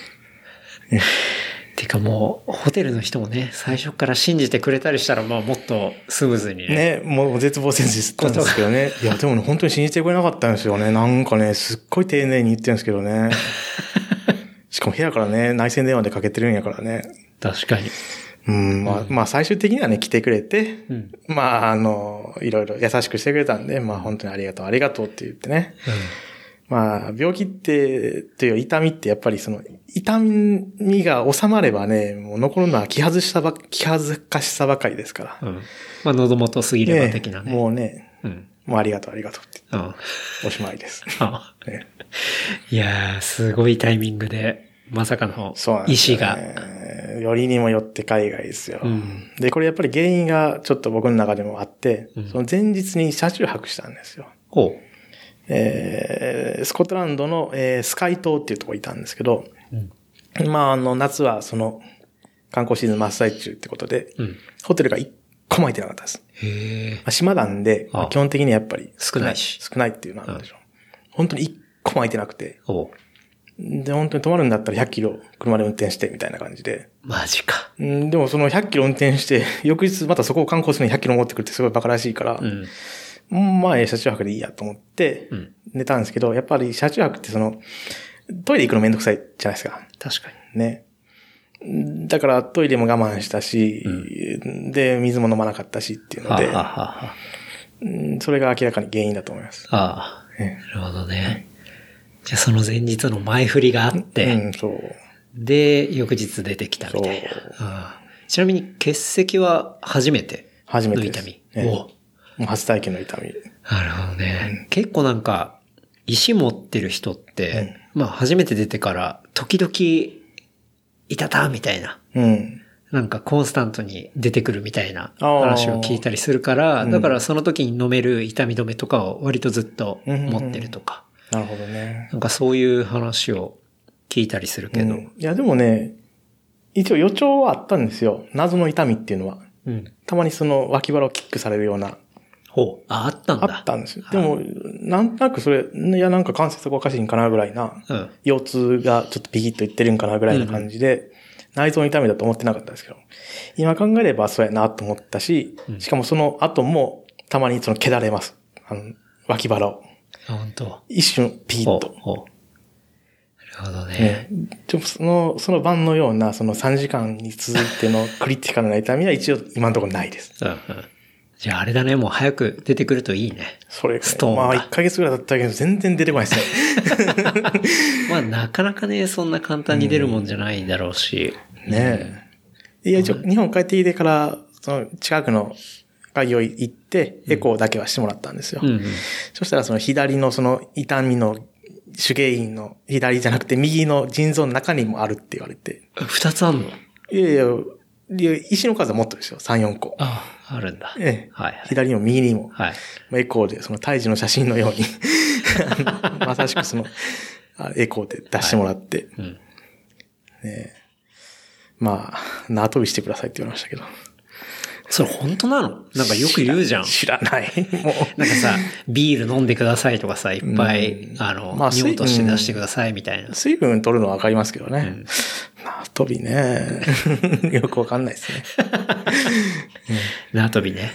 てかもう、ホテルの人もね、最初から信じてくれたりしたら、まあもっとスムーズにね。 もう絶望せずしたんですけどね。いや、でもね、本当に信じてくれなかったんですよね。なんかね、すっごい丁寧に言ってるんですけどね。しかも部屋からね、内線電話でかけてるんやからね。 確かに。 まあ最終的にはね、来てくれて、まあいろいろ優しくしてくれたんで、まあ本当にありがとうって言ってね。まあ、病気という痛みってやっぱり痛みが収まればね、もう残るのは気恥ずかしさばかりですから。 まあ、喉元過ぎれば的なね。 もうね、もうありがとうって。おしまいです。 いやー、すごいタイミングで、まさかの医師が。 よりにもよって海外ですよ。で、これやっぱり原因がちょっと僕の中でもあって、その前日に車中泊したんですよ。スコットランドの、スカイ島っていうところにいたんですけど、まあ夏は観光シーズン真っ最中ってことで、ホテルが一個も空いてなかったです。島なんで、基本的にやっぱり少ないっていうのはあるんでしょう。本当に一個も空いてなくて、で、本当に泊まるんだったら100キロ車で運転してみたいな感じで。 マジか。 でもその100キロ運転して、翌日またそこを観光するのに100キロ持ってくるってすごいバカらしいから、まあ、車中泊でいいやと思って、寝たんですけど、やっぱり車中泊ってトイレ行くのめんどくさいじゃないですか。 確かに。ね。だからトイレも我慢したし、で、水も飲まなかったしっていうので、それが明らかに原因だと思います。 なるほどね。じゃあその前日の前振りがあって、 そう。 で、翌日出てきたみたいな。ちなみに結石は初めての痛み。 初体験の痛み。 なるほどね。結構なんか、石持ってる人って、まあ初めて出てから、時々、痛たみたいな。なんかコンスタントに出てくるみたいな話を聞いたりするから、だからその時に飲める痛み止めとかを割とずっと持ってるとか。 なるほどね。 なんかそういう話を聞いたりするけど。 いやでもね、一応予兆はあったんですよ。謎の痛みっていうのは。たまに脇腹をキックされるような。 あったんだ。 あったんですよ。でも、なんとなくそれ、いやなんか関節がおかしいんかなぐらいな、腰痛がちょっとビキッといってるんかなぐらいな感じで、内臓の痛みだと思ってなかったんですけど、今考えればそうやなと思ったし、しかもその後もたまに蹴られます。脇腹を。 本当。 一瞬ピーッと。 なるほどね。 その晩のような3時間に続いてのクリティカルな痛みは一応今のところないです。 じゃああれだね、もう早く出てくるといいね。 それ、 ストーンが。 まあ1ヶ月ぐらい経ったけど全然出てこないですね。 まあなかなかね、そんな簡単に出るもんじゃないだろうし。 ねえ。いや、一応日本帰ってきてから、その近くの会議を行って、エコーだけはしてもらったんですよ。そしたらその左のその痛みの手芸院の左じゃなくて右の腎臓の中にもあるって言われて。 2つあんの？ いやいや、石の数はもっとですよ。3、4個。 あるんだ。 ええ。 はい。 左にも右にも。 はい。 エコーで、その胎児の写真のように、まさしくその、エコーで出してもらって。はい、ね、まあ、縄跳びしてくださいって言われましたけど。 それ本当なの？なんかよく言うじゃん。 知らない。もう。なんかさ、ビール飲んでくださいとかさ、いっぱい、まあ、尿として出してくださいみたいな。 水分取るのはわかりますけどね。縄跳びね。よくわかんないですね。 縄跳びね。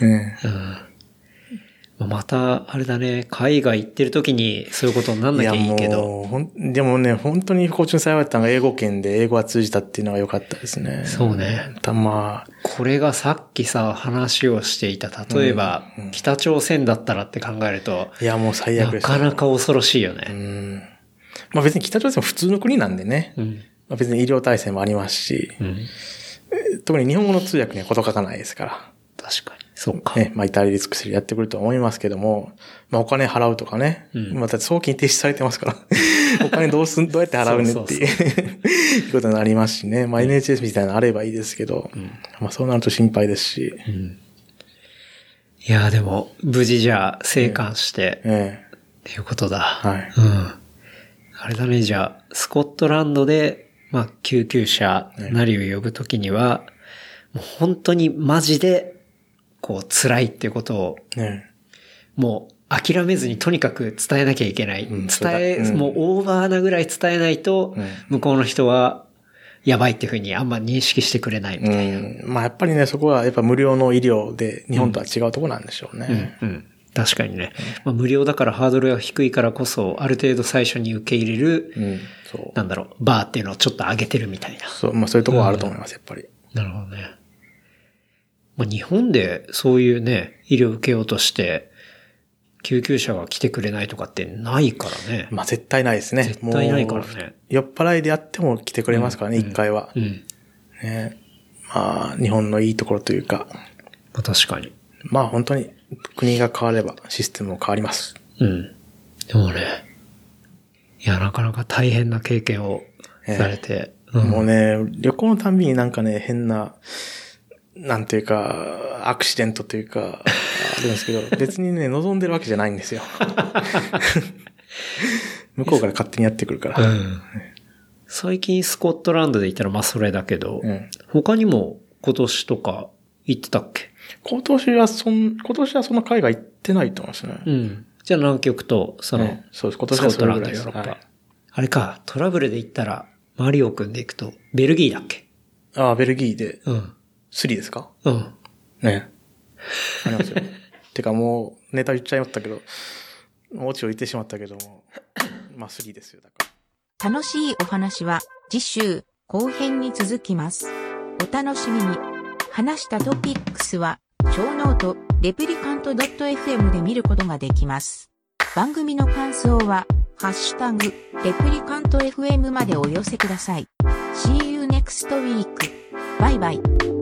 また、あれだね、海外行ってる時にそういうことになんなきゃいいけど。 でもね、本当に不幸中幸いだったのが英語圏で英語が通じたっていうのが良かったですね。 そうね。 まあ。 これがさっきさ、話をしていた、例えば、北朝鮮だったらって考えると。 いや、もう最悪です。 なかなか恐ろしいよね。 まあ別に北朝鮮も普通の国なんでね。まあ、別に医療体制もありますし。特に日本語の通訳には事欠かないですから。 確かに。そうか。 まあ、至れり尽くせりやってくると思いますけども、まあ、お金払うとかね。また送金停止されてますから。お金どうやって払うねっていういうことになりますしね。まあ、NHS みたいなのあればいいですけど、まあ、そうなると心配ですし。 いや、でも、無事じゃあ、生還して、っていうことだ。 はい。 あれだね、じゃあ、スコットランドで、まあ、救急車なりを呼ぶときには、もう本当にマジで、こう、辛いっていうことを、もう諦めずにとにかく伝えなきゃいけない。もうオーバーなぐらい伝えないと、向こうの人は、やばいっていうふうにあんま認識してくれないみたいな。 まあやっぱりね、そこはやっぱ無料の医療で、日本とは違うところなんでしょうね。 確かにね。まあ、無料だからハードルが低いからこそ、ある程度最初に受け入れる、なんだろう、バーっていうのをちょっと上げてるみたいな。 そう、まあそういうところはあると思います、やっぱり。 なるほどね。まあ、日本でそういうね、医療を受けようとして、救急車が来てくれないとかってないからね。 まあ絶対ないですね。 絶対ないからね。 酔っ払いでやっても来てくれますからね、一回は。ね、まあ日本のいいところというか。 まあ確かに。 まあ本当に国が変わればシステムも変わります。 でもね、いやなかなか大変な経験をされて。 もうね、旅行のたんびになんかね、変な、なんていうか、アクシデントというか、あるんですけど、別にね、望んでるわけじゃないんですよ。向こうから勝手にやってくるから。 最近スコットランドで行ったらまあそれだけど、他にも今年とか行ってたっけ？ 今年はそんな海外行ってないと思いますね。 じゃあ南極と、そうです、今年はそれぐらいです。 スコットランド、ヨーロッパ。あれか、トラブルで行ったら、マリオくんで行くと、ベルギーだっけ？ ああ、ベルギーで。3ですか？ね。ありますよ。てかもう、ネタ言っちゃいましたけど、オチを言ってしまったけども、まあ3ですよ、だから。 楽しいお話は、次週、後編に続きます。お楽しみに。話したトピックスは、小ノート、レプリカント .fm で見ることができます。番組の感想は、ハッシュタグ、レプリカント FM までお寄せください。See you next week. バイバイ。